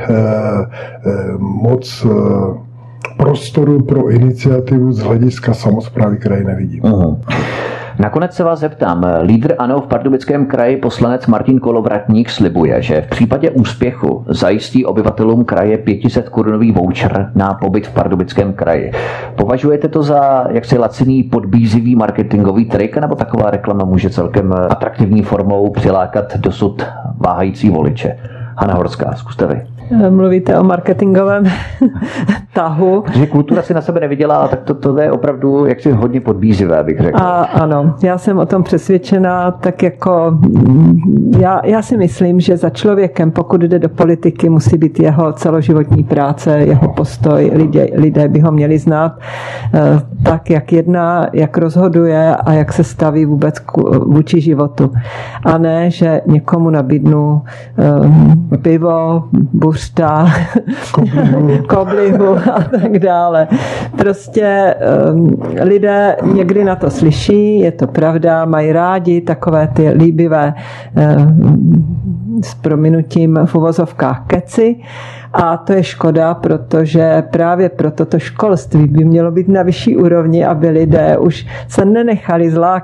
prostoru pro iniciativu z hlediska samosprávy kraje nevidím. Nakonec se vás zeptám. Lídr ANO v Pardubickém kraji poslanec Martin Kolovratník slibuje, že v případě úspěchu zajistí obyvatelům kraje 500 korunový voucher na pobyt v Pardubickém kraji. Považujete to za jaksi laciný podbízivý marketingový trik, nebo taková reklama může celkem atraktivní formou přilákat dosud váhající voliče? Hana Horská, zkuste vy. Mluvíte o marketingovém tahu. Že kultura si na sebe nevydělá, tak to je opravdu jaksi hodně podbízivé, bych řekl. Ano, já jsem o tom přesvědčená, tak jako já si myslím, že za člověkem, pokud jde do politiky, musí být jeho celoživotní práce, jeho postoj, lidé by ho měli znát tak, jak jedná, jak rozhoduje a jak se staví vůbec vůči životu. A ne, že někomu nabídnu pivo, buřta, koblihu a tak dále. Prostě lidé někdy na to slyší, je to pravda, mají rádi takové ty líbivé s prominutím v uvozovkách keci a to je škoda, protože právě pro toto školství by mělo být na vyšší úrovni, aby lidé už se nenechali zlákat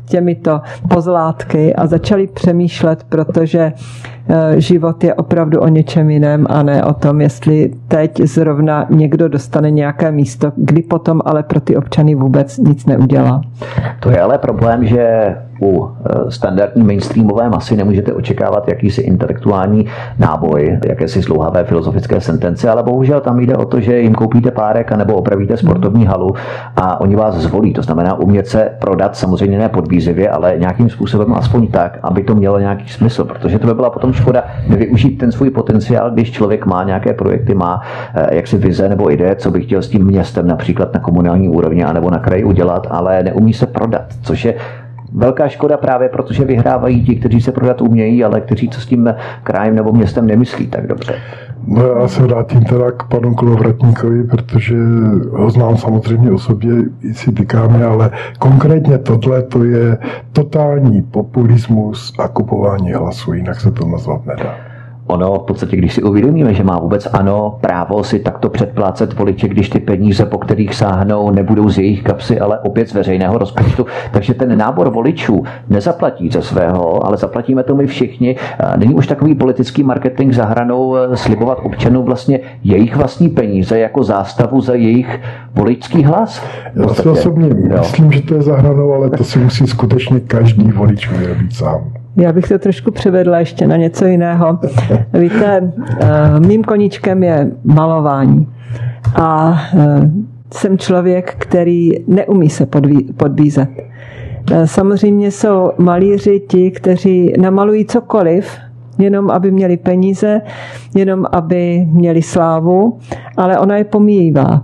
těmito pozlátky a začali přemýšlet, protože život je opravdu o něčem jiném a ne o tom, jestli teď zrovna někdo dostane nějaké místo, kdy potom ale pro ty občany vůbec nic neudělá. To je ale problém, že u standardní mainstreamové masy nemůžete očekávat jakýsi intelektuální náboj, jakési zdlouhavé filozofické sentence, ale bohužel tam jde o to, že jim koupíte párek anebo opravíte sportovní halu a oni vás zvolí. To znamená umět se prodat, samozřejmě ne podvízivě, ale nějakým způsobem aspoň tak, aby to mělo nějaký smysl, protože to by byla potom škoda nevyužít ten svůj potenciál, když člověk má nějaké projekty, má jaksi vize nebo ideje, co by chtěl s tím městem například na komunální úrovni anebo na kraji udělat, ale neumí se prodat, což je velká škoda právě, protože vyhrávají ti, kteří se prodat umějí, ale kteří to s tím krajem nebo městem nemyslí tak dobře. No já se vrátím teda k panu Kolovratníkovi, protože ho znám samozřejmě o sobě, i si tykáme, ale konkrétně tohle to je totální populismus a kupování hlasů, jinak se to nazvat nedá. Ono v podstatě, když si uvědomíme, že má vůbec ANO právo si takto předplácet voliče, když ty peníze, po kterých sáhnou, nebudou z jejich kapsy, ale opět z veřejného rozpočtu. Takže ten nábor voličů nezaplatí ze svého, ale zaplatíme to my všichni. Není už takový politický marketing za hranou slibovat občanům vlastně jejich vlastní peníze jako zástavu za jejich voličský hlas? Já si osobně myslím, že to je za hranou, ale to si musí skutečně každý volič vyrobit sám. Já bych to trošku převedla ještě na něco jiného. Víte, mým koníčkem je malování. A jsem člověk, který neumí se podbízet. Samozřejmě jsou malíři ti, kteří namalují cokoliv, jenom aby měli peníze, jenom aby měli slávu, ale ona je pomíjivá.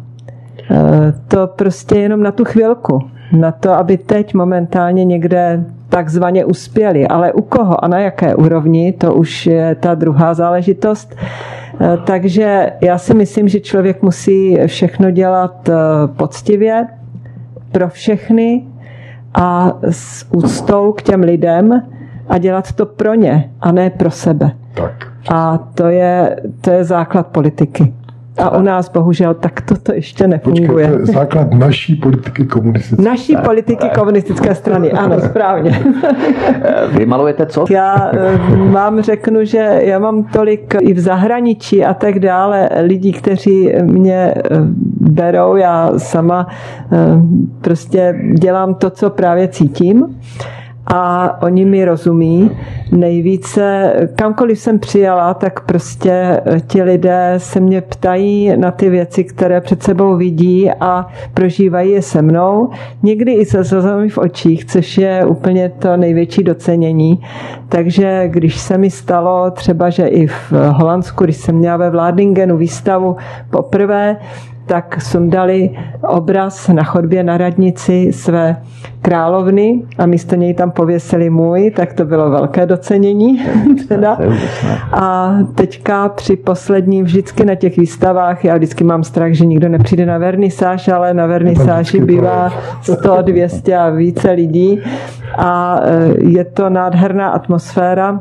To prostě jenom na tu chvilku. Na to, aby teď momentálně někde takzvaně uspěli, ale u koho a na jaké úrovni, to už je ta druhá záležitost. Takže já si myslím, že člověk musí všechno dělat poctivě pro všechny a s úctou k těm lidem a dělat to pro ně a ne pro sebe. Tak. A to je základ politiky. A u nás bohužel tak toto ještě nefunguje. Počkej, to je základ naší politiky komunistické. Naší politiky komunistické strany, ano, správně. Vy malujete co? Já vám řeknu, že já mám tolik i v zahraničí a tak dále lidí, kteří mě berou. Já sama prostě dělám to, co právě cítím. A oni mi rozumí. Nejvíce, kamkoliv jsem přijala, tak prostě ti lidé se mě ptají na ty věci, které před sebou vidí a prožívají je se mnou. Někdy i se slzami v očích, což je úplně to největší docenění. Takže když se mi stalo třeba, že i v Holandsku, když jsem měla ve Vlaardingenu výstavu poprvé, tak sundali obraz na chodbě na radnici své královny a místo něj tam pověsili můj, tak to bylo velké docenění. Teda. A teďka při posledním vždycky na těch výstavách, já vždycky mám strach, že nikdo nepřijde na vernisáž, ale na vernisáži bývá 100, 200 a více lidí a je to nádherná atmosféra,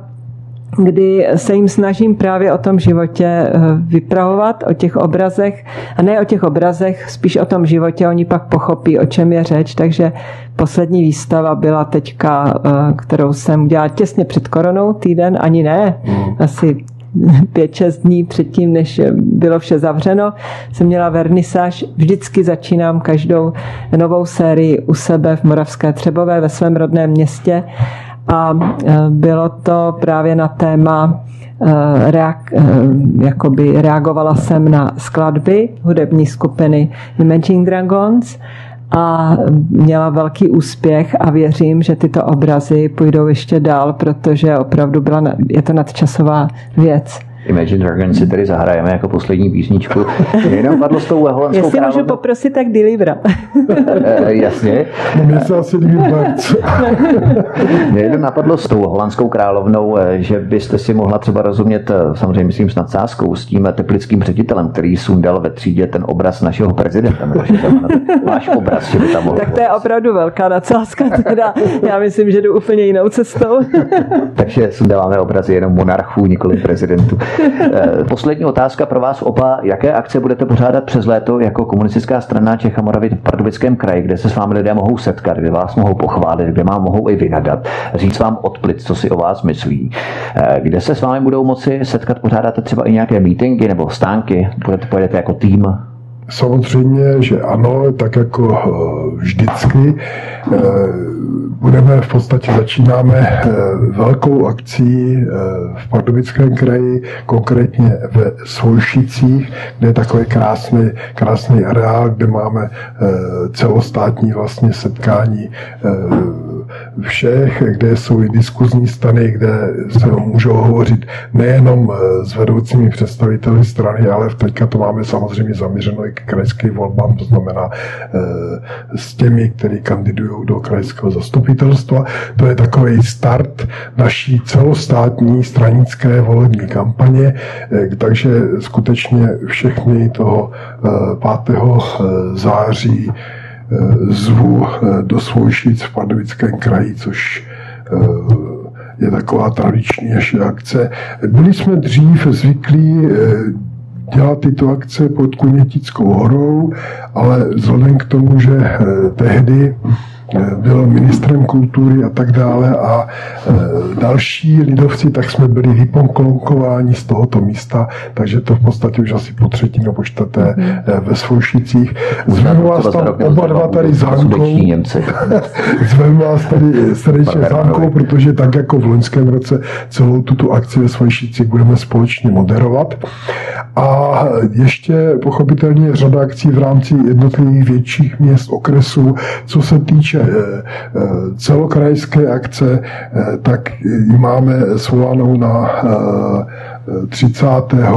kdy se jim snažím právě o tom životě vypravovat, o těch obrazech, a ne o těch obrazech, spíš o tom životě, oni pak pochopí, o čem je řeč, takže poslední výstava byla teďka, kterou jsem udělala těsně před koronou, týden, ani ne, asi 5-6 dní předtím, než bylo vše zavřeno, jsem měla vernisáž. Vždycky začínám každou novou sérii u sebe v Moravské Třebové ve svém rodném městě a bylo to právě na téma jakoby reagovala jsem na skladby hudební skupiny Imagine Dragons a měla velký úspěch a věřím, že tyto obrazy půjdou ještě dál, protože opravdu je to nadčasová věc. Imagine Dragons si tedy zahrajeme jako poslední písničku. Jenom padlo s tou holandskou Jestli můžu poprosit, tak Delivera. Jasně. No mě se asi líbí Barc. Mě jenom napadlo s tou holandskou královnou, že byste si mohla třeba rozumět, samozřejmě myslím s nadsázkou, s tím teplickým ředitelem, který sundal ve třídě ten obraz našeho prezidenta. Váš obraz, že by tam mohl. Tak to je opravdu velká nadsázka. Teda já myslím, že jdu úplně jinou cestou. Takže sundáváme obrazy jenom monarchů, nikoli prezidentů. Poslední otázka pro vás oba. Jaké akce budete pořádat přes léto jako Komunistická strana Čech a Moravy v Pardubickém kraji, kde se s vámi lidé mohou setkat, kde vás mohou pochválit, kde vám mohou i vynadat, říct vám odplit, co si o vás myslí. Kde se s vámi budou moci setkat, pořádáte třeba i nějaké meetingy nebo stánky, pojedete jako tým? Samozřejmě, že ano, tak jako vždycky. V podstatě začínáme velkou akcí v Pardubickém kraji, konkrétně ve Svojšicích, kde je takový krásný areál, kde máme celostátní vlastně setkání všech, kde jsou i diskuzní stany, kde se můžou hovořit nejenom s vedoucími představiteli strany, ale teďka to máme samozřejmě zaměřeno i k krajským volbám, to znamená s těmi, kteří kandidují do krajského zastupitelstva. To je takový start naší celostátní stranické volební kampaně, takže skutečně všechny toho 5. září zvu do Svojšic v Pardubickém kraji, což je taková tradiční naše akce. Byli jsme dřív zvyklí dělat tyto akce pod Kunětickou horou, ale vzhledem k tomu, že tehdy byl ministrem kultury a tak dále a další lidovci, tak jsme byli vyponklonkováni z tohoto místa, takže to v podstatě už asi po 3. nebo 4. ve Svojšicích. Zveme vás tam oba dva tady s Hankou. Zveme vás tady srdečně s Hankou, protože tak jako v loňském roce celou tuto akci ve Svojšicích budeme společně moderovat. A ještě pochopitelně řada akcí v rámci jednotlivých větších měst, okresů, co se týče celokrajské akce, tak ji máme svolánou na 30.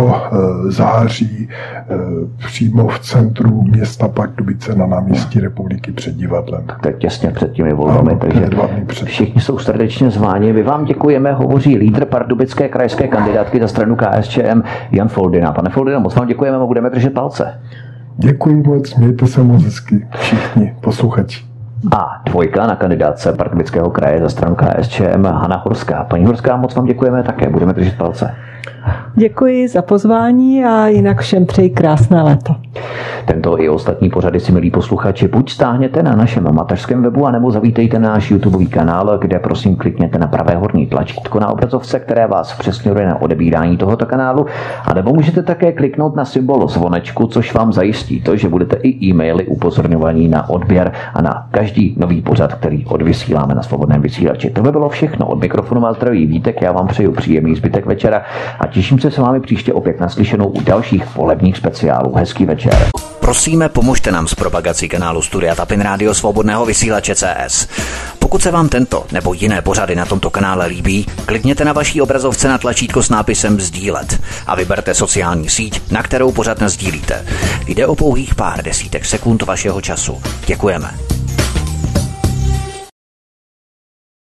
září přímo v centru města Pardubice na náměstí Republiky před divadlem. Tak těsně před těmi volbami, takže všichni jsou srdečně zváni. My vám děkujeme, hovoří lídr pardubické krajské kandidátky za stranu KSČM Jan Foldina. Pane Foldina, moc vám děkujeme a budeme držet palce. Děkuji moc, mějte se moc hezky všichni posluchači. A 2 na kandidátce Pardubického kraje za stranu KSČM Hana Horská. Paní Horská, moc vám děkujeme také, budeme držet palce. Děkuji za pozvání a jinak všem přeji krásné léto. Tento i ostatní pořady si, milí posluchači, buď stáhněte na našem mateřském webu, anebo zavítejte na náš YouTubeový kanál, kde prosím klikněte na pravé horní tlačítko na obrazovce, které vás přesměruje na odebírání tohoto kanálu, anebo můžete také kliknout na symbol zvonečku, což vám zajistí to, že budete i e-maily upozorňovaní na odběr a na každý nový pořad, který odvysíláme na Svobodném vysílači. To by bylo všechno. Od mikrofonu má zdraví Vítek, já vám přeju příjemný zbytek večera a těším se s vámi příště opět naslyšenou u dalších volebních speciálů. Hezký večer. Prosíme, pomožte nám s propagací kanálu Studia Tapin Rádio Svobodného vysílače CS. Pokud se vám tento nebo jiné pořady na tomto kanále líbí, klikněte na vaší obrazovce na tlačítko s nápisem sdílet a vyberte sociální síť, na kterou pořad nasdílíte. Jde o pouhých pár desítek sekund vašeho času. Děkujeme.